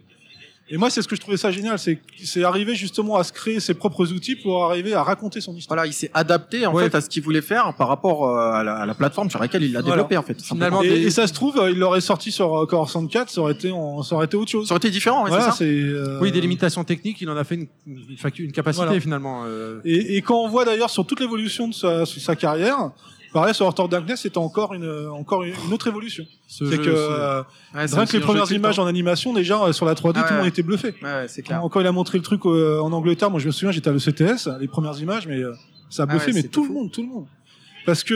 Et moi, c'est ce que je trouvais ça génial, c'est arriver justement à se créer ses propres outils pour arriver à raconter son histoire. Voilà, il s'est adapté en fait à ce qu'il voulait faire par rapport à la plateforme sur laquelle il l'a développé en fait. Finalement, et ça se trouve, il l'aurait sorti sur Core 64, ça aurait été autre chose. Ça aurait été différent, c'est ça. Oui, des limitations techniques, il en a fait une capacité finalement. Et quand on voit d'ailleurs sur toute l'évolution de sa carrière, pareil, sur Heart of Darkness, c'était encore une autre évolution. C'est que rien que les premières images en animation, déjà sur la 3D, tout le monde était bluffé. C'est clair. Quand il a montré le truc en Angleterre, moi je me souviens, j'étais à l'ECTS, les premières images, mais ça a bluffé, mais tout le monde. Parce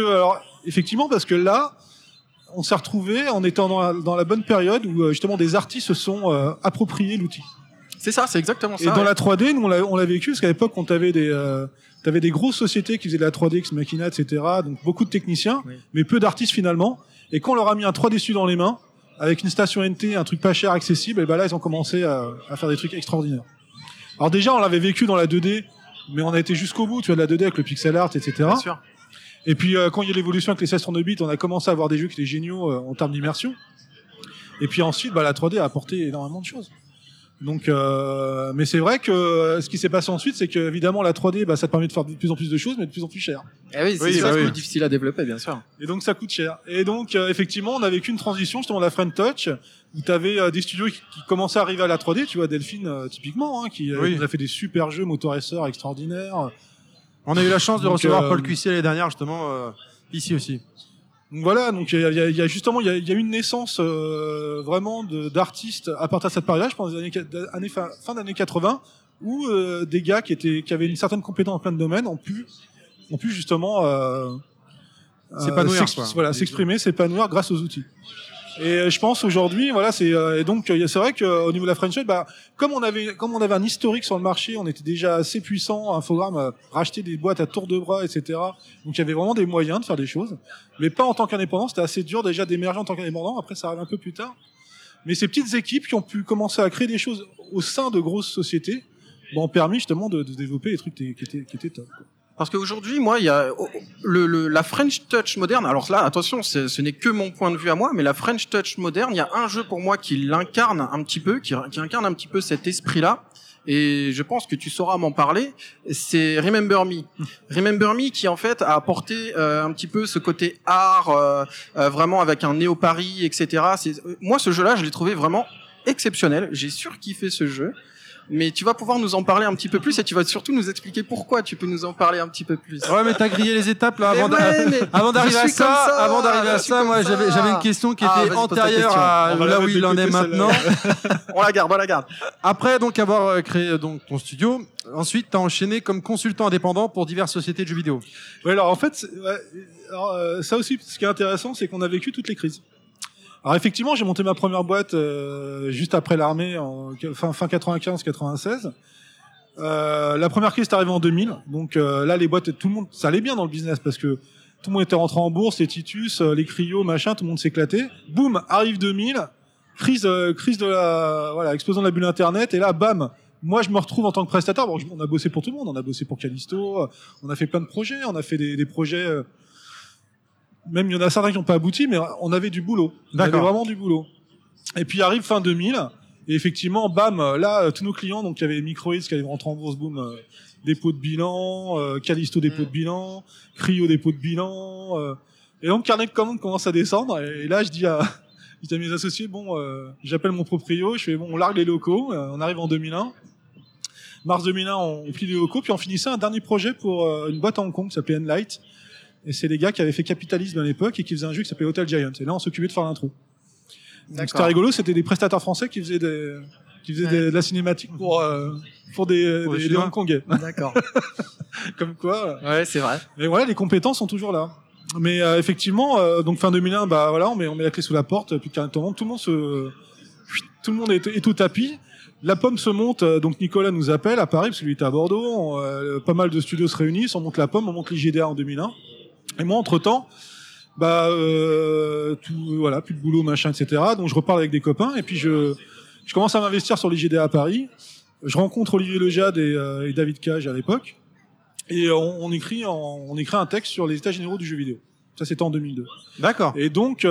que là, on s'est retrouvé en étant dans la bonne période où justement des artistes se sont appropriés l'outil. C'est ça, c'est exactement ça. Et dans la 3D, nous on l'a vécu, parce qu'à l'époque, on t'avait des grosses sociétés qui faisaient de la 3D, Ex Machina, etc. Donc beaucoup de techniciens, mais peu d'artistes finalement. Et quand on leur a mis un 3D Studio dans les mains, avec une station NT, un truc pas cher, accessible, et ben là ils ont commencé à faire des trucs extraordinaires. Alors déjà, on l'avait vécu dans la 2D, mais on a été jusqu'au bout, tu vois, de la 2D avec le pixel art, etc. Bien sûr. Et puis quand il y a l'évolution avec les 16:32 bits, on a commencé à avoir des jeux qui étaient géniaux en termes d'immersion. Et puis ensuite, la 3D a apporté énormément de choses. Donc, mais c'est vrai que ce qui s'est passé ensuite, c'est que évidemment la 3D, ça te permet de faire de plus en plus de choses, mais de plus en plus cher. Eh oui, c'est plus difficile à développer, bien sûr. Et donc ça coûte cher. Et donc effectivement, on a vécu une transition justement de la French Touch, où t'avais des studios qui commençaient à arriver à la 3D. Tu vois, Delphine typiquement, qui a fait des super jeux Motor Racer extraordinaires. On a eu la chance de recevoir Paul Cuissier l'année dernière, justement, ici aussi. Donc voilà, donc il y a justement il y a eu une naissance vraiment d'artistes à partir de cette période, je pense des fin d'années 80, où des gars qui avaient une certaine compétence en plein de domaines ont pu justement s'exprimer, s'épanouir grâce aux outils. Et je pense aujourd'hui, voilà, c'est vrai qu'au niveau de la French Touch, comme on avait un historique sur le marché, on était déjà assez puissant, Infogrames racheter des boîtes à tour de bras, etc. Donc il y avait vraiment des moyens de faire des choses, mais pas en tant qu'indépendant. C'était assez dur déjà d'émerger en tant qu'indépendant. Après, ça arrive un peu plus tard. Mais ces petites équipes qui ont pu commencer à créer des choses au sein de grosses sociétés, ont permis justement de développer des trucs qui étaient top, quoi. Parce qu'aujourd'hui, moi, il y a la French Touch moderne. Alors là, attention, ce n'est que mon point de vue à moi, mais la French Touch moderne, il y a un jeu pour moi qui l'incarne un petit peu, qui incarne un petit peu cet esprit-là. Et je pense que tu sauras m'en parler. C'est Remember Me. Remember Me qui en fait a apporté un petit peu ce côté art, vraiment avec un néo-Paris, etc. Moi, ce jeu-là, je l'ai trouvé vraiment exceptionnel. J'ai surkiffé ce jeu. mais tu vas pouvoir nous en parler un petit peu plus et tu vas surtout nous expliquer pourquoi tu peux nous en parler un petit peu plus. Ouais, mais t'as grillé les étapes là avant d'arriver à ça. Moi, j'avais une question qui était antérieure à là où il en est maintenant. On la garde. Après donc avoir créé donc ton studio, ensuite t'as enchaîné comme consultant indépendant pour diverses sociétés de jeux vidéo. Ouais, alors en fait, ça aussi, ce qui est intéressant, c'est qu'on a vécu toutes les crises. Alors effectivement, j'ai monté ma première boîte juste après l'armée, en fin 95-96. La première crise est arrivée en 2000, donc là les boîtes, tout le monde, ça allait bien dans le business parce que tout le monde était rentré en bourse, les Titus, les Cryo, machin, tout le monde s'éclatait. Boum, arrive 2000, crise de la, explosion de la bulle Internet, et là, bam. Moi, je me retrouve en tant que prestataire. Bon, on a bossé pour tout le monde. On a bossé pour Callisto. On a fait plein de projets. On a fait des projets. Même il y en a certains qui n'ont pas abouti, mais on avait du boulot. On avait vraiment du boulot. Et puis arrive fin 2000, et effectivement, bam, là, tous nos clients, donc il y avait Microids qui allait rentrer en bourse, boum, dépôt de bilan, Callisto dépôt de bilan, Cryo dépôt de bilan, et donc carnet de commandes commence à descendre. Et là, je dis à mes associés, bon, j'appelle mon proprio, je fais bon, on largue les locaux, on arrive en 2001. Mars 2001, on plie les locaux, puis on finissait un dernier projet pour une boîte à Hong Kong qui s'appelait Enlight. Et c'est les gars qui avaient fait Capitalisme à l'époque et qui faisaient un jeu qui s'appelait Hotel Giant. Et là, on s'occupait de faire l'intro. Donc c'était rigolo, c'était des prestataires français qui faisaient de la cinématique pour des Hongkongais. D'accord. Comme quoi. Ouais, c'est vrai. Et voilà, les compétences sont toujours là. Mais effectivement, donc fin 2001, bah voilà, on met la clé sous la porte, puis tout le monde est au tapis. La pomme se monte, donc Nicolas nous appelle à Paris parce que lui était à Bordeaux. Pas mal de studios se réunissent, on monte la pomme, on monte l'IGDA en 2001. Et moi, entre-temps, plus de boulot, machin, etc. Donc je reparle avec des copains et puis je commence à m'investir sur l'IGDA à Paris. Je rencontre Olivier Lejade et David Cage à l'époque et on écrit un texte sur les états généraux du jeu vidéo. Ça, c'était en 2002. D'accord. Et donc,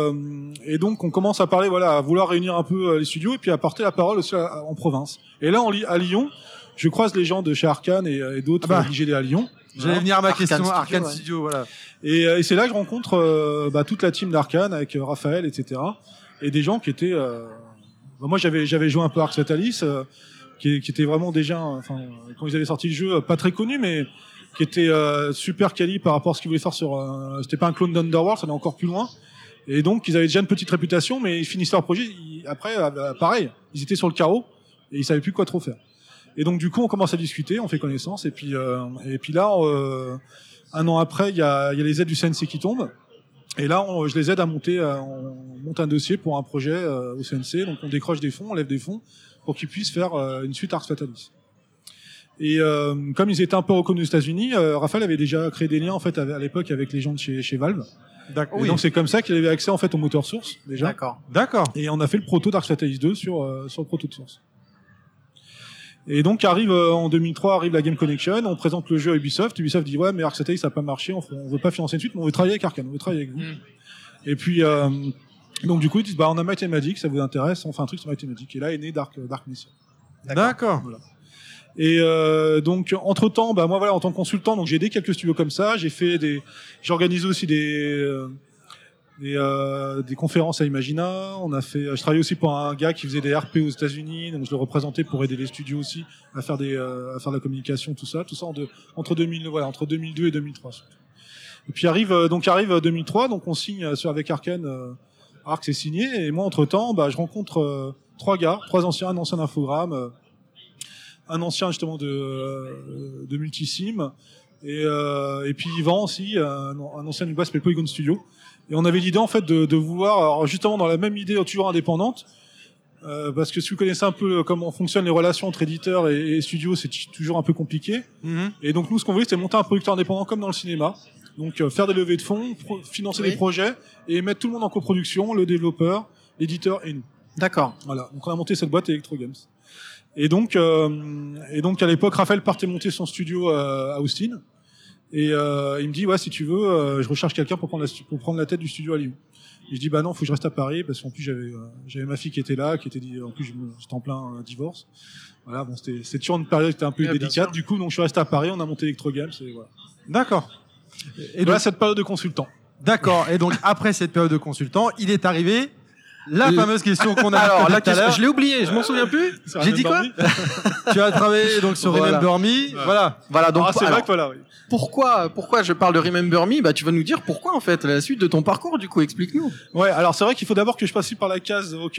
on commence à parler, à vouloir réunir un peu les studios et puis à porter la parole aussi en province. Et là, à Lyon, je croise les gens de chez Arkane et d'autres IGD à Lyon. J'allais venir à ma question, Arkane Studio, voilà. Et c'est là que je rencontre toute la team d'Arkane avec Raphaël, etc. Et des gens qui étaient... moi, j'avais joué un peu à Arx Fatalis, qui était vraiment déjà... quand ils avaient sorti le jeu, pas très connu, mais qui était super quali par rapport à ce qu'ils voulaient faire sur... c'était pas un clone d'Underworld, ça allait encore plus loin. Et donc, ils avaient déjà une petite réputation, mais ils finissaient leur projet. Après, pareil, ils étaient sur le carreau et ils savaient plus quoi trop faire. Et donc, du coup, on commence à discuter, on fait connaissance. Et puis là, un an après, il y a les aides du CNC qui tombent. Et là, je les aide à monter, on monte un dossier pour un projet au CNC. Donc, on décroche des fonds, on lève des fonds pour qu'ils puissent faire une suite Arx Fatalis. Et comme ils étaient un peu reconnus aux États-Unis, Raphaël avait déjà créé des liens en fait à l'époque avec les gens de chez Valve. D'accord. Et donc c'est comme ça qu'il avait accès en fait au moteur source déjà. D'accord. Et on a fait le proto d'Arx Fatalis 2 sur le proto de source. Et donc en 2003 arrive la Game Connection, on présente le jeu à Ubisoft. Ubisoft dit ouais mais Arx Fatalis ça n'a pas marché, on veut pas financer une suite, mais on veut travailler avec Arkane, on veut travailler avec vous. Et puis donc du coup ils disent on a Might & Magic, ça vous intéresse, on fait un truc sur Might & Magic. Et là est né Dark Messiah. D'accord. Voilà. Et donc entre temps, moi en tant que consultant, donc j'ai aidé quelques studios comme ça. J'ai organisé aussi des conférences à Imagina. Je travaillais aussi pour un gars qui faisait des RP aux États-Unis, donc je le représentais pour aider les studios aussi à faire de la communication, tout ça entre 2002 et 2003. Et puis arrive 2003, donc on signe avec Arkane. Arx est signé et moi entre temps, je rencontre trois anciens, un ancien Infogrames. Un ancien justement de Multisim et puis Yvan aussi, un ancien du bas s'appelle Polygon Studio. Et on avait l'idée en fait de vouloir, alors justement dans la même idée toujours indépendante, parce que si vous connaissez un peu comment fonctionnent les relations entre éditeurs et studios, c'est toujours un peu compliqué. Et donc nous ce qu'on voulait c'était monter un producteur indépendant comme dans le cinéma. Donc faire des levées de fonds, financer des projets et mettre tout le monde en coproduction, le développeur, l'éditeur et nous. D'accord. Voilà. Donc on a monté cette boîte Electro Games. Et donc à l'époque, Raphaël partait monter son studio à Austin. Et il me dit, si tu veux, je recherche quelqu'un pour prendre la tête du studio à Lyon. Et je dis, non, faut que je reste à Paris parce qu'en plus j'avais ma fille qui était là, en plus j'étais en plein divorce. Voilà, bon, c'était toujours une période qui était un peu délicate. Du coup, donc je suis resté à Paris, on a monté Electro Games et voilà. D'accord. Et voilà cette période de consultant. D'accord. Et donc après cette période de consultant, il est arrivé La fameuse question qu'on a Alors, tout à l'heure. je l'ai oublié, je m'en souviens plus. J'ai dit quoi? Tu as travaillé donc sur Remember Me. Voilà, donc c'est vrai que voilà, oui. Pourquoi je parle de Remember Me? Bah, tu vas nous dire pourquoi, en fait, la suite de ton parcours, du coup, explique-nous. Ouais, alors c'est vrai qu'il faut d'abord que je passe par la case, donc,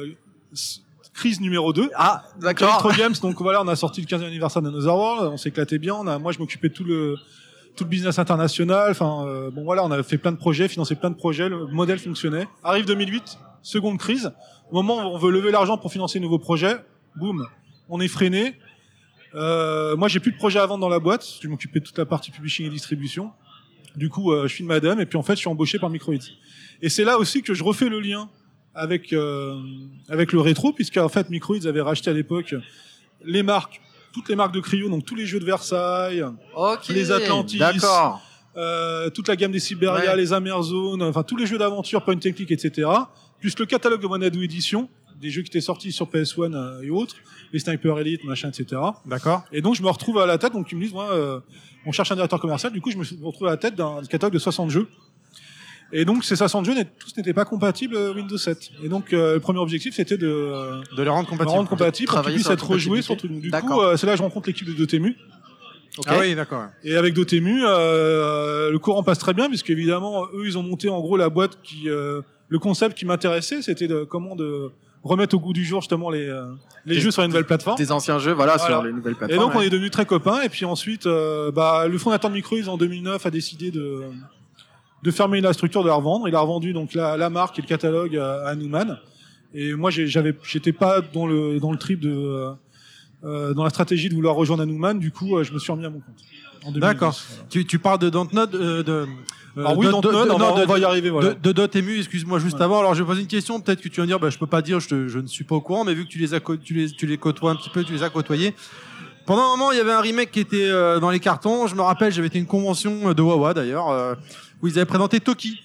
crise numéro 2. Ah, d'accord. Retro Games, donc voilà, on a sorti le 15e anniversaire d'Another World, on s'éclatait bien, moi je m'occupais de tout le business international, enfin, bon voilà, on avait fait plein de projets, financé plein de projets, le modèle fonctionnait. Arrive 2008, seconde crise, au moment où on veut lever l'argent pour financer de nouveaux projets, boum, on est freiné. Moi j'ai plus de projets à vendre dans la boîte, je m'occupais de toute la partie publishing et distribution. Du coup, je suis une madame, et puis en fait, je suis embauché par Microids. Et c'est là aussi que je refais le lien avec le rétro, puisque en fait, Microids avait racheté à l'époque les marques, toutes les marques de Cryo, donc tous les jeux de Versailles, les Atlantis, toute la gamme des Siberia, les Amerzone, enfin tous les jeux d'aventure, point and click, etc. Plus le catalogue de Wanadu Edition, des jeux qui étaient sortis sur PS1 et autres, les Sniper Elite, machin, etc. D'accord. Et donc je me retrouve à la tête, donc ils me disent, on cherche un directeur commercial, du coup je me retrouve à la tête d'un catalogue de 60 jeux. Et donc ces 60 jeux, tous n'étaient pas compatibles Windows 7. Et donc le premier objectif c'était de les rendre compatibles, pour qu'ils puissent être rejoués sur tout. Du coup, c'est là que je rencontre l'équipe de Dotemu. Okay. Ah oui, d'accord. Et avec Dotemu, le courant passe très bien, puisque évidemment eux ils ont monté en gros la boîte qui, le concept qui m'intéressait, c'était de remettre au goût du jour justement les jeux sur les nouvelles plateformes. Des anciens jeux, voilà. Sur les nouvelles plateformes. Et donc on est devenus très copains. Et puis ensuite, le fondateur de Microids en 2009 a décidé de fermer la structure, de la revendre. Il a revendu donc la marque et le catalogue à Newman. Et moi j'étais pas dans le trip dans la stratégie de vouloir rejoindre Newman. Du coup, je me suis remis à mon compte. En 2010. D'accord. Voilà. Tu parles de Dontnod, Dontnod, on va y arriver, voilà. De Dotemu, excuse-moi juste avant. Alors, je vais poser une question. Peut-être que tu vas me dire, je peux pas dire, je ne suis pas au courant, mais vu que tu les côtoies un petit peu, tu les as côtoyés. Pendant un moment, il y avait un remake qui était dans les cartons. Je me rappelle, j'avais été à une convention de Wawa d'ailleurs, où ils avaient présenté Toki.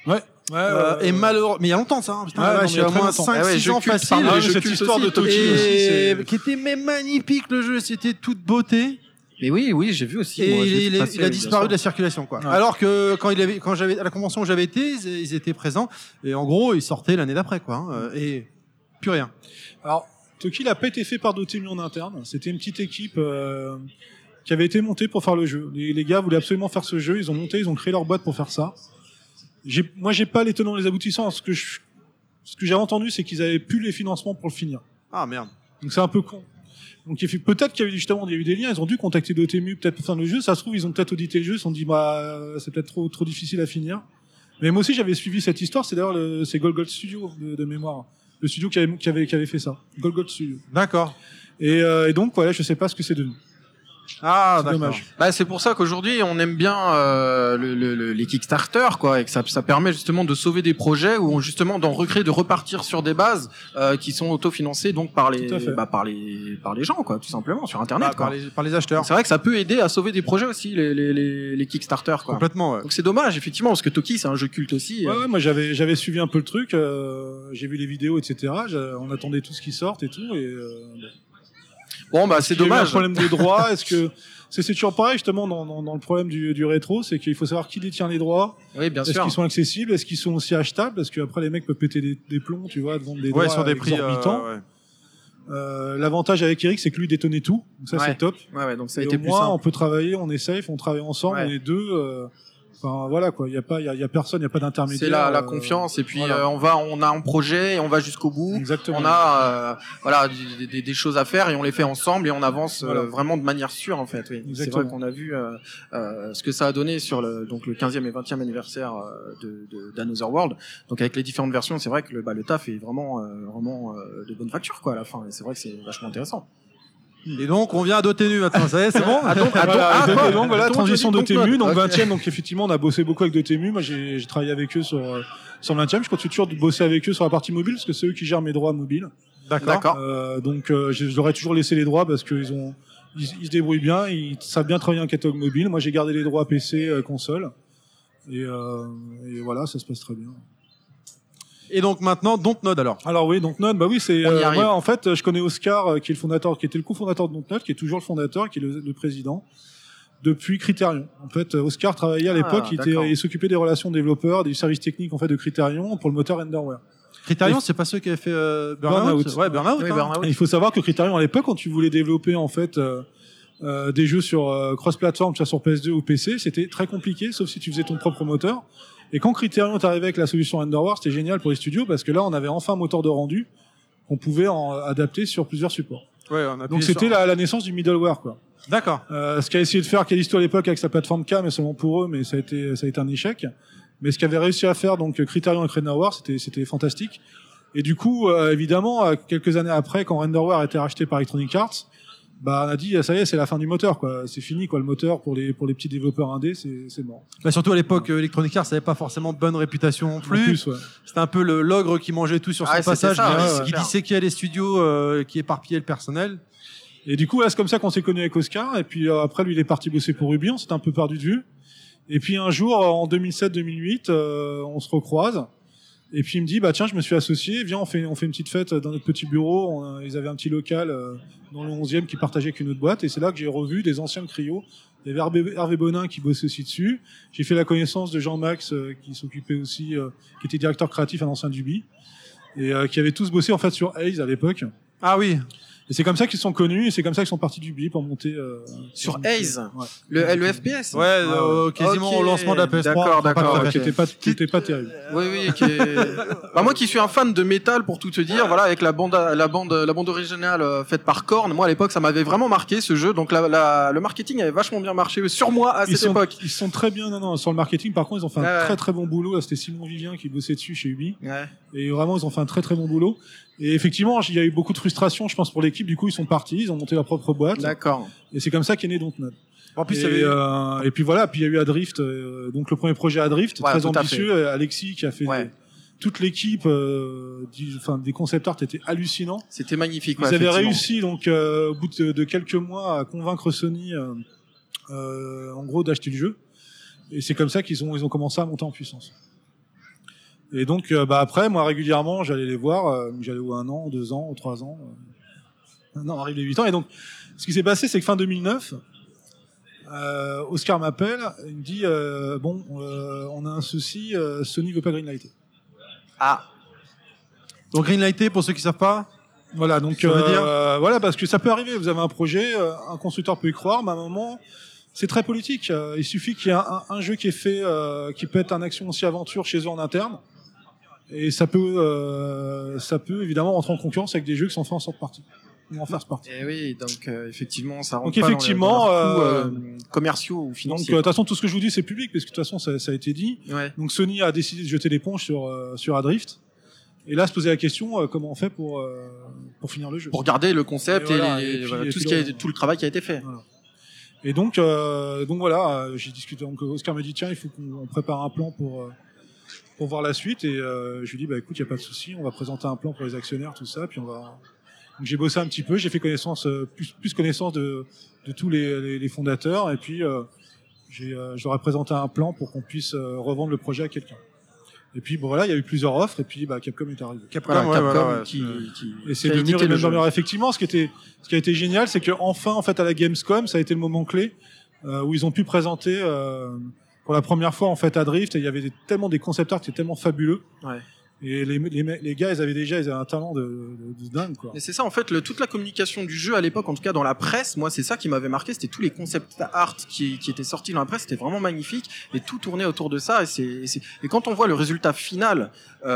Et malheureusement, mais il y a longtemps ça, hein, putain, j'ai au moins 5-6 ans facile. Cette histoire de Toki aussi, qui était même magnifique le jeu, c'était toute beauté. Mais oui, j'ai vu aussi. Et moi, il a disparu de la circulation, quoi. Ouais. Alors que quand j'avais à la convention où j'avais été, ils étaient présents. Et en gros, ils sortaient l'année d'après, quoi. Hein, et plus rien. Alors, Toki n'a pas été fait par Dotemu en interne. C'était une petite équipe qui avait été montée pour faire le jeu. Les gars voulaient absolument faire ce jeu. Ils ont créé leur boîte pour faire ça. Moi, j'ai pas les tenants et les aboutissants. Ce que j'ai entendu, c'est qu'ils avaient plus les financements pour le finir. Ah merde. Donc c'est un peu con. Donc peut-être qu'il y a eu des liens, ils ont dû contacter Dotemu peut-être pour faire le jeu, ça se trouve ils ont peut-être audité le jeu, ils se sont dit c'est peut-être trop difficile à finir. Mais moi aussi j'avais suivi cette histoire, c'est d'ailleurs c'est Golgot Studio de mémoire, le studio qui avait fait ça, Golgot Studio. D'accord. Et donc voilà, je sais pas ce que c'est devenu. Ah, c'est dommage. C'est pour ça qu'aujourd'hui on aime bien les Kickstarter, quoi, et que ça permet justement de sauver des projets ou justement d'en recréer, de repartir sur des bases qui sont autofinancées donc par les gens, quoi, tout simplement sur Internet, quoi. Par les acheteurs. C'est vrai que ça peut aider à sauver des projets aussi les Kickstarter, quoi. Complètement. Ouais. Donc c'est dommage effectivement parce que Toki c'est un jeu culte aussi. Ouais, moi j'avais suivi un peu le truc, j'ai vu les vidéos, etc. On attendait tout ce qui sorte et tout et bon c'est dommage. Il y a eu un problème de droit. Est-ce que c'est toujours pareil justement dans le problème du rétro, c'est qu'il faut savoir qui détient les droits. Oui, bien sûr. Est-ce qu'ils sont accessibles, est-ce qu'ils sont aussi achetables, parce qu'après les mecs peuvent péter des plombs, tu vois, de vendre des droits sur des prix exorbitants. L'avantage avec Eric, c'est que lui détonnait tout, donc ça c'est top. Ouais, donc ça a et été au plus moins, simple. on peut travailler, on est safe, on travaille ensemble, on est deux. Enfin voilà quoi, il y a personne, il y a pas d'intermédiaire. C'est la confiance et puis voilà. on a un projet et on va jusqu'au bout. Exactement. On a des choses à faire et on les fait ensemble et on avance vraiment de manière sûre en fait. Oui. C'est vrai qu'on a vu ce que ça a donné sur le 15e et 20e anniversaire d'Another World. Donc avec les différentes versions, c'est vrai que le taf est vraiment de bonne facture quoi à la fin. Et c'est vrai que c'est vachement intéressant. Et donc, on vient à Dotemu maintenant, ça y est, c'est bon? Donc voilà, transition Dotemu, donc 20e, donc effectivement, on a bossé beaucoup avec Dotemu. Moi, j'ai travaillé avec eux sur 20e. Je continue toujours de bosser avec eux sur la partie mobile, parce que c'est eux qui gèrent mes droits mobiles. D'accord. Donc, je leur ai toujours laissé les droits, parce qu'ils se débrouillent bien, ils savent bien travailler un catalogue mobile. Moi, j'ai gardé les droits PC, console. Et voilà, ça se passe très bien. Et donc maintenant, Dontnod alors. Alors oui, Dontnod, c'est moi en fait, je connais Oscar qui est le fondateur, qui était le cofondateur de Dontnod, qui est toujours le fondateur, qui est le président depuis Criterion. En fait, Oscar travaillait à l'époque, il s'occupait des relations développeurs, des services techniques en fait de Criterion pour le moteur Renderware. Criterion, c'est pas ceux qui avaient fait Burnout. Ouais, Burnout. Oui, Burnout. Il faut savoir que Criterion à l'époque, quand tu voulais développer en fait des jeux sur cross-platform, tu vois, sur PS2 ou PC, c'était très compliqué, sauf si tu faisais ton propre moteur. Et quand Criterion est arrivé avec la solution Renderware, c'était génial pour les studios parce que là, on avait enfin un moteur de rendu qu'on pouvait adapter sur plusieurs supports. Ouais, donc c'était la naissance du middleware, quoi. D'accord. Ce qu'a essayé de faire Callisto à l'époque avec sa plateforme K, mais seulement pour eux, mais ça a été un échec. Mais ce qu'avait réussi à faire donc Criterion avec Renderware, c'était fantastique. Et du coup, évidemment, quelques années après, quand Renderware a été racheté par Electronic Arts, bah on a dit ça y est, c'est la fin du moteur, quoi. C'est fini, quoi. Le moteur pour les petits développeurs indés, c'est mort. Bah surtout à l'époque, Electronic Arts n'avait pas forcément bonne réputation non plus. Ouais. C'était un peu l'ogre qui mangeait tout sur son passage, qui disséquait les studios, qui éparpillait le personnel. Et du coup, là, c'est comme ça qu'on s'est connu avec Oscar. Et puis après, lui, il est parti bosser pour Ruby. On s'était un peu perdu de vue. Et puis un jour, en 2007-2008, on se recroise. Et puis il me dit, bah tiens, je me suis associé. Viens, on fait une petite fête dans notre petit bureau. Ils avaient un petit local dans le 11e qui partageait avec une autre boîte. Et c'est là que j'ai revu des anciens de Cryo. Il y avait Hervé Bonin qui bossait aussi dessus. J'ai fait la connaissance de Jean-Max qui s'occupait aussi, qui était directeur créatif, un ancien d'Ubi, et qui avait tous bossé en fait sur Haze à l'époque. Ah oui. Et c'est comme ça qu'ils sont connus, et c'est comme ça qu'ils sont partis d'Ubi pour monter sur Haze, ouais. le FPS. Ouais, quasiment au lancement de la PS3. D'accord. Qui était pas terrible. Oui. Bah, moi qui suis un fan de métal, pour tout te dire, voilà, avec la bande originale faite par Korn, moi à l'époque ça m'avait vraiment marqué ce jeu. Donc le marketing avait vachement bien marché sur moi à cette époque. Ils sont très bien, sur le marketing. Par contre, ils ont fait un très très bon boulot. Là, c'était Simon Vivien qui bossait dessus chez Ubi. Ouais. Et vraiment, ils ont fait un très très bon boulot. Et effectivement, il y a eu beaucoup de frustration, je pense, pour l'équipe. Du coup, ils sont partis, ils ont monté leur propre boîte. D'accord. Et c'est comme ça qu'est né Dontnod. En plus, et puis voilà, puis il y a eu Adrift, donc le premier projet Adrift, très ambitieux. Alexis qui a fait toute l'équipe, des concept art était hallucinant. C'était magnifique. Ils avaient réussi donc au bout de quelques mois à convaincre Sony, en gros, d'acheter le jeu. Et c'est comme ça qu'ils ont commencé à monter en puissance. Et donc, après, moi, régulièrement, j'allais les voir. J'allais 1 an, 2 ans, 3 ans. Non, arrive les 8 ans. Et donc, ce qui s'est passé, c'est que fin 2009, Oscar m'appelle. Il me dit, on a un souci. Sony veut pas greenlighter. Ah. Donc greenlighter, pour ceux qui savent pas. Voilà, donc voilà, parce que ça peut arriver. Vous avez un projet, un constructeur peut y croire, mais à un moment, c'est très politique. Il suffit qu'il y ait un jeu qui est fait, qui peut être un action aussi aventure chez eux en interne. Et ça peut évidemment rentrer en concurrence avec des jeux qui sont faits en sorte partie, ou en first party. Et oui, donc effectivement, ça rentre donc pas effectivement, dans les coûts commerciaux ou financiers. Donc de toute façon, tout ce que je vous dis, c'est public, parce que de toute façon, ça a été dit. Ouais. Donc Sony a décidé de jeter l'éponge sur Adrift. Et là, se poser la question, comment on fait pour finir le jeu. Pour garder le concept et tout le travail qui a été fait. Voilà. Et donc voilà, j'ai discuté. Donc Oscar m'a dit tiens, il faut qu'on prépare un plan pour voir la suite. Et je lui dis bah écoute, il y a pas de souci, on va présenter un plan pour les actionnaires, tout ça, puis on va. Donc j'ai bossé un petit peu, j'ai fait connaissance plus connaissance de tous les fondateurs, et puis je leur ai présenté un plan pour qu'on puisse revendre le projet à quelqu'un. Et puis bon voilà, il y a eu plusieurs offres, et puis Capcom est arrivé. Capcom et c'est devenu Remember. Effectivement, ce qui a été génial, c'est que enfin en fait à la Gamescom, ça a été le moment clé où ils ont pu présenter pour la première fois en fait Adrift, et il y avait tellement des concept art qui étaient tellement fabuleux. Ouais. Et les gars, ils avaient un talent de dingue, quoi. Et c'est ça, en fait, toute la communication du jeu à l'époque, en tout cas dans la presse, moi, c'est ça qui m'avait marqué, c'était tous les concept art qui étaient sortis dans la presse, c'était vraiment magnifique, et tout tournait autour de ça, et quand on voit le résultat final,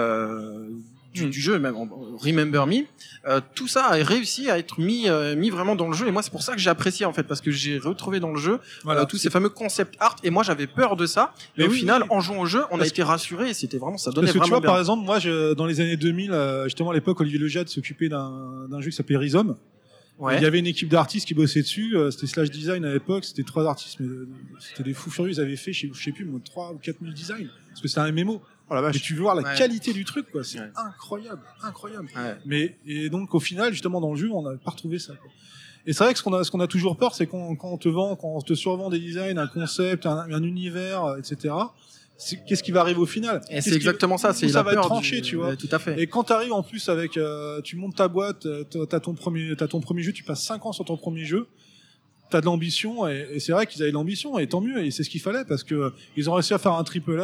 du jeu, même Remember Me, tout ça a réussi à être mis vraiment dans le jeu, et moi c'est pour ça que j'ai apprécié en fait, parce que j'ai retrouvé dans le jeu tous ces fameux concept art, et moi j'avais peur de ça, mais au final en jouant au jeu on a été rassuré, et c'était vraiment, ça donnait parce que vraiment tu vois bien. Par exemple moi dans les années 2000 justement à l'époque Olivier Lejade s'occupait d'un jeu qui s'appelait Rhizome. Ouais. Il y avait une équipe d'artistes qui bossaient dessus, c'était Slash Design à l'époque, c'était 3 artistes, mais c'était des fous furieux, ils avaient fait je sais plus 3 ou 4 000 designs, parce que c'était un MMO. Oh la vache. Et tu veux voir la qualité du truc, quoi. C'est incroyable. Ouais. Mais, et donc, au final, justement, dans le jeu, on n'a pas retrouvé ça, quoi. Et c'est vrai que ce qu'on a toujours peur, c'est quand on te survend des designs, un concept, un univers, etc. Qu'est-ce qui va arriver au final? Et c'est exactement ça, c'est ça va être tranché, tu vois. Tout à fait. Et quand t'arrives en plus avec, tu montes ta boîte, t'as ton premier jeu, tu passes 5 ans sur ton premier jeu. t'as de l'ambition et c'est vrai qu'ils avaient de l'ambition et tant mieux et c'est ce qu'il fallait parce que ils ont réussi à faire un triple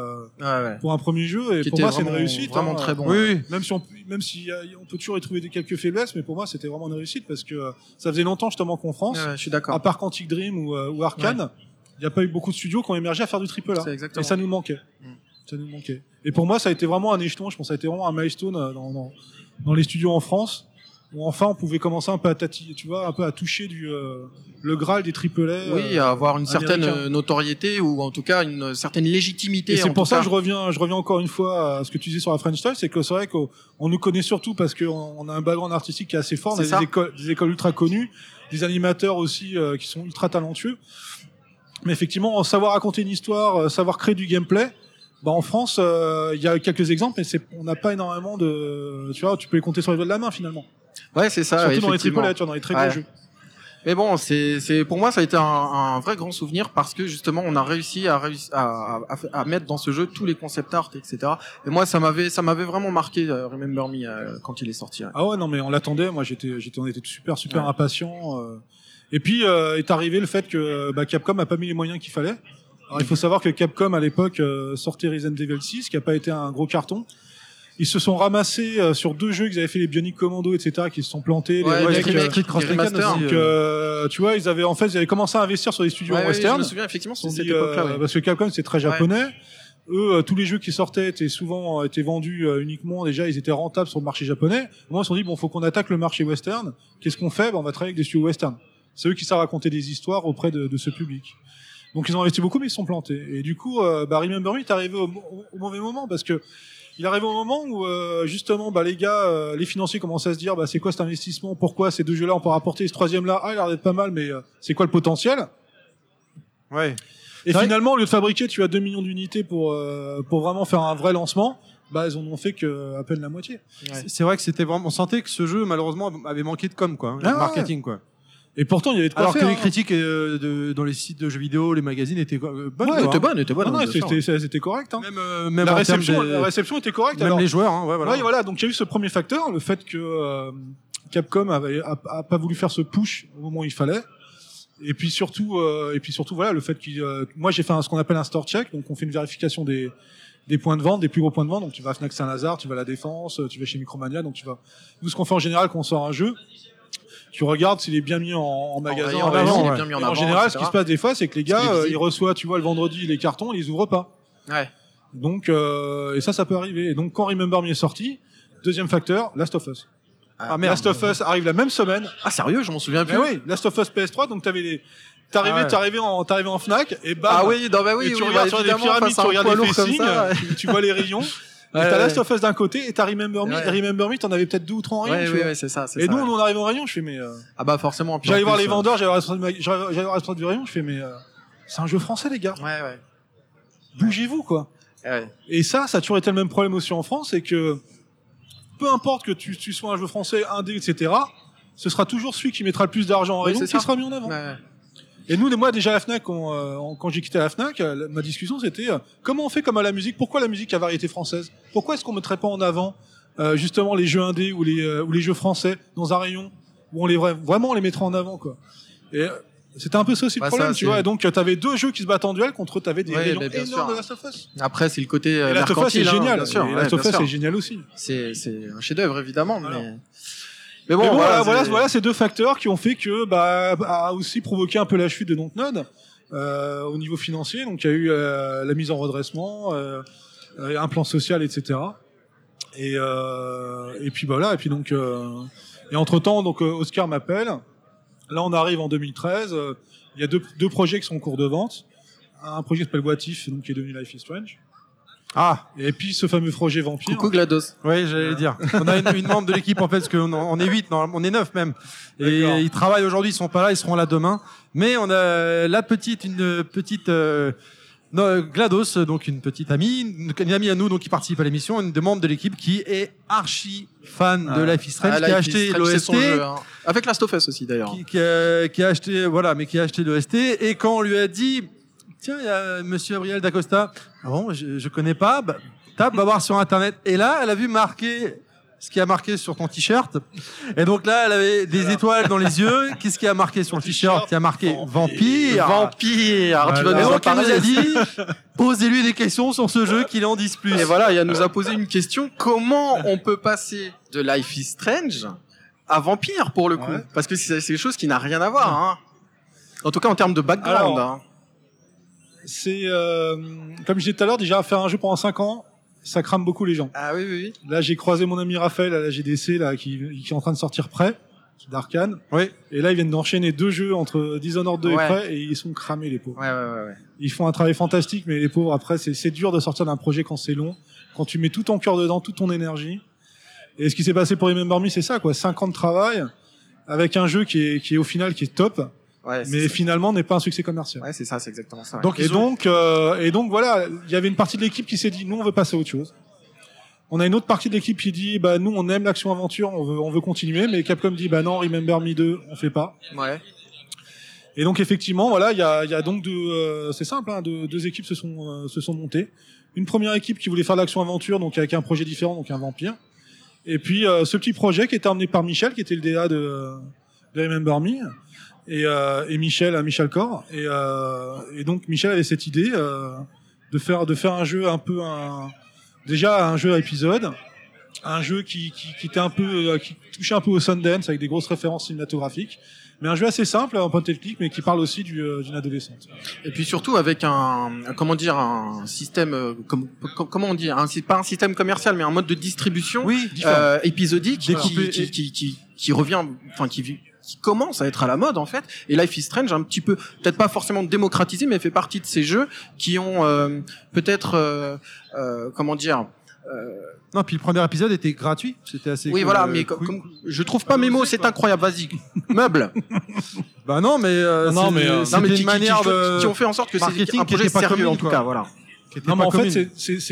A pour un premier jeu et Qui pour moi était c'est une réussite. vraiment très bon. Oui, même si on peut toujours y trouver quelques faiblesses, mais pour moi c'était vraiment une réussite parce que ça faisait longtemps justement qu'en France, je suis d'accord. à part Quantic Dream ou Arkane, il n'y a pas eu beaucoup de studios qui ont émergé à faire du triple A. Et ça nous manquait. Ça nous manquait. Et pour moi ça a été vraiment un échelon, je pense que ça a été vraiment un milestone dans les studios en France. Où enfin on pouvait commencer un peu à tatiller, tu vois, un peu à toucher le Graal des AAA. Oui, à avoir une certaine notoriété ou en tout cas une certaine légitimité. Et c'est pour ça que je reviens encore une fois à ce que tu disais sur la French Touch, c'est que c'est vrai qu'on nous connaît surtout parce qu'on a un background artistique qui est assez fort, on a des écoles ultra connues, des animateurs aussi qui sont ultra talentueux. Mais effectivement, savoir raconter une histoire, savoir créer du gameplay. En France, il y a quelques exemples, mais on n'a pas énormément de, tu vois, tu peux les compter sur les doigts de la main finalement. Ouais, c'est ça. Surtout dans les AAA, tu vois, dans les très gros jeux. Mais bon, c'est pour moi ça a été un vrai grand souvenir parce que justement on a réussi à mettre dans ce jeu tous les concept art, etc. Et moi ça m'avait vraiment marqué Remember Me quand il est sorti. Ah ouais, non mais on l'attendait. Moi on était super impatients. Et puis est arrivé le fait que Capcom a pas mis les moyens qu'il fallait. Alors il faut savoir que Capcom à l'époque sortait Resident Evil 6, qui a pas été un gros carton. Ils se sont ramassés sur 2 jeux qu'ils avaient fait, les Bionic Commando, etc., qui se sont plantés. Les Cross Tekken aussi. Tu vois, ils avaient commencé à investir sur des studios western. Je me souviens effectivement sur cette époque-là. Parce que Capcom c'est très japonais. Eux, tous les jeux qui sortaient étaient vendus uniquement. Déjà, ils étaient rentables sur le marché japonais. Moi, ils se sont dit faut qu'on attaque le marché western. Qu'est-ce qu'on fait on va travailler avec des studios western. C'est eux qui savent raconter des histoires auprès de ce public. Donc ils ont investi beaucoup, mais ils se sont plantés. Et du coup, Remember Me est arrivé au mauvais moment parce que il arrive au moment où justement les gars, les financiers commencent à se dire c'est quoi cet investissement, pourquoi ces 2 jeux-là on peut rapporter, ce 3e-là il a l'air d'être pas mal, mais c'est quoi le potentiel? Ouais. Et finalement, au lieu de fabriquer, tu as 2 millions d'unités pour vraiment faire un vrai lancement. Ils en ont fait que à peine la moitié. Ouais. C'est vrai que c'était vraiment, on sentait que ce jeu malheureusement avait manqué de com de marketing quoi. Et pourtant, il y avait de quoi alors faire. Alors que les critiques dans les sites de jeux vidéo, les magazines étaient bonnes. Étaient bonnes. Non, c'était correct. Même la réception était correcte. Même les joueurs. Voilà. Donc il y a eu ce premier facteur, le fait que Capcom a pas voulu faire ce push au moment où il fallait. Et puis surtout, voilà, le fait moi j'ai fait ce qu'on appelle un store check. Donc on fait une vérification des points de vente, des plus gros points de vente. Donc tu vas à Fnac Saint-Lazare, tu vas à La Défense, tu vas chez Micromania. Donc nous ce qu'on fait en général quand on sort un jeu. Tu regardes s'il est bien mis en magasin en avant. En général, ce qui se passe des fois, c'est que les gars, ils reçoivent, tu vois, le vendredi les cartons, ils les ouvrent pas. Ouais. Donc, et ça peut arriver. Et donc, quand Remember Me est sorti, deuxième facteur, Last of Us. Last of Us arrive la même semaine. Ah sérieux, je m'en souviens plus. Oui, Last of Us PS3. Donc t'arrivais en Fnac et bam. Ah oui, et tu regardes sur des pyramides, tu regardes les facings, tu vois les rayons. T'as Last of Us d'un côté et t'as Remember Me. Et Remember Me, t'en avais peut-être 2 ou 3 en rayon. Oui, c'est ça. Et nous, on arrive en rayon, je fais mais. Forcément. J'allais voir les vendeurs, j'allais voir le responsable du rayon, je fais mais c'est un jeu français les gars. Ouais. Bougez-vous quoi. Ouais. Et ça a toujours été le même problème aussi en France, c'est que peu importe que tu sois un jeu français, indé, etc. Ce sera toujours celui qui mettra le plus d'argent en rayon qui sera mis en avant. Ouais. Et nous, moi déjà à la Fnac, quand j'ai quitté la Fnac, ma discussion c'était comment on fait comme à la musique, pourquoi la musique à variété française, pourquoi est-ce qu'on mettrait pas en avant justement les jeux indés ou les jeux français dans un rayon où on les mettrait en avant quoi. Et c'était un peu ça aussi le problème, tu vois. Et donc t'avais 2 jeux qui se battent en duel contre t'avais des rayons énormes de Last of Us. Après c'est le côté Last of Us c'est génial, bien sûr. Last of Us c'est génial aussi. C'est un chef-d'œuvre évidemment, mais bon, voilà ces 2 facteurs qui ont fait que a aussi provoqué un peu la chute de Dontnod au niveau financier. Donc il y a eu la mise en redressement, un plan social, etc. Et puis voilà. Et puis donc et entre temps donc Oscar m'appelle. Là on arrive en 2013. Il y a deux projets qui sont en cours de vente. Un projet qui s'appelle What If, donc qui est devenu Life is Strange. Et puis ce fameux projet Vampire. Coucou GLaDOS. Oui, j'allais dire. On a une membre de l'équipe en fait, parce qu'on est 8, on est 9 même. Et ils travaillent aujourd'hui, ils sont pas là, ils seront là demain. Mais on a une petite GLaDOS, donc une petite amie, une amie à nous donc qui participe à l'émission, une membre de l'équipe qui est archi fan de Life is Strange, qui a acheté l'OST, avec Last of Us aussi d'ailleurs. Qui a acheté l'OST, et quand on lui a dit tiens, il y a monsieur Gabriel D'Acosta. Ah bon, je connais pas. Tape, va voir sur internet. Et là, elle a vu marqué ce qui a marqué sur ton t-shirt. Et donc là, elle avait des étoiles dans les yeux. Qu'est-ce qui a marqué sur le t-shirt? Il y a marqué Vampire. Vampire. Voilà. Tu vas nous en Elle nous parler. a dit, posez-lui des questions sur ce jeu qu'il en dise plus. Et voilà, elle nous a posé une question. Comment on peut passer de Life is Strange à Vampire pour le coup? Parce que c'est quelque chose qui n'a rien à voir. Hein. En tout cas, en termes de background. Alors, c'est, comme je disais tout à l'heure, déjà faire un jeu pendant 5 ans, ça crame beaucoup les gens. Ah oui, oui, oui. Là, j'ai croisé mon ami Raphaël à la GDC, là, qui est en train de sortir Prey, d'Arkane. Oui. Et là, ils viennent d'enchaîner 2 jeux entre Dishonored 2 et Prey, et ils sont cramés, les pauvres. Ouais. Ils font un travail fantastique, mais les pauvres, après, c'est dur de sortir d'un projet quand c'est long, quand tu mets tout ton cœur dedans, toute ton énergie. Et ce qui s'est passé pour Remember Me, c'est ça, quoi. 5 ans de travail, avec un jeu qui est au final, qui est top. Ouais, mais finalement n'est pas un succès commercial. Ouais, c'est ça, c'est exactement ça. Donc, et donc voilà, il y avait une partie de l'équipe qui s'est dit, nous on veut passer à autre chose. On a une autre partie de l'équipe qui dit, bah nous on aime l'action aventure, on veut continuer, mais Capcom dit, bah non, Remember Me 2, on fait pas. Ouais. Et donc effectivement, voilà, il y a donc c'est simple, hein, deux équipes se sont montées. Une première équipe qui voulait faire de l'action aventure, donc avec un projet différent, donc un vampire. Et puis ce petit projet qui était emmené par Michel, qui était le DA de Remember Me. Et Michel Cor et donc Michel avait cette idée de faire un jeu déjà un jeu à épisode, un jeu qui était un peu qui touchait un peu au Sundance avec des grosses références cinématographiques, mais un jeu assez simple en point and click, mais qui parle aussi d'une adolescente. Et puis surtout avec un système comment on dit, pas un système commercial, mais un mode de distribution épisodique qui revient, enfin qui commence à être à la mode en fait. Et Life is Strange un petit peu, peut-être pas forcément démocratisé, mais fait partie de ces jeux qui ont peut-être comment dire. Non, puis le premier épisode était gratuit, c'était assez. Oui, voilà, mais comme je trouve pas mes mots, c'est incroyable. Vas-y, meuble. Bah non, mais c'était une manière qui ont fait en sorte que c'est un projet sérieux en tout cas, voilà. Non, mais en fait,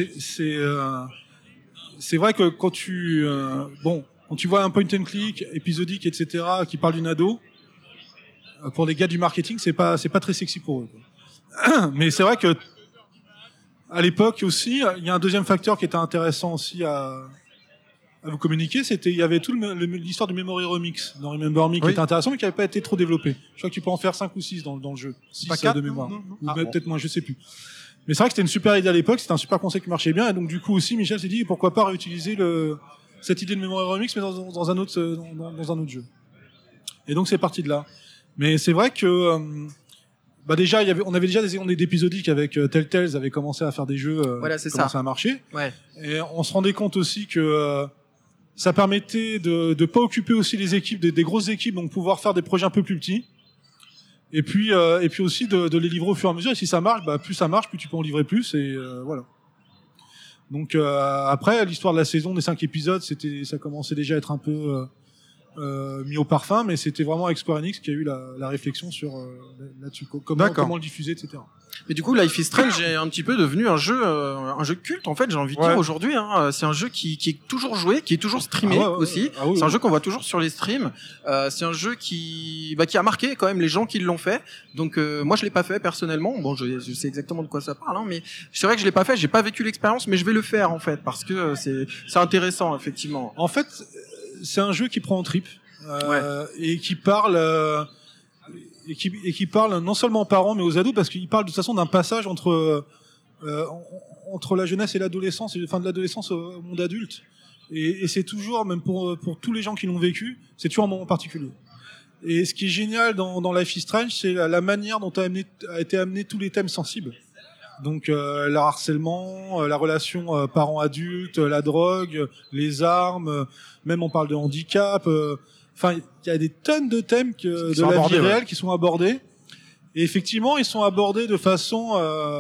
c'est vrai que quand tu vois un point and click épisodique, etc., qui parle d'une ado, pour les gars du marketing, c'est pas très sexy pour eux, quoi. Mais c'est vrai que à l'époque aussi, il y a un deuxième facteur qui était intéressant aussi à vous communiquer, il y avait tout l'histoire du Memory Remix dans Remember Me qui était intéressant mais qui n'avait pas été trop développé. Je crois que tu peux en faire 5 ou 6 dans le jeu. 6 de mémoire. Ou peut-être moins, je sais plus. Mais c'est vrai que c'était une super idée à l'époque, c'était un super concept qui marchait bien, et donc du coup aussi Michel s'est dit pourquoi pas réutiliser cette idée de Memory Remix mais dans un autre jeu. Et donc c'est parti de là. Mais c'est vrai que déjà on avait déjà des épisodiques avec Telltale avait commencé à faire des jeux commençaient à marcher. Ouais. Et on se rendait compte aussi que ça permettait de pas occuper aussi les équipes des grosses équipes, donc pouvoir faire des projets un peu plus petits. Et puis aussi de les livrer au fur et à mesure, et si ça marche, plus ça marche, plus tu peux en livrer plus, et voilà. Donc après l'histoire de la saison des 5 épisodes, ça commençait déjà à être un peu mis au parfum, mais c'était vraiment avec Square Enix qui a eu la réflexion sur là-dessus, comment le diffuser, etc. Mais du coup, Life is Strange est un petit peu devenu un jeu culte en fait, j'ai envie de dire aujourd'hui. Hein. C'est un jeu qui est toujours joué, qui est toujours streamé aussi. C'est un jeu qu'on voit toujours sur les streams. C'est un jeu qui a marqué quand même les gens qui l'ont fait. Donc moi, je l'ai pas fait personnellement. Bon, je sais exactement de quoi ça parle, hein, mais c'est vrai que je l'ai pas fait. J'ai pas vécu l'expérience, mais je vais le faire en fait parce que c'est intéressant effectivement. En fait, c'est un jeu qui prend en trip et qui parle. Et qui parle non seulement aux parents mais aux ados, parce qu'il parle de toute façon d'un passage entre la jeunesse et l'adolescence, et enfin de l'adolescence au monde adulte, et c'est toujours, même pour tous les gens qui l'ont vécu, c'est toujours un moment particulier. Et ce qui est génial dans Life is Strange, c'est la manière dont a été amené tous les thèmes sensibles. Donc le harcèlement, la relation parents-adultes, la drogue, les armes, même on parle de handicap. Enfin, il y a des tonnes de thèmes de la vie réelle qui sont abordés. Et effectivement, ils sont abordés de façon,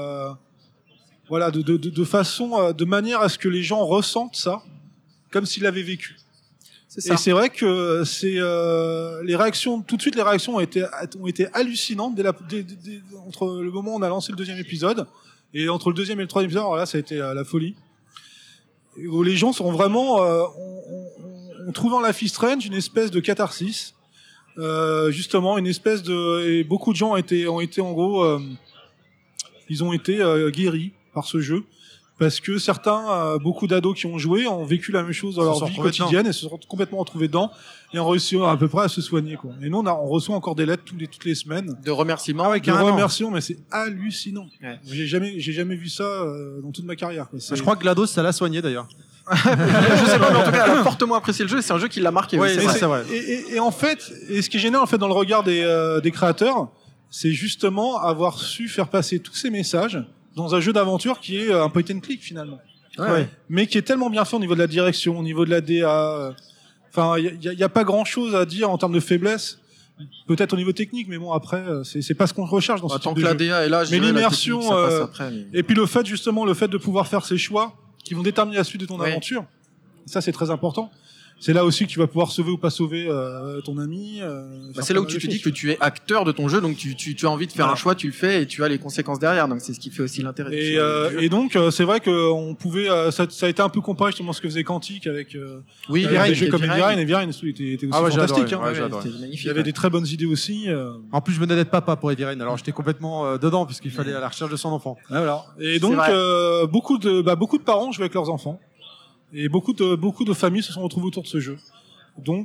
de manière à ce que les gens ressentent ça, comme s'ils l'avaient vécu. C'est ça. Et c'est vrai que les réactions ont été hallucinantes entre le moment où on a lancé le 2e épisode et entre le 2e et le 3e épisode. Alors là, ça a été la folie. Et où les gens sont vraiment, on trouve en Life is Strange une espèce de catharsis, justement une espèce et beaucoup de gens ont été en gros, ils ont été guéris par ce jeu parce que certains, beaucoup d'ados qui ont joué ont vécu la même chose dans leur vie quotidienne et se sont complètement retrouvés dedans et ont réussi à peu près à se soigner, quoi. Et nous, on reçoit encore des lettres toutes les semaines. De remerciements. Ah ouais, de remerciements, mais c'est hallucinant. Ouais. J'ai jamais vu ça dans toute ma carrière, quoi. Je crois que GLaDOS, ça l'a soigné d'ailleurs. Je sais pas, mais en tout cas, elle a fortement apprécié le jeu. C'est un jeu qui l'a marqué. Oui, c'est vrai. Et en fait, ce qui est génial en fait dans le regard des créateurs, c'est justement avoir su faire passer tous ces messages dans un jeu d'aventure qui est un point and click finalement. Ouais. Mais qui est tellement bien fait au niveau de la direction, au niveau de la DA. Enfin, il y a pas grand chose à dire en termes de faiblesse. Peut-être au niveau technique, mais bon, après, c'est pas ce qu'on recherche dans ce type tant de que la jeu. DA est là, mais l'immersion, ça passe après, mais... et puis le fait de pouvoir faire ces choix qui vont déterminer la suite de ton aventure, ça c'est très important. C'est là aussi que tu vas pouvoir sauver ou pas sauver ton ami. C'est là où tu te dis que tu es acteur de ton jeu, donc tu as envie de faire un choix, tu le fais et tu as les conséquences derrière. Donc c'est ce qui fait aussi l'intérêt. Et donc c'est vrai que on pouvait, ça a été un peu comparé justement ce que faisait Quantic avec des jeux comme Heavy Rain. Heavy Rain était aussi fantastique. Il y avait des très bonnes idées aussi. En plus, je venais d'être papa pour Heavy Rain, alors j'étais complètement dedans puisqu'il fallait à la recherche de son enfant. Voilà. Et donc beaucoup de parents jouaient avec leurs enfants. Et beaucoup de familles se sont retrouvées autour de ce jeu. Donc,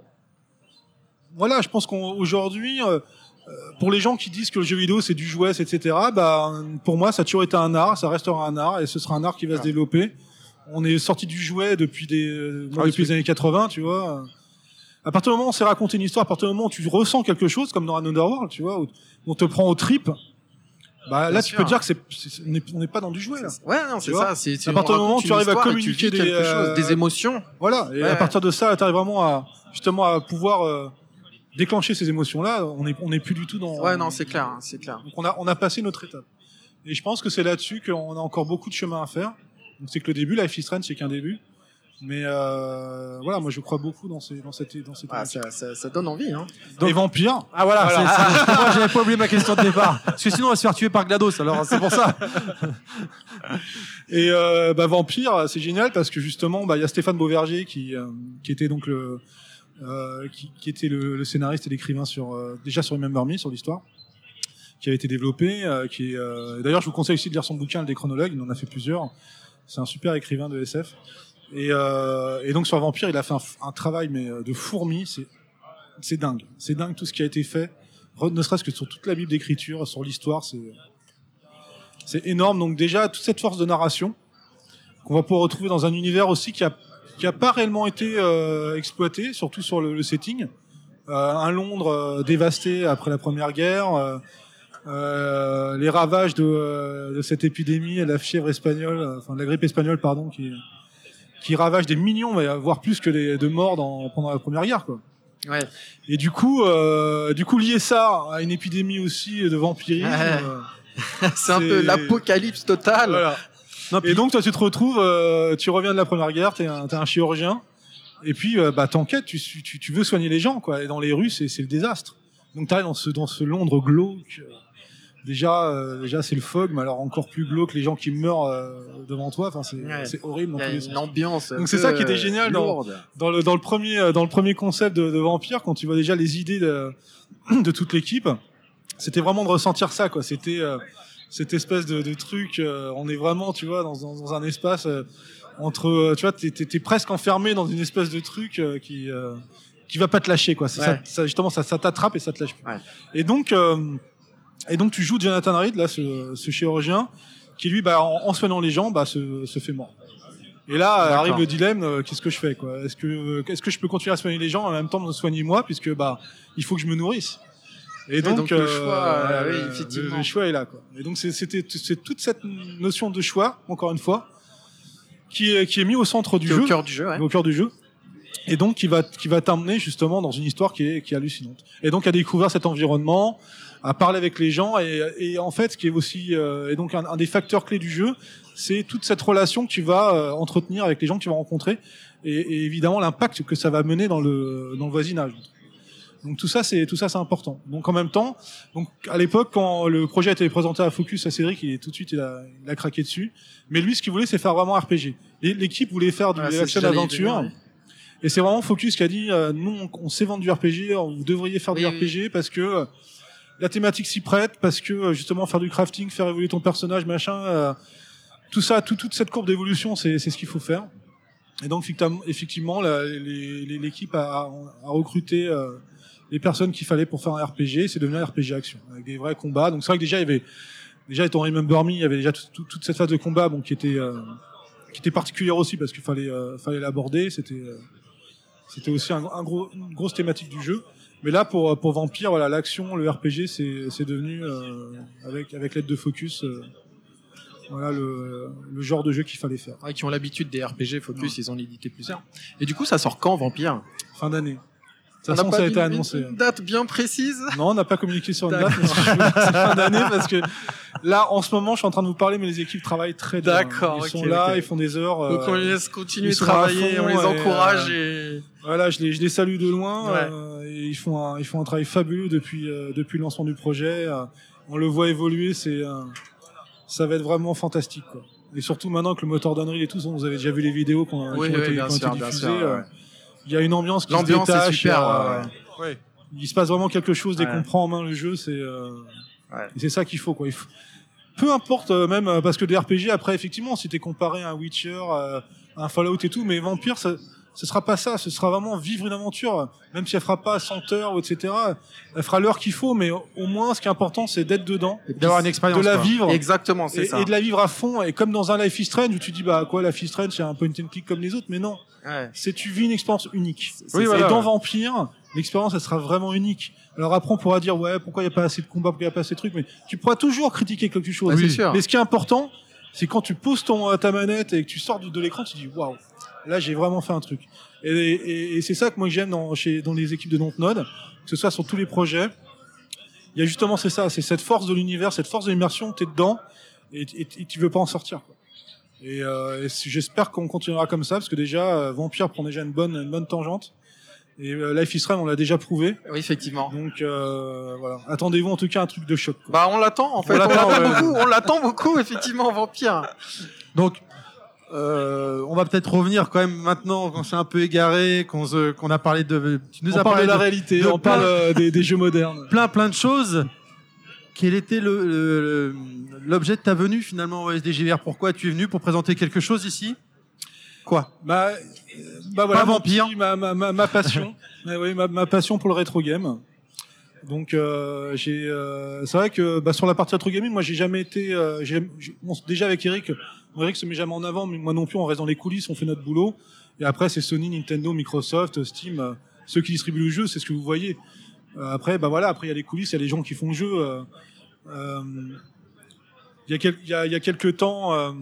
voilà, je pense qu'aujourd'hui, pour les gens qui disent que le jeu vidéo c'est du jouet, etc., pour moi, ça a toujours été un art, ça restera un art, et ce sera un art qui va se développer. On est sorti du jouet depuis les années 80, tu vois. À partir du moment où on s'est raconté une histoire, à partir du moment où tu ressens quelque chose, comme dans Another World, tu vois, où on te prend aux tripes, là, tu peux dire que on n'est pas dans du jouet, là. Ouais, non, c'est ça. À partir du moment où tu arrives à communiquer des émotions. Voilà. Et à partir de ça, tu arrives vraiment à pouvoir déclencher ces émotions-là. On n'est plus du tout dans. Ouais, non, c'est clair, c'est clair. Donc on a passé notre étape. Et je pense que c'est là-dessus qu'on a encore beaucoup de chemin à faire. Donc c'est que le début, Life is Strange, c'est qu'un début. Mais voilà, moi je crois beaucoup dans cette ça donne envie, hein. Donc, les vampires. Ah voilà. Moi j'avais pas oublié ma question de départ. Parce que sinon on va se faire tuer par GLaDOS. Alors c'est pour ça. Et vampire, c'est génial parce que justement, il y a Stéphane Beauverger qui était donc qui était le scénariste et l'écrivain déjà sur Remember Me, sur l'histoire, qui avait été développé. D'ailleurs, je vous conseille aussi de lire son bouquin, Le Déchronologue. Il en a fait plusieurs. C'est un super écrivain de SF. Et donc sur Vampire, il a fait un travail de fourmi, c'est dingue. C'est dingue tout ce qui a été fait, ne serait-ce que sur toute la Bible d'écriture, sur l'histoire, c'est énorme. Donc déjà toute cette force de narration qu'on va pouvoir retrouver dans un univers aussi qui a pas réellement été exploité, surtout sur le setting. Un Londres dévasté après la Première Guerre, les ravages de cette épidémie, la fièvre espagnole, de la grippe espagnole, pardon, qui ravage des millions, voire plus que de morts pendant la Première Guerre, quoi. Ouais. Et du coup lier ça à une épidémie aussi de vampirisme, c'est un peu l'apocalypse totale. Voilà. Et donc toi tu te retrouves, tu reviens de la Première Guerre, t'es un chirurgien, et puis t'enquêtes, tu veux soigner les gens, quoi. Et dans les rues c'est le désastre. Donc t'arrives dans ce Londres glauque. Déjà c'est le fog, mais alors encore plus glauque, les gens qui meurent devant toi. Enfin c'est horrible. Il y a une ambiance. Donc c'est ça qui était génial dans le premier concept de Vampire, quand tu vois déjà les idées de toute l'équipe. C'était vraiment de ressentir ça, quoi. C'était cette espèce de truc. On est vraiment, tu vois, dans un espace entre. Tu vois, t'es presque enfermé dans une espèce de truc qui va pas te lâcher, quoi. Ça, justement, ça t'attrape et ça te lâche plus. Ouais. Et donc tu joues Jonathan Reed, là, ce chirurgien, qui lui, en soignant les gens, se fait mort. Et là arrive le dilemme, qu'est-ce que je fais, quoi? Est-ce que je peux continuer à soigner les gens en même temps me soigner moi, puisque il faut que je me nourrisse. Et donc le choix, effectivement. Le choix est là, quoi. Et donc c'est toute cette notion de choix, encore une fois, qui est mis au centre du jeu, au cœur du jeu, ouais. Au cœur du jeu. Et donc qui va t'emmener justement dans une histoire qui est hallucinante. Et donc à découvrir cet environnement, à parler avec les gens, et en fait ce qui est aussi et donc un des facteurs clés du jeu, c'est toute cette relation que tu vas entretenir avec les gens que tu vas rencontrer, et évidemment l'impact que ça va mener dans le voisinage. Donc tout ça c'est important. Donc en même temps, donc à l'époque quand le projet a été présenté à Focus, à Cédric, tout de suite il a craqué dessus. Mais lui ce qu'il voulait c'est faire vraiment RPG. L'équipe voulait faire du action aventure. Et c'est vraiment Focus qui a dit nous on sait vendre du RPG, vous devriez faire du RPG parce que la thématique s'y prête, parce que justement faire du crafting, faire évoluer ton personnage, machin. tout ça, toute cette courbe d'évolution, c'est ce qu'il faut faire. Et donc effectivement, l'équipe a recruté les personnes qu'il fallait pour faire un RPG. C'est devenu un RPG action avec des vrais combats. Donc c'est vrai que déjà il y avait étant Remember Me, il y avait déjà toute cette phase de combat, bon, qui était particulière aussi parce qu'il fallait l'aborder. C'était aussi une grosse thématique du jeu. Mais là, pour Vampire, voilà, l'action, le RPG, c'est devenu avec l'aide de Focus, voilà le genre de jeu qu'il fallait faire. Ouais, qui ont l'habitude des RPG Focus, ils en ont édité plusieurs. Et du coup, ça sort quand, Vampire ? Fin d'année. De toute façon, ça a été annoncé. Une date bien précise ? Non, on n'a pas communiqué sur une date, mais c'est fin d'année parce que là, en ce moment, je suis en train de vous parler, mais les équipes travaillent très bien. D'accord. Ils sont là, ils font des heures. Donc on les laisse continuer de travailler, on les encourage et. Voilà, je les salue de loin. Et ils font un travail fabuleux depuis le lancement du projet. On le voit évoluer, ça va être vraiment fantastique, quoi. Et surtout maintenant que le moteur d'Unreal et tout, vous avez déjà vu les vidéos qui ont été diffusées. Il y a une ambiance qui se détache. Est super. Il se passe vraiment quelque chose dès qu'on prend en main le jeu. Et c'est ça qu'il faut, quoi. Peu importe, même parce que des RPG, après, effectivement, si t'es comparé à un Witcher, à un Fallout et tout, mais Vampire, ce sera pas ça. Ce sera vraiment vivre une aventure, même si elle fera pas 100 heures, etc. Elle fera l'heure qu'il faut, mais au moins, ce qui est important, c'est d'être dedans, d'avoir une expérience, de la vivre. Exactement, c'est ça. Et de la vivre à fond. Et comme dans un Life is Strange où tu dis, Life is Strange, c'est un point and click comme les autres, mais non. Ouais. Tu vis une expérience unique. Oui, et dans Vampire, l'expérience, elle sera vraiment unique. Alors après, on pourra dire, pourquoi il n'y a pas assez de combats, pourquoi il n'y a pas assez de trucs, mais tu pourras toujours critiquer quelque chose. C'est sûr. Mais ce qui est important, c'est quand tu poses ta manette et que tu sors de l'écran, tu dis, waouh, là, j'ai vraiment fait un truc. Et c'est ça que moi j'aime dans les équipes de Dontnod, que ce soit sur tous les projets. Il y a justement, c'est cette force de l'univers, cette force de l'immersion, t'es dedans, et tu veux pas en sortir, quoi. Et j'espère qu'on continuera comme ça, parce que déjà, Vampire prend déjà une bonne tangente. Et Life is Strange, on l'a déjà prouvé. Oui, effectivement. Donc voilà, attendez-vous en tout cas un truc de choc, quoi. On l'attend en fait. On l'attend beaucoup, effectivement, Vampire. Donc on va peut-être revenir quand même maintenant qu'on s'est un peu égaré, qu'on a parlé de. Tu nous on as parle parlé de la réalité, on parle des jeux modernes. Plein de choses. Quel était l'objet de ta venue finalement au SDGVR ? Pourquoi tu es venu ? Pour présenter quelque chose ici ? Quoi ? Voilà, pas Vampire. Ma passion. ma passion pour le rétro game. Donc c'est vrai que sur la partie rétro gaming, moi j'ai jamais été déjà avec Eric se met jamais en avant, mais moi non plus, on reste dans les coulisses, on fait notre boulot. Et après c'est Sony, Nintendo, Microsoft, Steam, ceux qui distribuent le jeu, c'est ce que vous voyez. Après il y a les coulisses, il y a les gens qui font le jeu. Il y a quelques temps,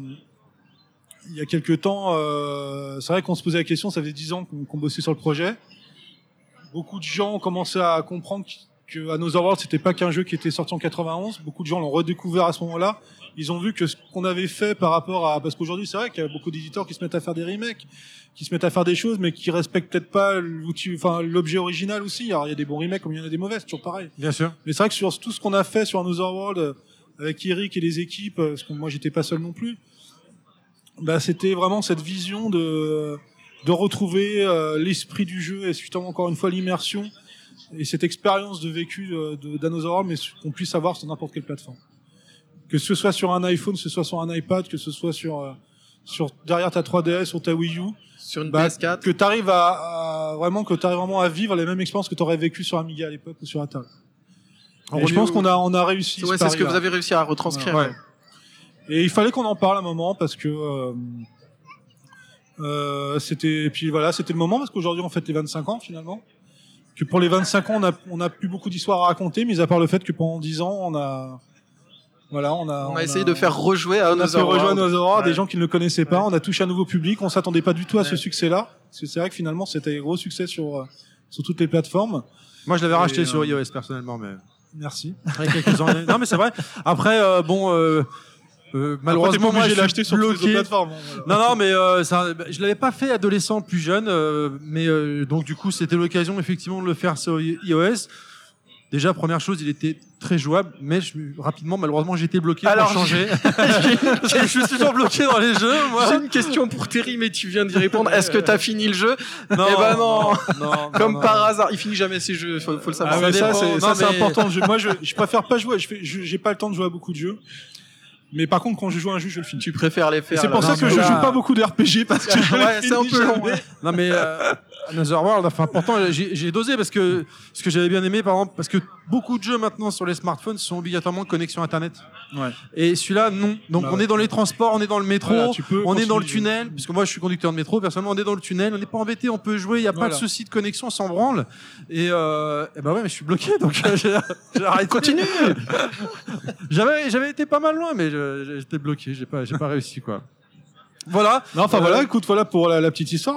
c'est vrai qu'on se posait la question, ça faisait 10 ans qu'on bossait sur le projet. Beaucoup de gens ont commencé à comprendre que Another World, c'était pas qu'un jeu qui était sorti en 91. Beaucoup de gens l'ont redécouvert à ce moment-là. Ils ont vu que ce qu'on avait fait par rapport à, parce qu'aujourd'hui, c'est vrai qu'il y a beaucoup d'éditeurs qui se mettent à faire des remakes, qui se mettent à faire des choses, mais qui respectent peut-être pas l'objet original aussi. Alors, il y a des bons remakes comme il y en a des mauvais, c'est toujours pareil. Bien sûr. Mais c'est vrai que sur tout ce qu'on a fait sur Another World, avec Eric et les équipes, parce que moi, j'étais pas seul non plus, c'était vraiment cette vision de retrouver l'esprit du jeu et justement encore une fois l'immersion et cette expérience de vécu d'Another World, mais qu'on puisse avoir sur n'importe quelle plateforme. Que ce soit sur un iPhone, que ce soit sur un iPad, que ce soit sur derrière ta 3DS, sur ta Wii U, sur une PS4, que t'arrives vraiment à vivre la même expérience que t'aurais vécu sur Amiga à l'époque ou sur Atari. Et je pense qu'on a réussi. Ouais, c'est ce que vous avez réussi à retranscrire. Ouais. Et il fallait qu'on en parle à un moment parce que c'était le moment, parce qu'aujourd'hui on fête les 25 ans finalement. Que pour les 25 ans on a plus beaucoup d'histoires à raconter, mis à part le fait que pendant 10 ans on a essayé de faire rejouer à Another World des gens qui ne le connaissaient pas. On a touché un nouveau public, on s'attendait pas du tout à ce succès-là, parce que c'est vrai que finalement c'était un gros succès sur toutes les plateformes. Moi je l'avais racheté sur iOS personnellement, mais merci. Après quelques années. Non mais c'est vrai. Après malheureusement, moi, j'ai acheté sur toutes les plateformes. Non, mais je l'avais pas fait adolescent, plus jeune, mais donc du coup, c'était l'occasion effectivement de le faire sur iOS. Déjà, première chose, il était très jouable, mais rapidement, malheureusement, j'ai été bloqué pour changer. Je suis toujours bloqué dans les jeux, moi. J'ai une question pour Terry, mais tu viens d'y répondre. Est-ce que t'as fini le jeu? Non. Eh ben non. Comme par hasard. Il finit jamais ses jeux, faut le savoir. Ça, c'est important. Moi, je préfère pas jouer. J'ai pas le temps de jouer à beaucoup de jeux. Mais par contre, quand je joue à un jeu, je le finis. Tu préfères les faire. C'est pour ça que je joue pas beaucoup de RPG parce que c'est un peu long. Non mais Another World, enfin pourtant j'ai dosé parce que ce que j'avais bien aimé par exemple, parce que beaucoup de jeux maintenant sur les smartphones sont obligatoirement connexion internet. Ouais. Et celui-là non. Donc on est dans les transports, on est dans le métro, Voilà, on est dans le tunnel, parce que moi je suis conducteur de métro, personnellement on est dans le tunnel, on n'est pas embêté, on peut jouer, il y a pas de souci de connexion, on s'en branle. Et bah ouais, mais je suis bloqué donc j'ai arrêté. Continue. J'avais été pas mal loin mais j'étais bloqué, j'ai pas réussi quoi. Voilà. Non, enfin voilà, écoute, voilà pour la petite histoire,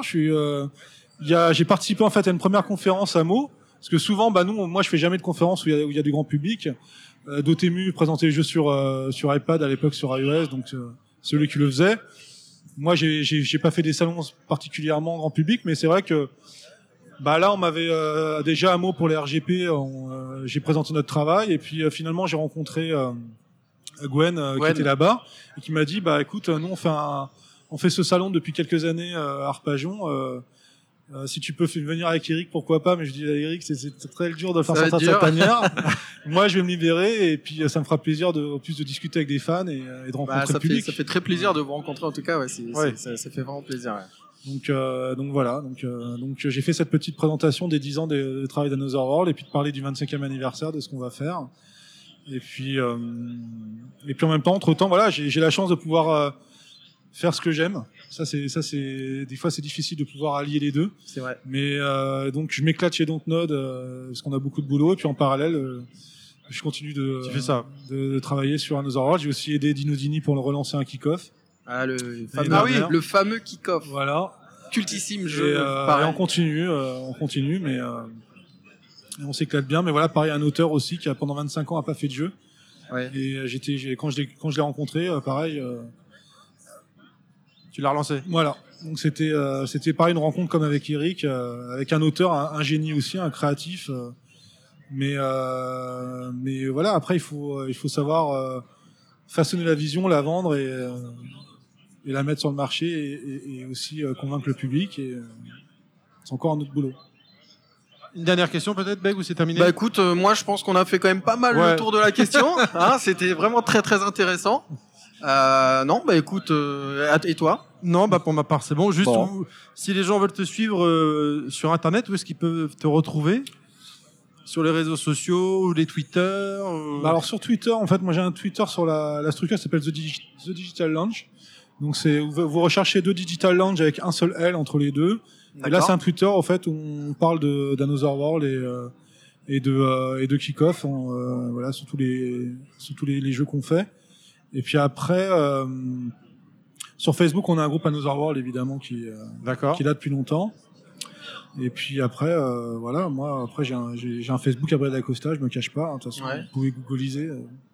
j'ai participé en fait à une première conférence à Meaux, parce que souvent, moi je fais jamais de conférence où il y a du grand public. Dotemu présentait les jeux sur iPad à l'époque sur iOS, donc c'est lui qui le faisait. Moi j'ai pas fait des salons particulièrement grand public, mais c'est vrai que là on m'avait déjà à Meaux pour les RGP, j'ai présenté notre travail et puis finalement j'ai rencontré Gwen qui était là-bas et qui m'a dit écoute, nous on fait ce salon depuis quelques années à Arpajon. Si tu peux venir avec Eric, pourquoi pas, mais je dis à Eric, c'est très dur de le faire sortir de sa tanière. Moi, je vais me libérer et puis ça me fera plaisir en plus de discuter avec des fans et de rencontrer le public. Ça fait très plaisir de vous rencontrer en tout cas, ça fait vraiment plaisir. Ouais. Donc voilà, donc j'ai fait cette petite présentation des 10 ans de travail d'Another World et puis de parler du 25e anniversaire de ce qu'on va faire. Et puis en même temps, entre-temps, voilà, j'ai la chance de pouvoir faire ce que j'aime. Ça c'est des fois c'est difficile de pouvoir allier les deux. C'est vrai. Mais donc je m'éclate chez Dontnod parce qu'on a beaucoup de boulot et puis en parallèle je continue de travailler sur Another World. J'ai aussi aidé Dino Dini pour le relancer un kick-off. Le fameux kick-off. Voilà. Cultissime jeu. Et on continue mais on s'éclate bien. Mais voilà, pareil, un auteur aussi qui a pendant 25 ans a pas fait de jeu. Ouais. Et quand je l'ai rencontré, pareil. Tu l'as relancé. Voilà. Donc c'était pareil, une rencontre comme avec Eric, avec un auteur, un génie aussi, un créatif. Mais voilà, après il faut savoir façonner la vision, la vendre et la mettre sur le marché et aussi convaincre le public. Et c'est encore un autre boulot. Une dernière question peut-être, Beg, ou c'est terminé? Écoute, moi je pense qu'on a fait quand même pas mal le tour de la question. C'était vraiment très très intéressant. Non, écoute, et toi? Non, pour ma part c'est bon. Juste si les gens veulent te suivre sur internet, où est-ce qu'ils peuvent te retrouver? Sur les réseaux sociaux ou les Twitter Alors sur Twitter, en fait, moi j'ai un Twitter sur la structure qui s'appelle The Digital Lounge. Donc vous recherchez The Digital Lounge avec un seul L entre les deux. D'accord. Et là c'est un Twitter en fait où on parle d'Another World et de Kickoff, voilà, sur tous les jeux qu'on fait. Et puis après sur Facebook, on a un groupe Another World évidemment qui est là depuis longtemps. Et puis après, voilà, moi après j'ai un Facebook Gabriel Dacosta, je me cache pas. De toute façon, vous pouvez googliser.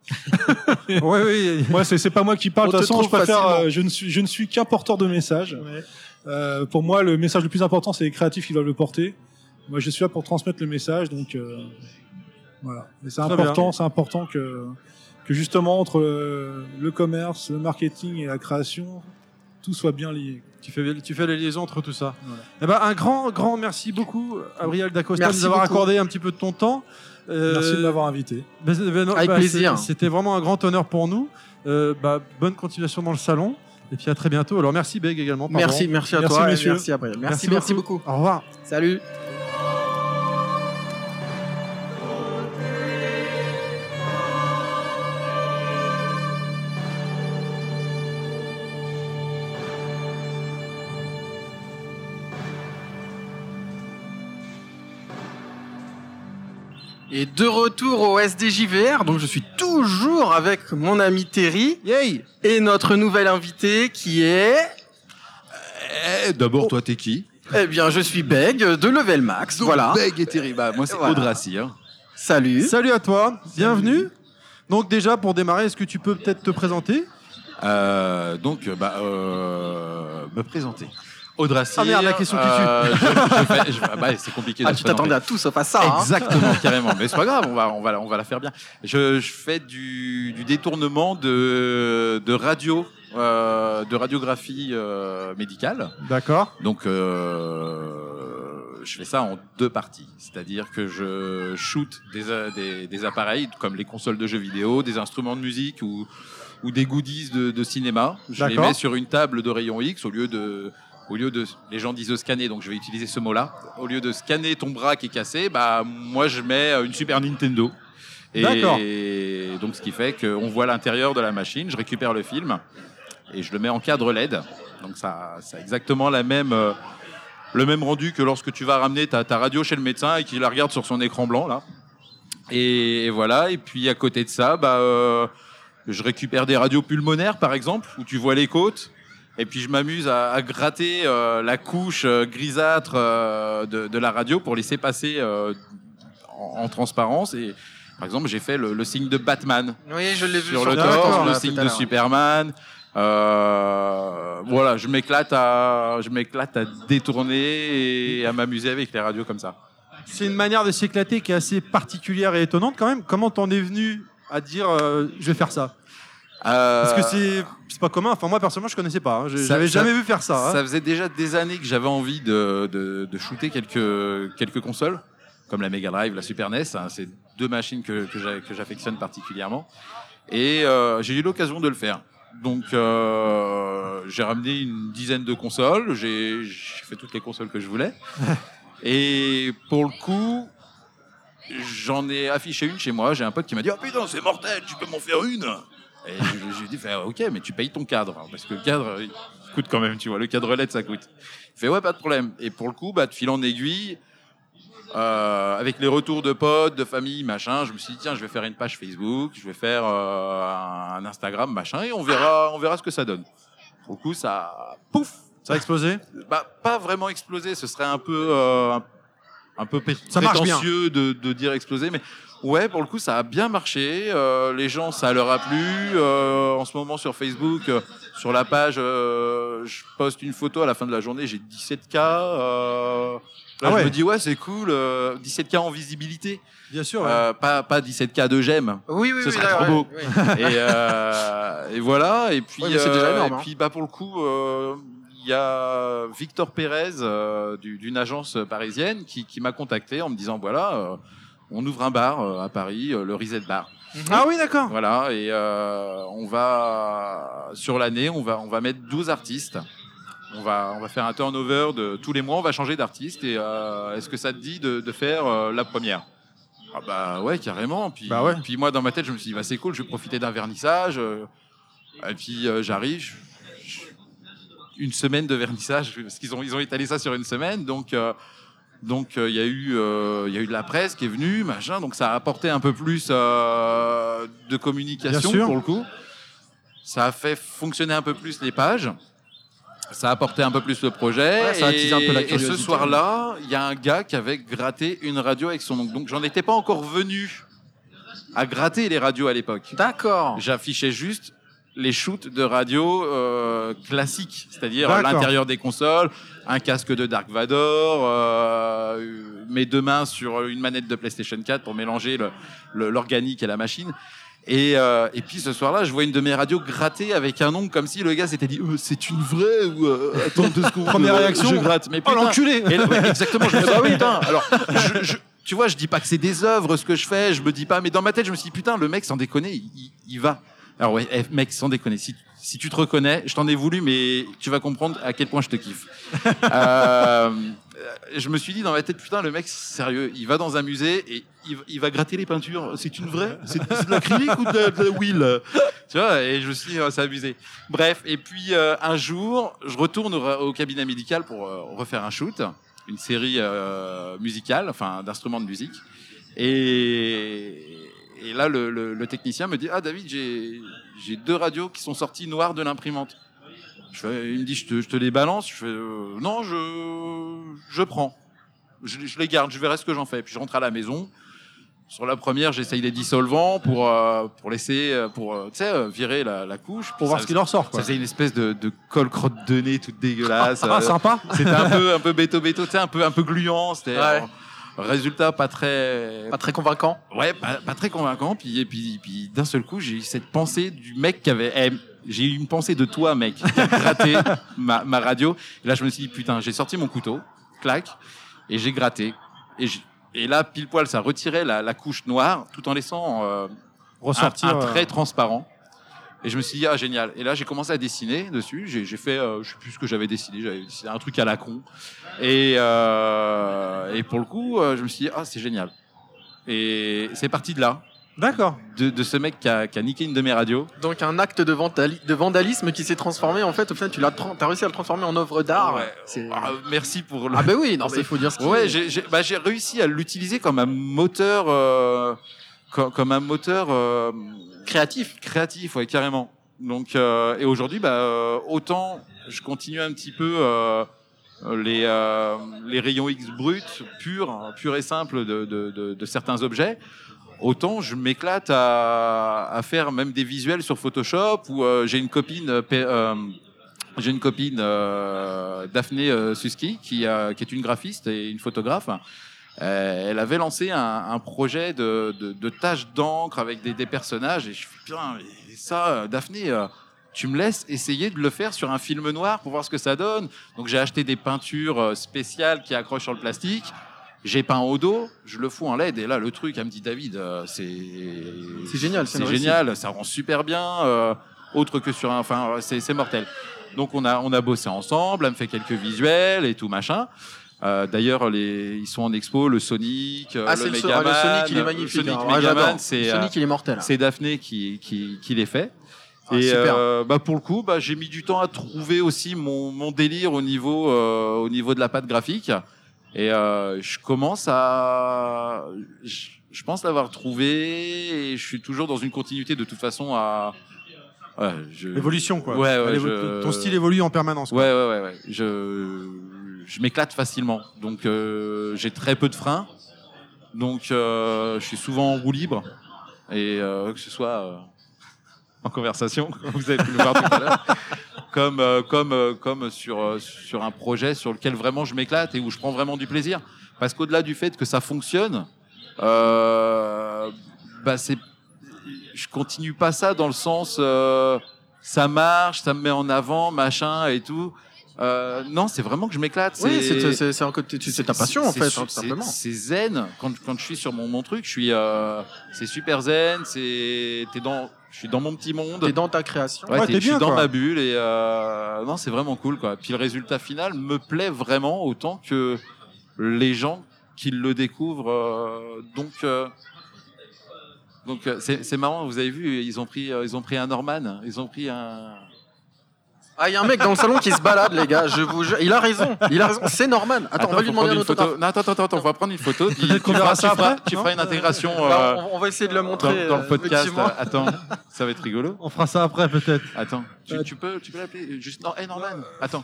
Oui. Moi, c'est pas moi qui parle. De toute façon, je préfère. Je ne suis qu'un porteur de messages. Ouais. Pour moi, le message le plus important, c'est les créatifs qui doivent le porter. Moi, je suis là pour transmettre le message, donc voilà. Mais c'est important que justement entre le commerce, le marketing et la création, tout soit bien lié. Tu fais les liaisons entre tout ça. Voilà. Un grand merci beaucoup, Gabriel Dacosta, de nous avoir accordé un petit peu de ton temps. Merci de m'avoir invité. Avec plaisir. C'était vraiment un grand honneur pour nous. Bonne continuation dans le salon. Et puis à très bientôt. Alors merci Beg également. Merci à toi. Messieurs. Merci Gabriel. Merci beaucoup. Au revoir. Salut. Et de retour au SDJVR, donc je suis toujours avec mon ami Terry. Yay. Et notre nouvel invité qui est... D'abord, toi, t'es qui? Eh bien, je suis Beg de Level Max. Donc, voilà. Beg et Terry. Moi, c'est Audracy. Salut. Salut à toi. Bienvenue. Donc déjà, pour démarrer, est-ce que tu peux peut-être te présenter? Me présenter. Audracy. Ah merde, la question qui tue. C'est compliqué. Tu t'attendais à tout sauf à ça. Exactement, carrément. Mais c'est pas grave, on va la faire bien. Je fais du détournement de radio, de radiographie médicale. D'accord. Donc je fais ça en 2 parties, c'est-à-dire que je shoot des appareils comme les consoles de jeux vidéo, des instruments de musique ou ou des goodies de cinéma. Je les mets sur une table de rayon X au lieu de, les gens disent scanner, donc je vais utiliser ce mot-là. Au lieu de scanner ton bras qui est cassé, bah moi je mets une Super Nintendo. Et donc ce qui fait qu'on voit l'intérieur de la machine, je récupère le film et je le mets en cadre LED. Donc ça a exactement le même rendu que lorsque tu vas ramener ta radio chez le médecin et qu'il la regarde sur son écran blanc là. Et voilà. Et puis à côté de ça, je récupère des radios pulmonaires par exemple où tu vois les côtes. Et puis je m'amuse à gratter la couche grisâtre de la radio pour laisser passer en transparence. Et par exemple, j'ai fait le signe de Batman. Oui, je l'ai vu sur le torse, le signe de Superman. Voilà, je m'éclate à détourner et à m'amuser avec les radios comme ça. C'est une manière de s'éclater qui est assez particulière et étonnante quand même. Comment t'en es venu à dire je vais faire ça? Parce que c'est pas commun. Enfin, moi personnellement, je connaissais pas. J'avais jamais vu faire ça. Ça faisait déjà des années que j'avais envie de shooter quelques consoles, comme la Mega Drive, la Super NES. C'est deux machines que j'affectionne particulièrement. Et j'ai eu l'occasion de le faire. Donc j'ai ramené une dizaine de consoles. J'ai fait toutes les consoles que je voulais. Et pour le coup, j'en ai affiché une chez moi. J'ai un pote qui m'a dit « Oh putain, c'est mortel, tu peux m'en faire une ?» Et je lui ai dit « Ok, mais tu payes ton cadre. » Parce que le cadre, il coûte quand même, tu vois. Le cadre LED, ça coûte. Il fait « Ouais, pas de problème. » Et pour le coup, de fil en aiguille, avec les retours de potes, de famille, machin, je me suis dit « Tiens, je vais faire une page Facebook, je vais faire un Instagram, machin, et on verra ce que ça donne. » Pour le coup, ça... Pouf! Ça a explosé? Pas vraiment explosé, ce serait un peu prétentieux de dire exploser, mais ouais, pour le coup, ça a bien marché. Les gens, ça leur a plu. En ce moment, sur Facebook, sur la page, je poste une photo à la fin de la journée, j'ai 17K. Je me dis, ouais, c'est cool, 17K en visibilité. Bien sûr. Pas 17K de j'aime. Oui, ce serait trop beau. Oui. Et voilà. Et puis, c'est déjà énorme, et puis pour le coup, il y a Victor Pérez d'une agence parisienne qui m'a contacté en me disant voilà, on ouvre un bar à Paris, le Reset Bar. Ah oui, d'accord. Voilà, et on va sur l'année, on va mettre 12 artistes. On va faire un turnover de tous les mois, on va changer d'artiste. Et est-ce que ça te dit de faire la première? Ah bah ouais, carrément. Puis moi dans ma tête, je me suis dit c'est cool, je vais profiter d'un vernissage. Et puis j'arrive. Une semaine de vernissage parce qu'ils ont étalé ça sur une semaine, donc il y a eu de la presse qui est venue, machin, donc ça a apporté un peu plus de communication pour le coup. Ça a fait fonctionner un peu plus les pages, ça a apporté un peu plus le projet. Ouais, ça a attisé un peu la et curiosité. ce soir-là, il y a un gars qui avait gratté une radio avec son nom. Donc j'en étais pas encore venu à gratter les radios à l'époque. D'accord. J'affichais juste les shoots de radio classiques, c'est-à-dire l'intérieur des consoles, un casque de Dark Vador, mes deux mains sur une manette de PlayStation 4 pour mélanger l'organique et la machine. Et puis ce soir-là, je vois une de mes radios gratter avec un ongle comme si le gars s'était dit c'est une vraie ou attends 2 secondes. Première réaction, je gratte. Mais putain, l'enculé. Exactement. Je me dis oui, putain. Alors tu vois, je dis pas que c'est des œuvres ce que je fais, je me dis pas, mais dans ma tête, je me suis dit putain, le mec sans déconner, il va. Alors ouais, mec, sans déconner, si tu te reconnais, je t'en ai voulu, mais tu vas comprendre à quel point je te kiffe. Je me suis dit dans ma tête, putain, le mec, sérieux, il va dans un musée et il va gratter les peintures. C'est une vraie? C'est de l'acrylique ou de la huile? Tu vois, et je me suis dit, c'est abusé. Bref, et puis un jour, je retourne au cabinet médical pour refaire un shoot, une série musicale, enfin d'instruments de musique. Et là, le technicien me dit « Ah, David, j'ai 2 radios qui sont sorties noires de l'imprimante. » Il me dit « Je te les balance ?» Je fais « Non, je prends. Je les garde, je verrai ce que j'en fais. » Puis je rentre à la maison. Sur la première, j'essaye les dissolvants pour laisser, virer la couche. Pour voir ce qu'il en ressort, quoi. Ça faisait une espèce de colle crotte de nez toute dégueulasse. Ah, sympa. C'était un peu béto-béto, tu sais, un peu gluant. C'était... Ouais. Résultat pas très convaincant. Ouais, pas très convaincant. Puis d'un seul coup, j'ai eu cette pensée du mec qui avait. J'ai eu une pensée de toi, mec, qui a gratté ma radio. Et là, je me suis dit putain, j'ai sorti mon couteau, clac, et j'ai gratté. Et là, pile poil, ça retirait la couche noire, tout en laissant ressortir un trait transparent. Et je me suis dit, ah, génial. Et là, j'ai commencé à dessiner dessus. J'ai fait, je sais plus ce que j'avais dessiné un truc à la con. Et pour le coup, je me suis dit, ah, c'est génial. Et c'est parti de là. D'accord. De ce mec qui a niqué une de mes radios. Donc un acte de vandalisme qui s'est transformé, en fait, au final, t'as réussi à le transformer en œuvre d'art. Ouais. Merci pour le... Ah, bah oui, non, mais il faut dire ce qu'il ouais, j'ai réussi à l'utiliser comme un moteur, comme un moteur, créatif, ouais, carrément. Donc, et aujourd'hui, autant je continue un petit peu, les rayons X bruts, purs et simples de certains objets. Autant je m'éclate à faire même des visuels sur Photoshop où j'ai une copine Daphné Suski qui est une graphiste et une photographe. Elle avait lancé un projet de taches d'encre avec des personnages et je fais putain, et ça Daphné, tu me laisses essayer de le faire sur un film noir pour voir ce que ça donne. Donc j'ai acheté des peintures spéciales qui accrochent sur le plastique. J'ai peint au dos, je le fous en LED et là le truc, elle me dit David, c'est génial, c'est génial, ça rend super bien, autre que sur c'est mortel. Donc on a bossé ensemble, elle me fait quelques visuels et tout machin. D'ailleurs ils sont en expo, le Sonic, le Megaman, le Sonic il est magnifique. Le Sonic Megaman, Sonic il est mortel. C'est Daphné qui les fait. Et pour le coup, j'ai mis du temps à trouver aussi mon délire au niveau de la patte graphique. Et je pense l'avoir trouvé et je suis toujours dans une continuité de toute façon à l'évolution quoi. Ton style évolue en permanence quoi. Ouais. Je m'éclate facilement. Donc j'ai très peu de freins. Donc je suis souvent en roue libre et que ce soit en conversation, comme vous avez pu le voir tout à l'heure. Comme sur un projet sur lequel vraiment je m'éclate et où je prends vraiment du plaisir. Parce qu'au-delà du fait que ça fonctionne, je continue pas ça dans le sens ça marche, ça me met en avant, machin et tout. Non, c'est vraiment que je m'éclate. Oui, c'est un côté, c'est ta passion en fait, tout simplement. C'est zen quand je suis sur mon truc, je suis c'est super zen, je suis dans mon petit monde. T'es dans ta création. Ouais, je suis dans ma bulle et non, c'est vraiment cool quoi. Puis le résultat final me plaît vraiment autant que les gens qui le découvrent. Donc c'est marrant. Vous avez vu, ils ont pris un Norman, ils ont pris un. Ah, il y a un mec dans le salon qui se balade, les gars. Je vous jure, il a raison. C'est Norman. Attends, on va lui demander un autographe. Non, attends, on va prendre une photo. Tu feras une intégration. On va essayer de le montrer dans le podcast. Attends, ça va être rigolo. On fera ça après peut-être. Attends, tu peux l'appeler juste. Non, Norman. Attends.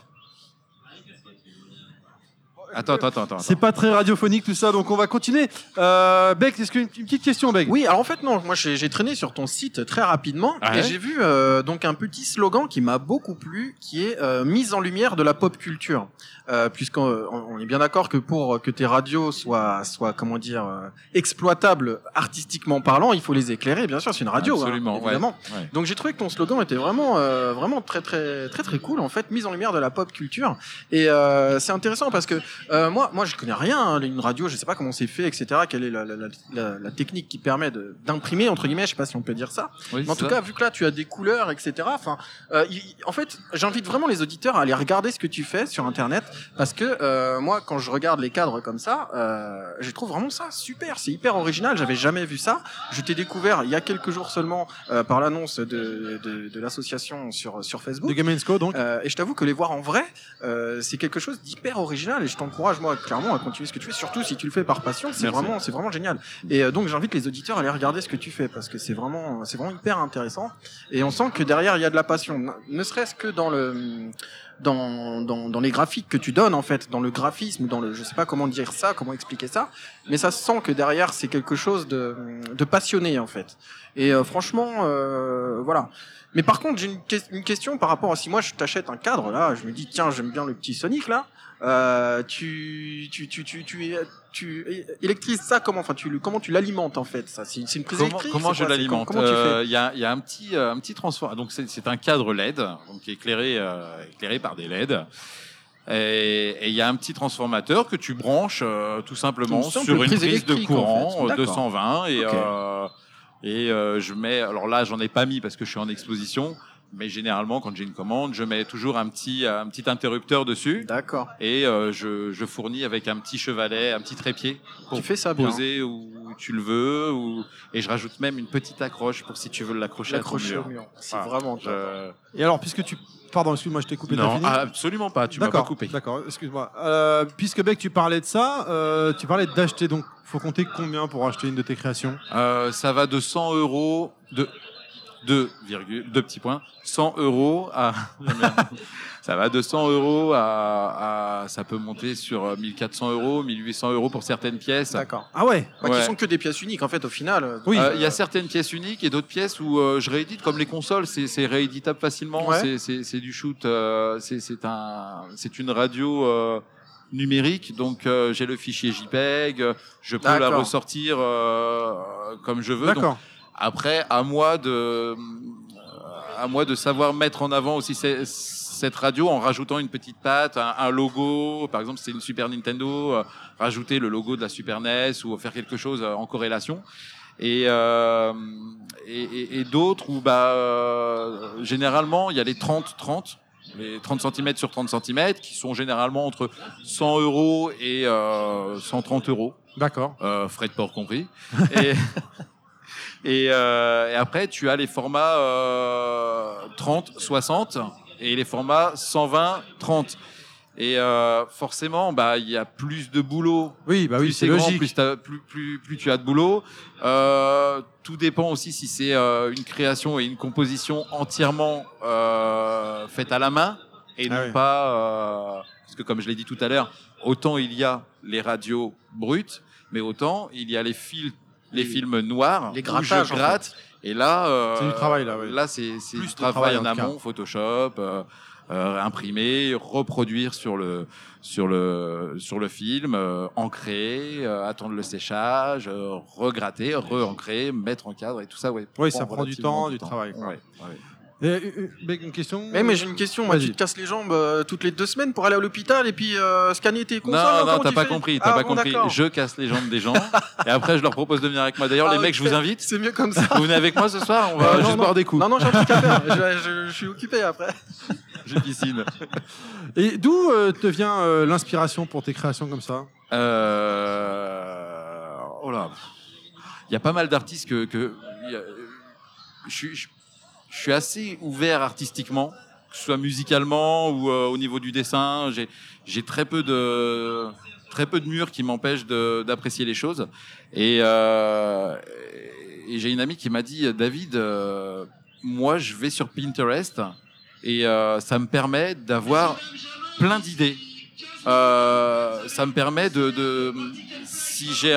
Attends. C'est pas très radiophonique tout ça, donc on va continuer. Beck, est-ce qu'une petite question, Beck? Oui, alors en fait non, moi j'ai traîné sur ton site très rapidement et j'ai vu donc un petit slogan qui m'a beaucoup plu, qui est mise en lumière de la pop culture. Puisqu'on est bien d'accord que pour que tes radios soient comment dire exploitables artistiquement parlant, il faut les éclairer. Bien sûr, c'est une radio, absolument, évidemment. Ouais. Donc j'ai trouvé que ton slogan était vraiment très cool en fait, mise en lumière de la pop culture. Et c'est intéressant parce que moi je connais rien une radio, je sais pas comment c'est fait, etc. Quelle est la technique qui permet d'imprimer entre guillemets, je sais pas si on peut dire ça. Oui, mais en tout cas, vu que là tu as des couleurs, etc. Enfin, en fait, j'invite vraiment les auditeurs à aller regarder ce que tu fais sur Internet. Parce que moi, quand je regarde les cadres comme ça, je trouve vraiment ça super. C'est hyper original. J'avais jamais vu ça. Je t'ai découvert il y a quelques jours seulement par l'annonce de l'association sur Facebook. De Game & Co, donc. Et je t'avoue que les voir en vrai, c'est quelque chose d'hyper original. Et je t'encourage moi clairement à continuer ce que tu fais. Surtout si tu le fais par passion, c'est vraiment génial. Et donc j'invite les auditeurs à aller regarder ce que tu fais parce que c'est vraiment hyper intéressant. Et on sent que derrière il y a de la passion. Ne serait-ce que dans les graphiques que tu donnes en fait, dans le graphisme, je sais pas comment dire ça, comment expliquer ça, mais ça se sent que derrière c'est quelque chose de passionné en fait. Et franchement, voilà. Mais par contre, j'ai une question par rapport à si moi je t'achète un cadre là, je me dis tiens j'aime bien le petit Sonic là, tu électrises ça comment, enfin comment tu l'alimentes en fait ça, c'est une prise électrique. Comment je l'alimente? Comment tu fais? Il y a un petit transfert. Donc c'est un cadre LED, donc éclairé par des LED. Et il y a un petit transformateur que tu branches tout simplement sur une prise de courant en fait. 220 et Et je mets, alors là, j'en ai pas mis parce que je suis en exposition. Mais généralement, quand j'ai une commande, je mets toujours un petit interrupteur dessus. D'accord. Et je fournis avec un petit chevalet, un petit trépied pour tu fais ça bien. poser où tu le veux. Et je rajoute même une petite accroche pour si tu veux l'accrocher à ton mur. C'est vraiment. Et alors, puisque tu... Pardon, excuse-moi, je t'ai coupé. Non, absolument pas. Tu m'as pas coupé. D'accord, excuse-moi. Puisque Beck, tu parlais de ça, tu parlais d'acheter. Donc, faut compter combien pour acheter une de tes créations? Ça va de 100 euros deux petits points, 100 euros à ça va de 100 euros à ça peut monter sur 1400 euros, 1800 euros pour certaines pièces. D'accord. Ah ouais. Qui sont que des pièces uniques en fait au final. Oui. Il y a certaines pièces uniques et d'autres pièces où je réédite, comme les consoles, c'est rééditable facilement. Ouais. C'est du shoot, c'est une radio numérique, donc j'ai le fichier JPEG, je peux la ressortir comme je veux. D'accord. Donc, après, à moi de savoir mettre en avant aussi cette radio en rajoutant une petite patte, un logo. Par exemple, c'est une Super Nintendo, rajouter le logo de la Super NES ou faire quelque chose en corrélation. Et d'autres où généralement il y a les 30-30. Les 30 cm sur 30 cm qui sont généralement entre 100 euros et 130 euros. D'accord. Frais de port compris. Et après, tu as les formats 30-60 et les formats 120-30. Et forcément, il y a plus de boulot. Oui, plus c'est logique. Plus tu as de boulot. Tout dépend aussi si c'est une création et une composition entièrement faite à la main et non pas... parce que comme je l'ai dit tout à l'heure, autant il y a les radios brutes, mais autant il y a les films noirs, les grattages, je gratte, et là, c'est du travail là. Oui. Là, c'est du travail en amont, Photoshop, imprimer, reproduire sur le film, ancrer, attendre le séchage, regratter, re-ancrer, mettre en cadre et tout ça. Ouais. Oui, ça prend du temps, du travail. Quoi. Ouais. Une question. Mais j'ai une question. Moi, tu te casses les jambes toutes les 2 semaines pour aller à l'hôpital et puis scanner tes consoles. Non, t'as pas compris. D'accord. Je casse les jambes des gens et après je leur propose de venir avec moi. D'ailleurs, les mecs, je vous invite. C'est mieux comme ça. Vous venez avec moi ce soir. On va juste boire des coups. Non, j'ai un truc à faire. Je suis occupé après. J'ai piscine. Et d'où te vient l'inspiration pour tes créations comme ça? Oh là, il y a pas mal d'artistes que je suis assez ouvert artistiquement, que ce soit musicalement ou au niveau du dessin. J'ai très peu de murs qui m'empêchent d'apprécier les choses. Et j'ai une amie qui m'a dit, David, moi je vais sur Pinterest et ça me permet d'avoir plein d'idées. Ça me permet si j'ai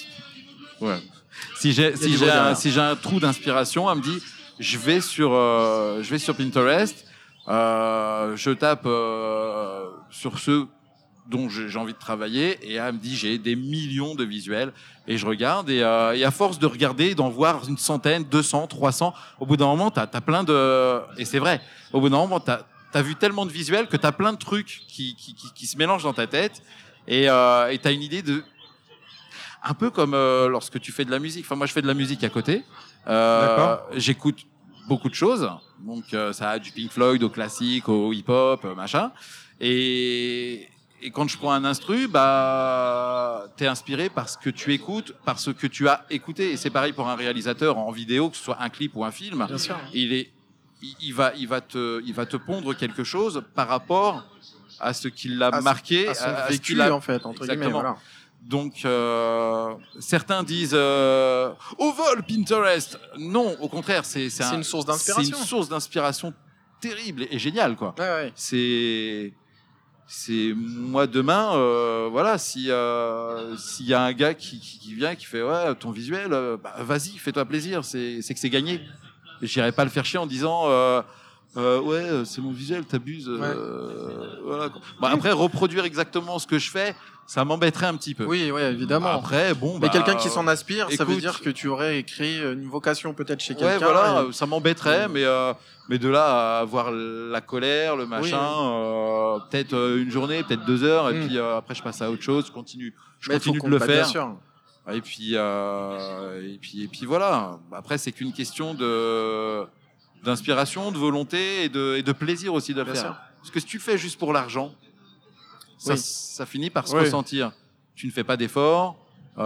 un trou d'inspiration, elle me dit, je vais sur Pinterest, je tape sur ceux dont j'ai envie de travailler et elle me dit j'ai des millions de visuels et je regarde et à force de regarder, d'en voir une centaine, 200, 300, au bout d'un moment t'as plein de... Et c'est vrai, au bout d'un moment t'as vu tellement de visuels que t'as plein de trucs qui se mélangent dans ta tête et t'as une idée de... Un peu comme lorsque tu fais de la musique. Enfin, moi, je fais de la musique à côté. J'écoute beaucoup de choses. Donc, ça a du Pink Floyd au classique, au hip-hop, machin. Et quand je prends un instru, t'es inspiré par ce que tu écoutes, par ce que tu as écouté. Et c'est pareil pour un réalisateur en vidéo, que ce soit un clip ou un film. Bien sûr. Il va te pondre quelque chose par rapport à ce qui l'a marqué, à son vécu, en fait, entre guillemets. Voilà. Donc, certains disent au vol Pinterest. Non, au contraire, c'est une source d'inspiration. C'est une source d'inspiration terrible et géniale, quoi. Ouais. C'est moi demain, voilà, s'il y a un gars qui vient, qui fait ouais, ton visuel, vas-y, fais-toi plaisir. C'est que c'est gagné. J'irai pas le faire chier en disant ouais, c'est mon visuel, t'abuses. Voilà. Après, reproduire exactement ce que je fais, ça m'embêterait un petit peu. Oui, évidemment. Après, mais quelqu'un qui s'en aspire, ça veut dire que tu aurais créé une vocation peut-être chez quelqu'un. Ouais, voilà, ça m'embêterait, mais de là à avoir la colère, le machin, peut-être une journée, peut-être 2 heures, et puis après je passe à autre chose, je continue de le faire. Bien sûr. Et puis voilà. Après, c'est qu'une question d'inspiration, de volonté et de plaisir aussi de le faire. Parce que si tu le fais juste pour l'argent, ça finit par se ressentir. Tu ne fais pas d'efforts.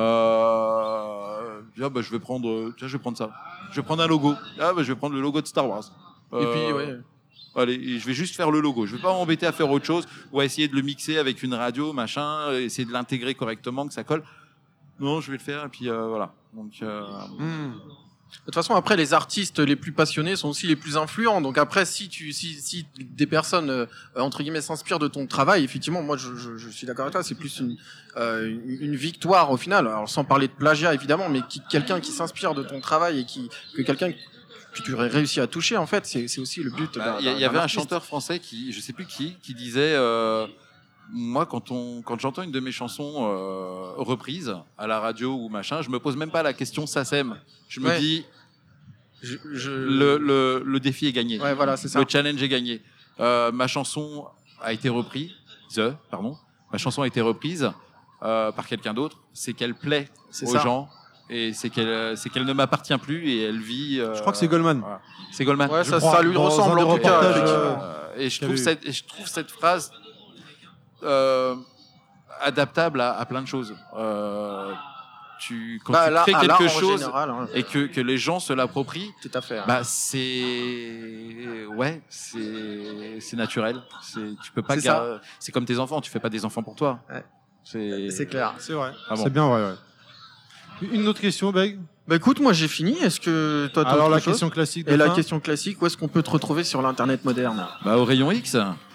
Je vais prendre ça. Je vais prendre un logo. Je vais prendre le logo de Star Wars. Et puis, allez, je vais juste faire le logo. Je vais pas m'embêter à faire autre chose ou à essayer de le mixer avec une radio, machin, essayer de l'intégrer correctement, que ça colle. Non, je vais le faire et puis voilà. Donc. De toute façon, après, les artistes les plus passionnés sont aussi les plus influents. Donc après, si des personnes entre guillemets s'inspirent de ton travail, effectivement, moi, je suis d'accord avec toi. C'est plus une victoire au final. Alors sans parler de plagiat évidemment, mais quelqu'un qui s'inspire de ton travail et que quelqu'un que tu aurais réussi à toucher, en fait, c'est aussi le but. Il y avait un chanteur français je sais plus qui disait. Moi, quand j'entends une de mes chansons reprise à la radio ou machin, je me pose même pas la question SACEM. Je me dis, le défi est gagné. Ouais, voilà, c'est ça. Le challenge est gagné. Ma chanson a été reprise. Ma chanson a été reprise par quelqu'un d'autre. C'est qu'elle plaît aux gens. Et c'est qu'elle ne m'appartient plus et elle vit. Je crois que c'est Goldman. Voilà. C'est Goldman. Ouais, ça lui ressemble en tout cas. Et je trouve cette phrase adaptable à plein de choses. Tu fais quelque chose général, et que les gens se l'approprient, tout à fait. C'est naturel. Tu peux pas. C'est comme tes enfants. Tu fais pas des enfants pour toi. Ouais. C'est clair. C'est vrai. Ah bon. C'est bien vrai. Ouais. Une autre question, Beg. Écoute, moi j'ai fini. Est-ce que toi t'as alors autre la chose question classique. La question classique, où est-ce qu'on peut te retrouver sur l'internet moderne? Au rayon X.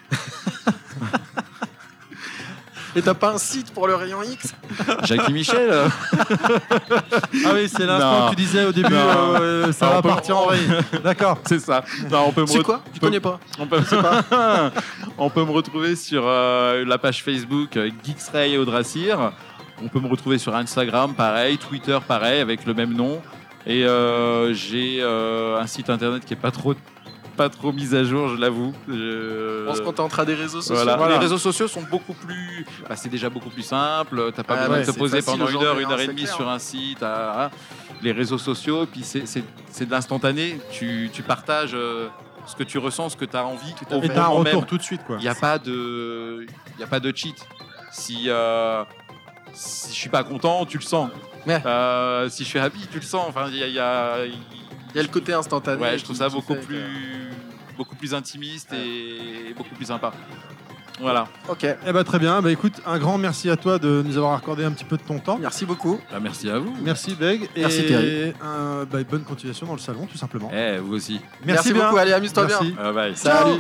Et t'as pas un site pour le rayon X? Jackie Michel. Ah oui, c'est l'instant que tu disais au début. Ça va partir en vrille. D'accord. C'est ça. Non, c'est quoi? Je connais pas. On peut me retrouver sur la page Facebook Geeksray et Audrasir. On peut me retrouver sur Instagram, pareil, Twitter, pareil, avec le même nom. Et j'ai un site internet qui est pas trop mis à jour, je l'avoue. On se contentera des réseaux sociaux. Voilà. Les réseaux sociaux sont beaucoup plus. C'est déjà beaucoup plus simple. T'as pas besoin de te poser pendant une heure et demie sur un site. Les réseaux sociaux, puis c'est de l'instantané. Tu partages ce que tu ressens, ce que tu as envie. Et t'as un retour tout de suite, quoi. Il n'y a pas de cheat. Si je suis pas content, tu le sens. Si je suis happy, tu le sens. Enfin, il y a le côté instantané. Ouais, je trouve ça beaucoup plus intimiste et beaucoup plus sympa. Voilà. Ok. Très bien. Écoute, un grand merci à toi de nous avoir accordé un petit peu de ton temps. Merci beaucoup. Merci à vous. Merci Beg. Merci Thierry. Bonne continuation dans le salon, tout simplement. Vous aussi. Merci beaucoup. Allez, amuse-toi bien. Bye. Salut.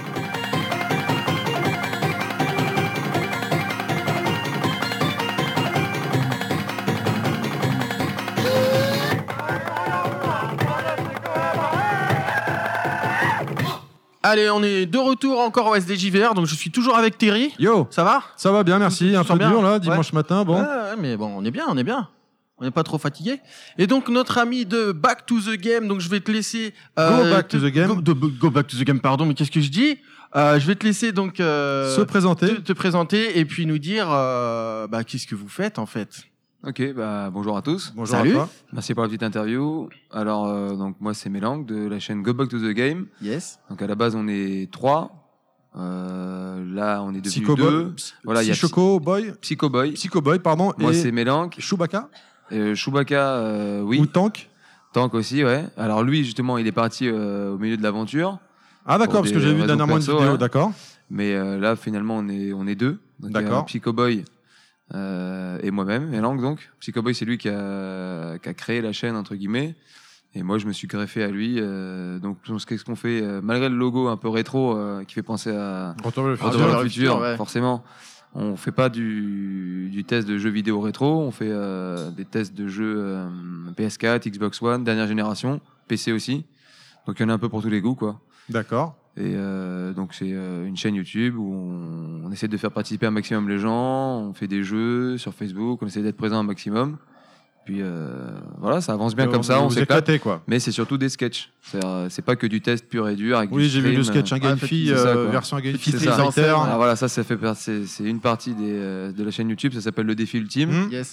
Allez, on est de retour encore au SDJVR, donc je suis toujours avec Terry. Yo, ça va? Ça va bien, merci. Un peu dur là, dimanche matin, bon. Ouais, mais bon, on est bien. On n'est pas trop fatigué. Et donc notre ami de Back to the Game, donc je vais te laisser. Go back to the game. Go back to the game. Pardon, mais qu'est-ce que je dis? Je vais te laisser donc se présenter, te présenter et puis nous dire qu'est-ce que vous faites en fait. Ok, bonjour à tous. Bonjour. Salut. À toi. Merci pour la petite interview. Alors, donc moi c'est Mélang de la chaîne Go Back to the Game. Yes. Donc à la base on est 3. Là on est devenu 2. Voilà, il y a Psycho Boy, pardon. Moi c'est Mélang. Chewbacca. Chewbacca, oui. Ou Tank. Tank aussi, ouais. Alors lui justement il est parti au milieu de l'aventure. Ah d'accord, parce que j'ai vu dernièrement une vidéo, d'accord. Mais là finalement on est 2. Donc, d'accord. Psycho Boy. Et moi-même, Mélang donc. Psycho Boy, c'est lui qui a créé la chaîne entre guillemets, et moi je me suis greffé à lui. Donc qu'est-ce qu'on fait malgré le logo un peu rétro qui fait penser à Retour vers le futur, forcément. On fait pas du test de jeux vidéo rétro, on fait des tests de jeux PS4, Xbox One, dernière génération, PC aussi. Donc il y en a un peu pour tous les goûts, quoi. D'accord. Et donc c'est une chaîne YouTube où on essaie de faire participer un maximum les gens, on fait des jeux sur Facebook, on essaie d'être présent un maximum. Puis voilà, ça avance bien comme ça, on s'éclate, quoi. Mais c'est surtout des sketchs. C'est pas que du test pur et dur avec oui, j'ai vu le sketch un Genfi, version Genfi Alors voilà, ça fait c'est une partie de la chaîne YouTube, ça s'appelle le défi ultime. Yes.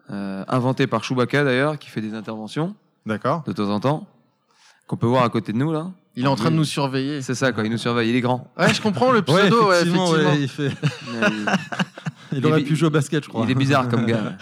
inventé par Chewbacca d'ailleurs, qui fait des interventions. D'accord. De temps en temps, qu'on peut voir à côté de nous là. Il est en train de nous surveiller. C'est ça, quoi. Il nous surveille. Il est grand. Ouais, je comprends le pseudo. effectivement. Ouais, il fait. Il aurait pu jouer au basket, je crois. Il est bizarre comme gars.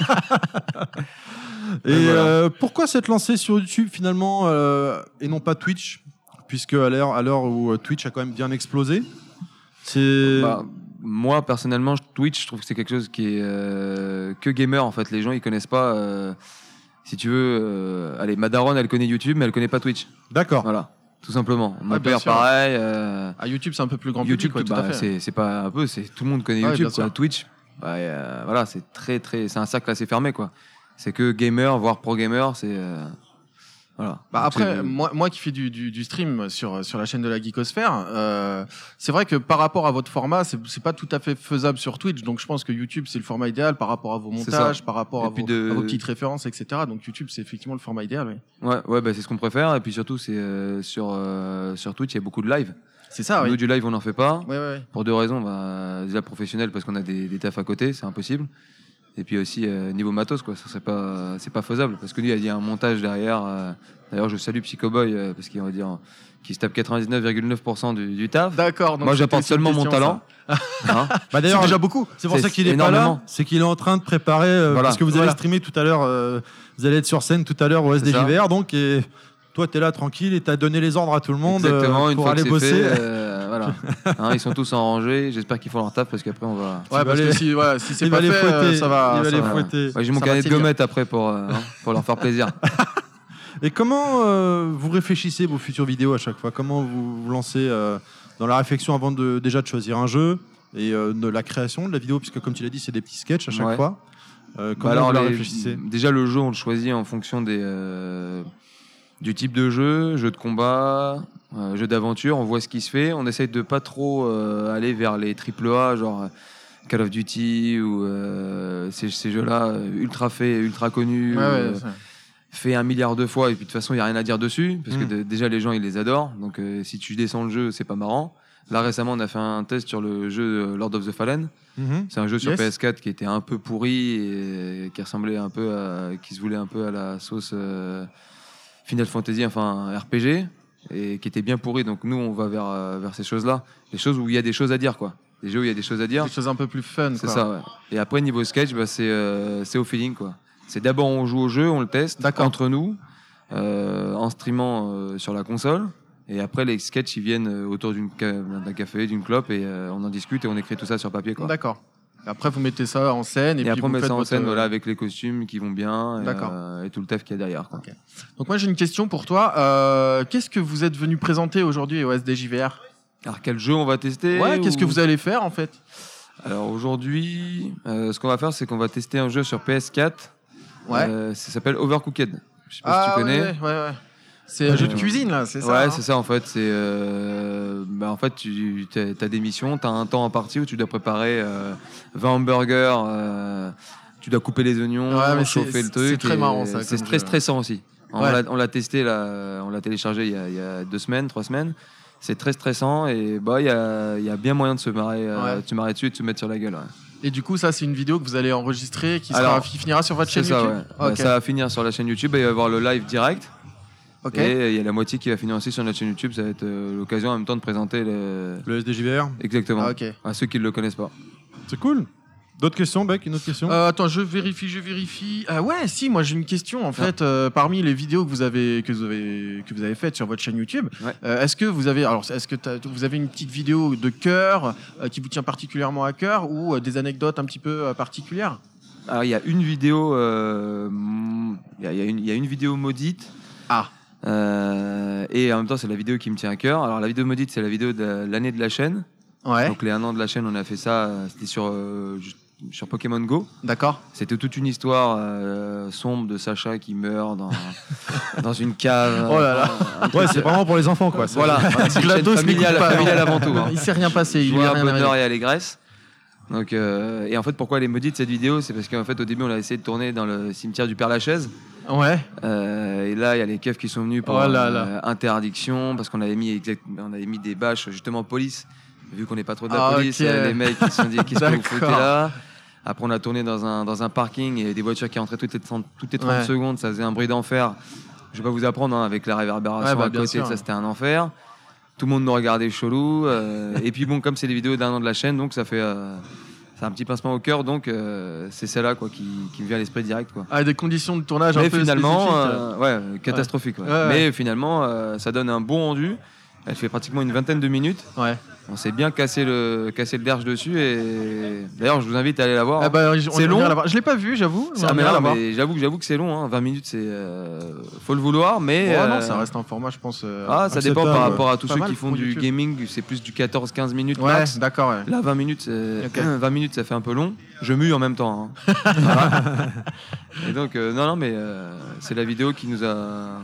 Et pourquoi s'être lancé sur YouTube finalement et non pas Twitch, puisque à l'heure où Twitch a quand même bien explosé, c'est. Moi personnellement, Twitch, je trouve que c'est quelque chose qui est que gamer en fait. Les gens ils connaissent pas. Si tu veux, allez, ma daronne elle connaît YouTube, mais elle connaît pas Twitch. D'accord. Voilà. Tout simplement. Mon bien père, sûr. pareil. YouTube, c'est un peu plus grand YouTube, public, quoi, tout à fait. c'est pas un peu, c'est tout le monde connaît Ouais, YouTube. bien sûr. Quoi. Twitch, voilà, c'est c'est un cercle assez fermé, quoi. C'est que gamer, voire pro gamer, c'est voilà. Bah Donc, après, moi qui fais du stream sur la chaîne de la Geekosphère, c'est vrai que par rapport à votre format, c'est pas tout à fait faisable sur Twitch. Donc je pense que YouTube c'est le format idéal par rapport à vos montages, par rapport à vos petites références, etc. Donc YouTube c'est effectivement le format idéal. Oui. Ouais, bah, c'est ce qu'on préfère. Et puis surtout, c'est sur Twitch, il y a beaucoup de live. C'est ça. Nous Oui. du live, on n'en fait pas. Ouais. Pour deux raisons. Déjà professionnel parce qu'on a des tafs à côté, c'est impossible. Et puis aussi niveau matos, quoi, ça c'est pas faisable parce que lui il y a un montage derrière. D'ailleurs, je salue Psychoboy parce qu'il va dire qu'il se tape 99,9% du taf. D'accord. Moi, j'apporte seulement mon talent. Hein d'ailleurs, c'est déjà beaucoup. C'est pour ça qu'il est pas là. C'est qu'il est en train de préparer parce que vous allez streamer tout à l'heure. Vous allez être sur scène tout à l'heure au SDJVR, donc. Et toi, t'es là tranquille et t'as donné les ordres à tout le monde. Exactement, une pour fois aller que bosser. Voilà. Ils sont tous en rangée. J'espère qu'ils font leur taf parce qu'après on va. Ouais, parce que si c'est pas fait, ça va. Il va les fouetter. Ouais, j'ai mon carnet de gommettes après pour leur faire plaisir. Et comment vous réfléchissez vos futures vidéos à chaque fois? Comment vous vous lancez dans la réflexion avant déjà de choisir un jeu et de la création de la vidéo, puisque comme tu l'as dit, c'est des petits sketchs à chaque fois. Comment vous la réfléchissez? Déjà, le jeu, on le choisit en fonction du type de jeu de combat, jeu d'aventure. On voit ce qui se fait. On essaye de pas trop aller vers les AAA, genre Call of Duty ou ces jeux-là ultra faits, ultra connus. Fait 1 milliard de fois et puis de toute façon il n'y a rien à dire dessus parce que déjà les gens ils les adorent, donc si tu descends le jeu c'est pas marrant. Là récemment on a fait un test sur le jeu Lord of the Fallen. C'est un jeu sur PS4 qui était un peu pourri et qui ressemblait un peu qui se voulait un peu à la sauce Final Fantasy, enfin RPG, et qui était bien pourri. Donc nous on va vers ces choses là, les choses où il y a des choses à dire, quoi. Des jeux où il y a des choses à dire, des choses un peu plus fun, c'est ça, ouais. Et après niveau sketch, c'est au feeling, quoi. C'est d'abord on joue au jeu, on le teste entre nous, en streamant sur la console, et après les sketchs ils viennent autour d'un café, d'une clope, et on en discute et on écrit tout ça sur papier, quoi. D'accord. Après vous mettez ça en scène et puis après on vous met faites ça en scène, votre... voilà, avec les costumes qui vont bien, et tout le taf qu'il y a derrière, quoi. Okay. Donc moi j'ai une question pour toi. Qu'est-ce que vous êtes venu présenter aujourd'hui au SDJVR? Alors quel jeu on va tester? Ouais, qu'est-ce que vous allez faire en fait? Alors aujourd'hui, ce qu'on va faire, c'est qu'on va tester un jeu sur PS4. Ça s'appelle Overcooked. Je sais pas si tu connais. Ouais. C'est un jeu de cuisine là, c'est ça? Ouais, c'est ça en fait. C'est en fait tu as des missions, tu as un temps en partie où tu dois préparer 20 hamburgers, tu dois couper les oignons, chauffer le truc. C'est très marrant ça. C'est très stressant aussi. On l'a testé là, on l'a téléchargé il y a 2 semaines, 3 semaines. C'est très stressant et il y a bien moyen de se marrer dessus et de se mettre sur la gueule. Ouais. Et du coup, ça, c'est une vidéo que vous allez enregistrer qui finira sur votre chaîne ça, YouTube. Ouais. Ça va finir sur la chaîne YouTube et il va y avoir le live direct. Et il y a la moitié qui va finir aussi sur notre chaîne YouTube. Ça va être l'occasion en même temps de présenter le SDJVR. Exactement. À ceux qui ne le connaissent pas. C'est cool. D'autres questions, Beck? Une autre question? Attends, je vérifie. Ouais, si, moi j'ai une question en fait. Parmi les vidéos que vous avez faites sur votre chaîne YouTube, est-ce que vous avez une petite vidéo de cœur qui vous tient particulièrement à cœur ou des anecdotes un petit peu particulières? Alors il y a une vidéo, il y a une vidéo maudite. Et en même temps c'est la vidéo qui me tient à cœur. Alors la vidéo maudite, c'est la vidéo de l'année de la chaîne. Ouais. Donc les 1 an de la chaîne, on a fait ça. C'était sur Pokémon Go. D'accord. C'était toute une histoire sombre de Sacha qui meurt dans une cave. Oh là là. Ouais, c'est vraiment pour les enfants, quoi. Voilà. C'est une chaîne familiale avant tout. Il s'est rien passé. Il y a un bonheur et allégresse. Donc, et en fait, pourquoi elle est maudite cette vidéo? C'est parce qu'en fait, au début, on a essayé de tourner dans le cimetière du Père-Lachaise. Ouais. Et là, il y a les keufs qui sont venus pour interdiction parce qu'on avait mis des bâches justement police. Vu qu'on n'est pas trop de la police, les mecs ils se sont dit qu'est-ce que vous foutez là? Après, on a tourné dans un parking et des voitures qui rentraient toutes les 30 secondes. Ça faisait un bruit d'enfer. Je vais pas vous apprendre, avec la réverbération à côté, ça c'était un enfer. Tout le monde nous regardait chelou. Et puis bon, comme c'est les vidéos d'1 an de la chaîne, donc ça fait un petit pincement au cœur. Donc c'est celle-là qui me vient à l'esprit direct. Des conditions de tournage mais un peu finalement, spécifiques. catastrophique. Mais finalement, ça donne un bon rendu. Elle fait pratiquement une 20aine de minutes. On s'est bien cassé le derge dessus et d'ailleurs je vous invite à aller la voir. C'est long. Je l'ai pas vu, j'avoue. Mais j'avoue que c'est long. 20 minutes, c'est faut le vouloir, mais non, ça reste un format, je pense. Ça dépend par rapport à tous ceux qui font du gaming. C'est plus du 14-15 minutes max. D'accord. Là, 20 minutes, 20 minutes, ça fait un peu long. Je mue en même temps. Et donc mais c'est la vidéo qui nous a.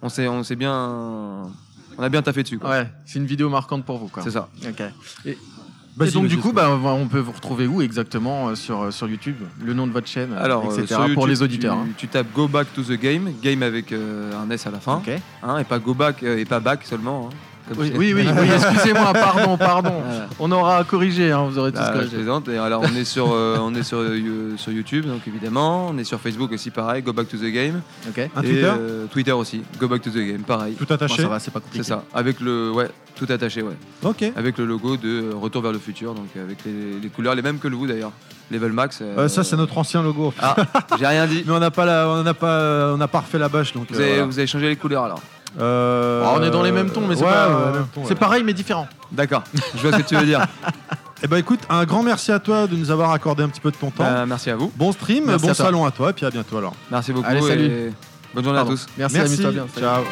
On a bien taffé dessus. C'est une vidéo marquante pour vous. C'est ça. Ok. Et donc du coup, on peut vous retrouver où exactement sur YouTube, le nom de votre chaîne, etc. Sur YouTube, pour les auditeurs. Tu tapes Go Back to the Game avec un S à la fin, et pas Go Back et pas Back seulement. Oui, excusez-moi, pardon. On aura corrigé, vous aurez tous corrigé. Je plaisante. Et alors on est sur YouTube, donc évidemment. On est sur Facebook aussi, pareil, Go Back to the Game. Un Twitter Twitter aussi, Go Back to the Game, pareil. Tout attaché. Ça va, c'est pas compliqué. C'est ça, avec tout attaché, Ok. Avec le logo de Retour vers le futur, donc avec les couleurs les mêmes que le vous d'ailleurs. Level Max. Ça c'est notre ancien logo. J'ai rien dit. Mais on n'a pas refait la bâche, donc. Vous avez changé les couleurs alors. On est dans les mêmes tons, mais c'est pareil mais différent. D'accord, je vois ce que tu veux dire. Écoute, un grand merci à toi de nous avoir accordé un petit peu de ton temps. Merci à vous. Bon stream, bon salon à toi, et puis à bientôt alors. Merci beaucoup. Allez, salut. Et bonne journée à tous. Merci. Amuse-toi bien. Ciao.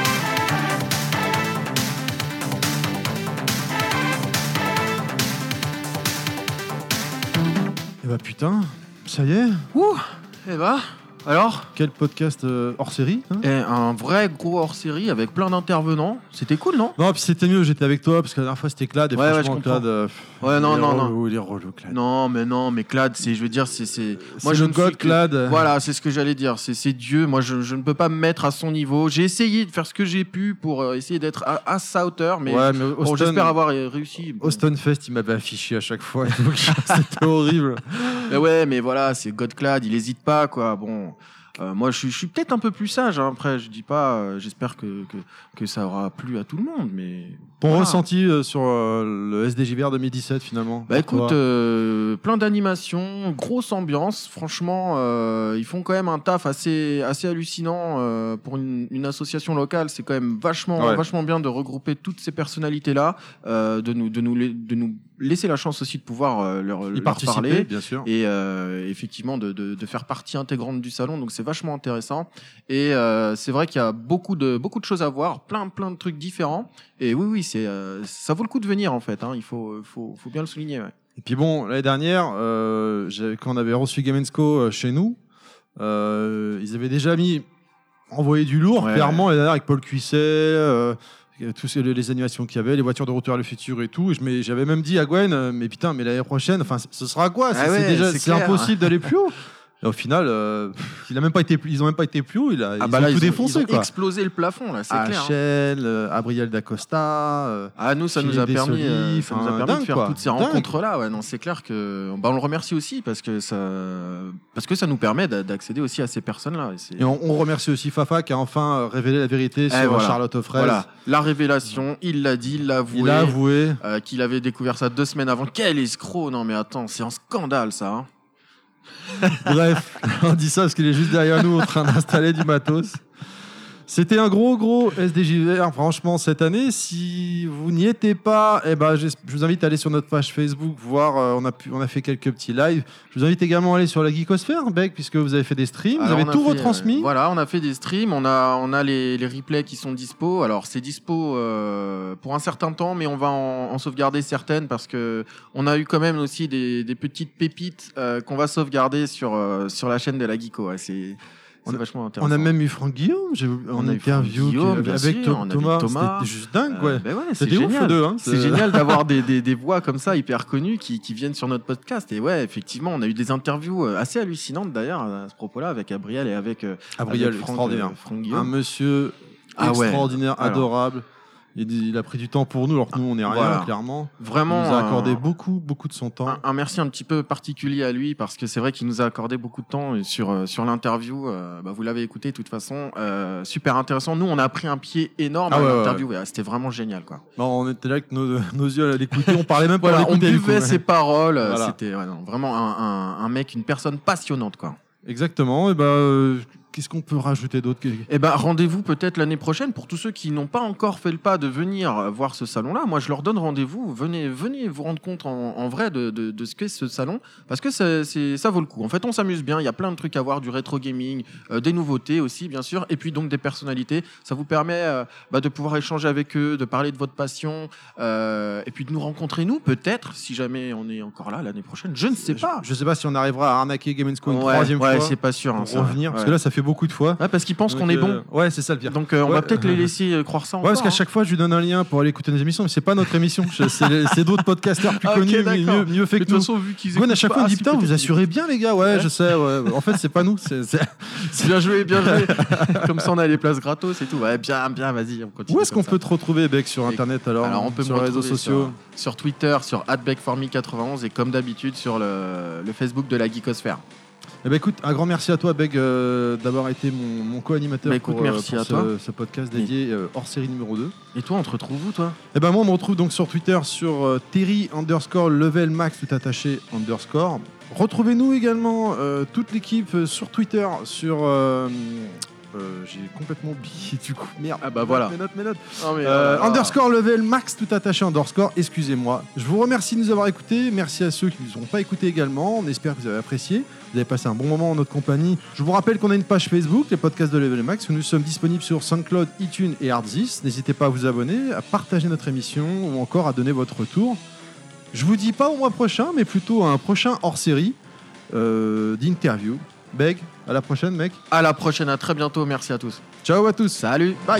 Putain, ça y est. Alors, quel podcast hors série un vrai gros hors série avec plein d'intervenants. C'était cool, non? Non, puis c'était mieux, j'étais avec toi parce que la dernière fois c'était Clad et franchement Clad. Non. Il est relou, Clad. Non, mais Clad, je veux dire, moi je ne god Clad. Voilà, c'est ce que j'allais dire. C'est Dieu. Moi, je ne peux pas me mettre à son niveau. J'ai essayé de faire ce que j'ai pu pour essayer d'être à sa hauteur, mais j'espère avoir réussi. Austin Fest, il m'avait affiché à chaque fois. C'était horrible. Mais voilà, c'est God Clad. Il hésite pas, quoi. Bon. Moi, je suis peut-être un peu plus sage. Après, je dis pas. J'espère que ça aura plu à tout le monde, mais. Ton ressenti sur le SDJVR 2017 finalement. Écoute, plein d'animations, grosse ambiance. Franchement, ils font quand même un taf assez hallucinant pour une association locale. C'est quand même vachement bien de regrouper toutes ces personnalités là, de nous laisser la chance aussi de pouvoir leur parler, bien sûr, et effectivement de faire partie intégrante du salon. Donc c'est vachement intéressant, et c'est vrai qu'il y a beaucoup de choses à voir, plein de trucs différents, et oui ça vaut le coup de venir en fait, il faut bien le souligner. Et puis bon, l'année dernière quand on avait reçu Game & Co chez nous, ils avaient déjà envoyé du lourd, clairement, l'année dernière avec Paul Cuisset, toutes les animations qu'il y avait, les voitures de Retour vers le futur et tout. J'avais même dit à Gwen, mais l'année prochaine, ce sera quoi? C'est impossible d'aller plus haut. Et au final, ils n'ont même pas été plus haut. Ils ont tout défoncé. Ils ont explosé le plafond, là, c'est clair. HL, Abriel D'Acosta. Nous, ça nous a permis de faire toutes ces rencontres-là. Ouais, non, c'est clair que on le remercie aussi parce que ça nous permet d'accéder aussi à ces personnes-là. Et on remercie aussi Fafa qui a enfin révélé la vérité sur Charlotte aux fraises. Voilà, la révélation, il l'a dit, il l'a avoué. Qu'il avait découvert ça 2 semaines avant. Quel escroc! Non, mais attends, c'est un scandale, ça. Bref, on dit ça parce qu'il est juste derrière nous en train d'installer du matos. C'était un gros SDJVR, franchement, cette année. Si vous n'y étiez pas, je vous invite à aller sur notre page Facebook, voir, on a fait quelques petits lives. Je vous invite également à aller sur la Geekosphère, Beck, puisque vous avez fait des streams, vous avez tout retransmis. On a fait des streams, on a les replays qui sont dispo. Alors, c'est dispo pour un certain temps, mais on va en sauvegarder certaines parce que on a eu quand même aussi des petites pépites qu'on va sauvegarder sur la chaîne de la Geeko. C'est vachement intéressant. On a même eu Franck Guillaume, on a interview avec Thomas. C'était juste dingue, c'était ouf, génial. Deux, c'est génial d'avoir des voix comme ça hyper connues qui viennent sur notre podcast. Et effectivement, on a eu des interviews assez hallucinantes d'ailleurs à ce propos-là avec Abriel et avec Franck Guillaume. Un monsieur extraordinaire, adorable. Il a pris du temps pour nous, alors que nous, on n'est rien, clairement. Vraiment. Il nous a accordé beaucoup de son temps. Un merci un petit peu particulier à lui, parce que c'est vrai qu'il nous a accordé beaucoup de temps sur l'interview. Vous l'avez écouté, de toute façon. Super intéressant. Nous, on a pris un pied énorme à l'interview. Ouais, c'était vraiment génial, quoi. Non, on était là avec nos yeux à l'écouter. On parlait même pas voilà, l'écouter. On buvait ses paroles. Voilà. C'était vraiment un mec, une personne passionnante, quoi. Exactement. Et qu'est-ce qu'on peut rajouter d'autre? Rendez-vous peut-être l'année prochaine pour tous ceux qui n'ont pas encore fait le pas de venir voir ce salon-là. Moi, je leur donne rendez-vous. Venez vous rendre compte en vrai de ce qu'est ce salon, parce que ça vaut le coup. En fait, on s'amuse bien. Il y a plein de trucs à voir, du rétro gaming, des nouveautés aussi, bien sûr, et puis donc des personnalités. Ça vous permet de pouvoir échanger avec eux, de parler de votre passion, et puis de nous rencontrer, nous, peut-être, si jamais on est encore là l'année prochaine. Je ne sais pas. Je sais pas si on arrivera à arnaquer Game & Co une troisième fois. Ouais, c'est pas sûr. Pour revenir, parce que là, ça fait beaucoup de fois. Ouais, parce qu'ils pensent qu'on est bon. Ouais, c'est ça le pire. Donc on va peut-être les laisser croire ça encore. Ouais, parce qu'à chaque fois, je lui donne un lien pour aller écouter nos émissions, mais c'est pas notre émission. C'est d'autres podcasteurs plus connus, mieux fait que nous. De toute façon, vu qu'ils à chaque fois, il dit putain, vous assurez bien, les gars. Ouais, je sais. Ouais. En fait, c'est pas nous. C'est bien joué. Comme ça, on a les places gratos et tout. Ouais, bien, vas-y, on continue. Où est-ce qu'on peut te retrouver, Beck, sur Internet alors on peut sur les réseaux sociaux, sur Twitter, sur @BeckForme91 et comme d'habitude sur le Facebook de la Geekosphère. Écoute, un grand merci à toi, Beg, d'avoir été mon co-animateur pour ce podcast dédié hors série numéro 2. Et toi, on te retrouve où, toi? Moi, on me retrouve donc sur Twitter sur Terry_levelmax tout attaché _. Retrouvez-nous également toute l'équipe sur Twitter sur j'ai complètement oublié du coup. Merde. Voilà. Mes notes. _levelmax tout attaché _. Excusez-moi. Je vous remercie de nous avoir écoutés. Merci à ceux qui ne nous ont pas écoutés également. On espère que vous avez apprécié. Vous avez passé un bon moment en notre compagnie. Je vous rappelle qu'on a une page Facebook, les podcasts de Level Max, où nous sommes disponibles sur SoundCloud, iTunes et Artzis. N'hésitez pas à vous abonner, à partager notre émission ou encore à donner votre retour. Je vous dis pas au mois prochain, mais plutôt à un prochain hors-série d'interview. Beg, à la prochaine, mec. À la prochaine, à très bientôt. Merci à tous. Ciao à tous. Salut. Bye.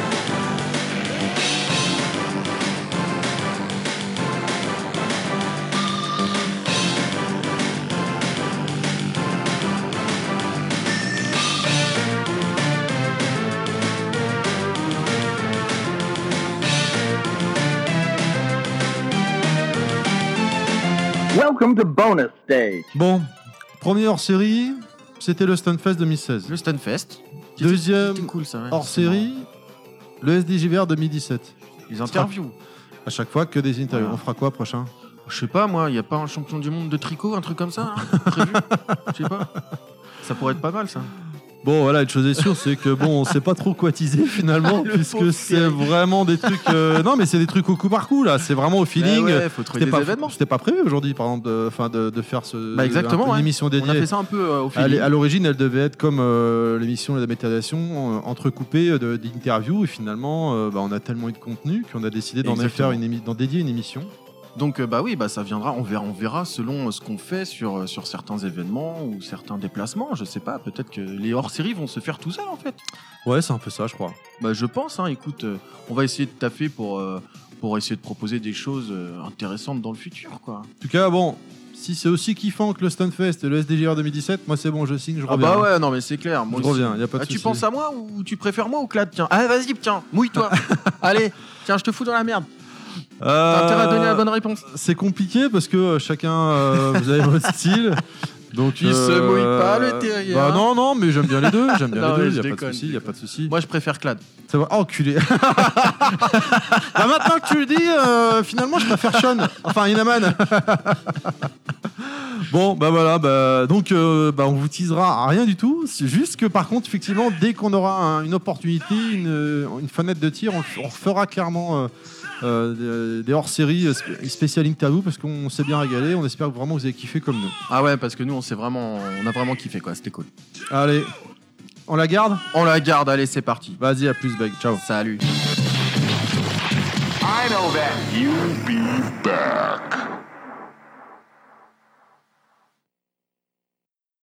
Welcome to bonus stage. Bon, premier hors-série, c'était le Stunfest 2016. Le Stunfest. Deuxième cool, ça, ouais, hors-série, le SDJVR 2017. Les interviews. À chaque fois que des interviews. Voilà. On fera quoi prochain? Je sais pas, moi, il n'y a pas un champion du monde de tricot, un truc comme ça, prévu? Je sais pas. Ça pourrait être pas mal, ça. Bon, voilà, une chose est sûre, c'est que on sait pas trop quoi teaser finalement, puisque c'est vraiment des trucs. Non, mais c'est des trucs au coup par coup là. C'est vraiment au feeling. Ouais, faut trouver des événements. C'était pas prévu aujourd'hui, par exemple, de faire exactement, une émission dédiée. On a fait ça un peu au feeling. À l'origine, elle devait être comme l'émission de la métadation, entrecoupée d'interviews, et finalement, on a tellement eu de contenu qu'on a décidé d'en dédier une émission. Donc ça viendra, on verra selon ce qu'on fait sur certains événements ou certains déplacements, je sais pas, peut-être que les hors-séries vont se faire tout seuls en fait. Ouais, c'est un peu ça, je crois. Je pense, écoute, on va essayer de taffer pour essayer de proposer des choses intéressantes dans le futur, quoi. En tout cas, si c'est aussi kiffant que le Stunfest et le SDJR 2017, moi c'est bon, je signe, je reviens. Ah ouais, non mais c'est clair. Moi je reviens, y a pas de souci. Tu penses à moi ou tu préfères moi ou Clad? Tiens, vas-y, tiens, mouille-toi. Allez, tiens, je te fous dans la merde. T'as intérêt à donner la bonne réponse. C'est compliqué parce que chacun, vous avez votre style. Donc, il se mouille pas le terrier. Non, mais j'aime bien les deux. Il y a pas de souci. Moi, je préfère Clad. Ça va. Oh, enculé. Maintenant que tu le dis, finalement, je préfère Sean. Enfin, Inaman. Bon, voilà. Donc, on vous teasera à rien du tout. C'est juste que, par contre, effectivement, dès qu'on aura une opportunité, une fenêtre de tir, on fera clairement. Des hors-séries spéciales interview parce qu'on s'est bien régalé. On espère que vraiment vous avez kiffé comme nous. Ah ouais, parce que nous on a vraiment kiffé, quoi. C'était cool. Allez, on la garde? On la garde, allez, c'est parti. Vas-y, à plus, Beg. Ciao. Salut. I know that you'll be back.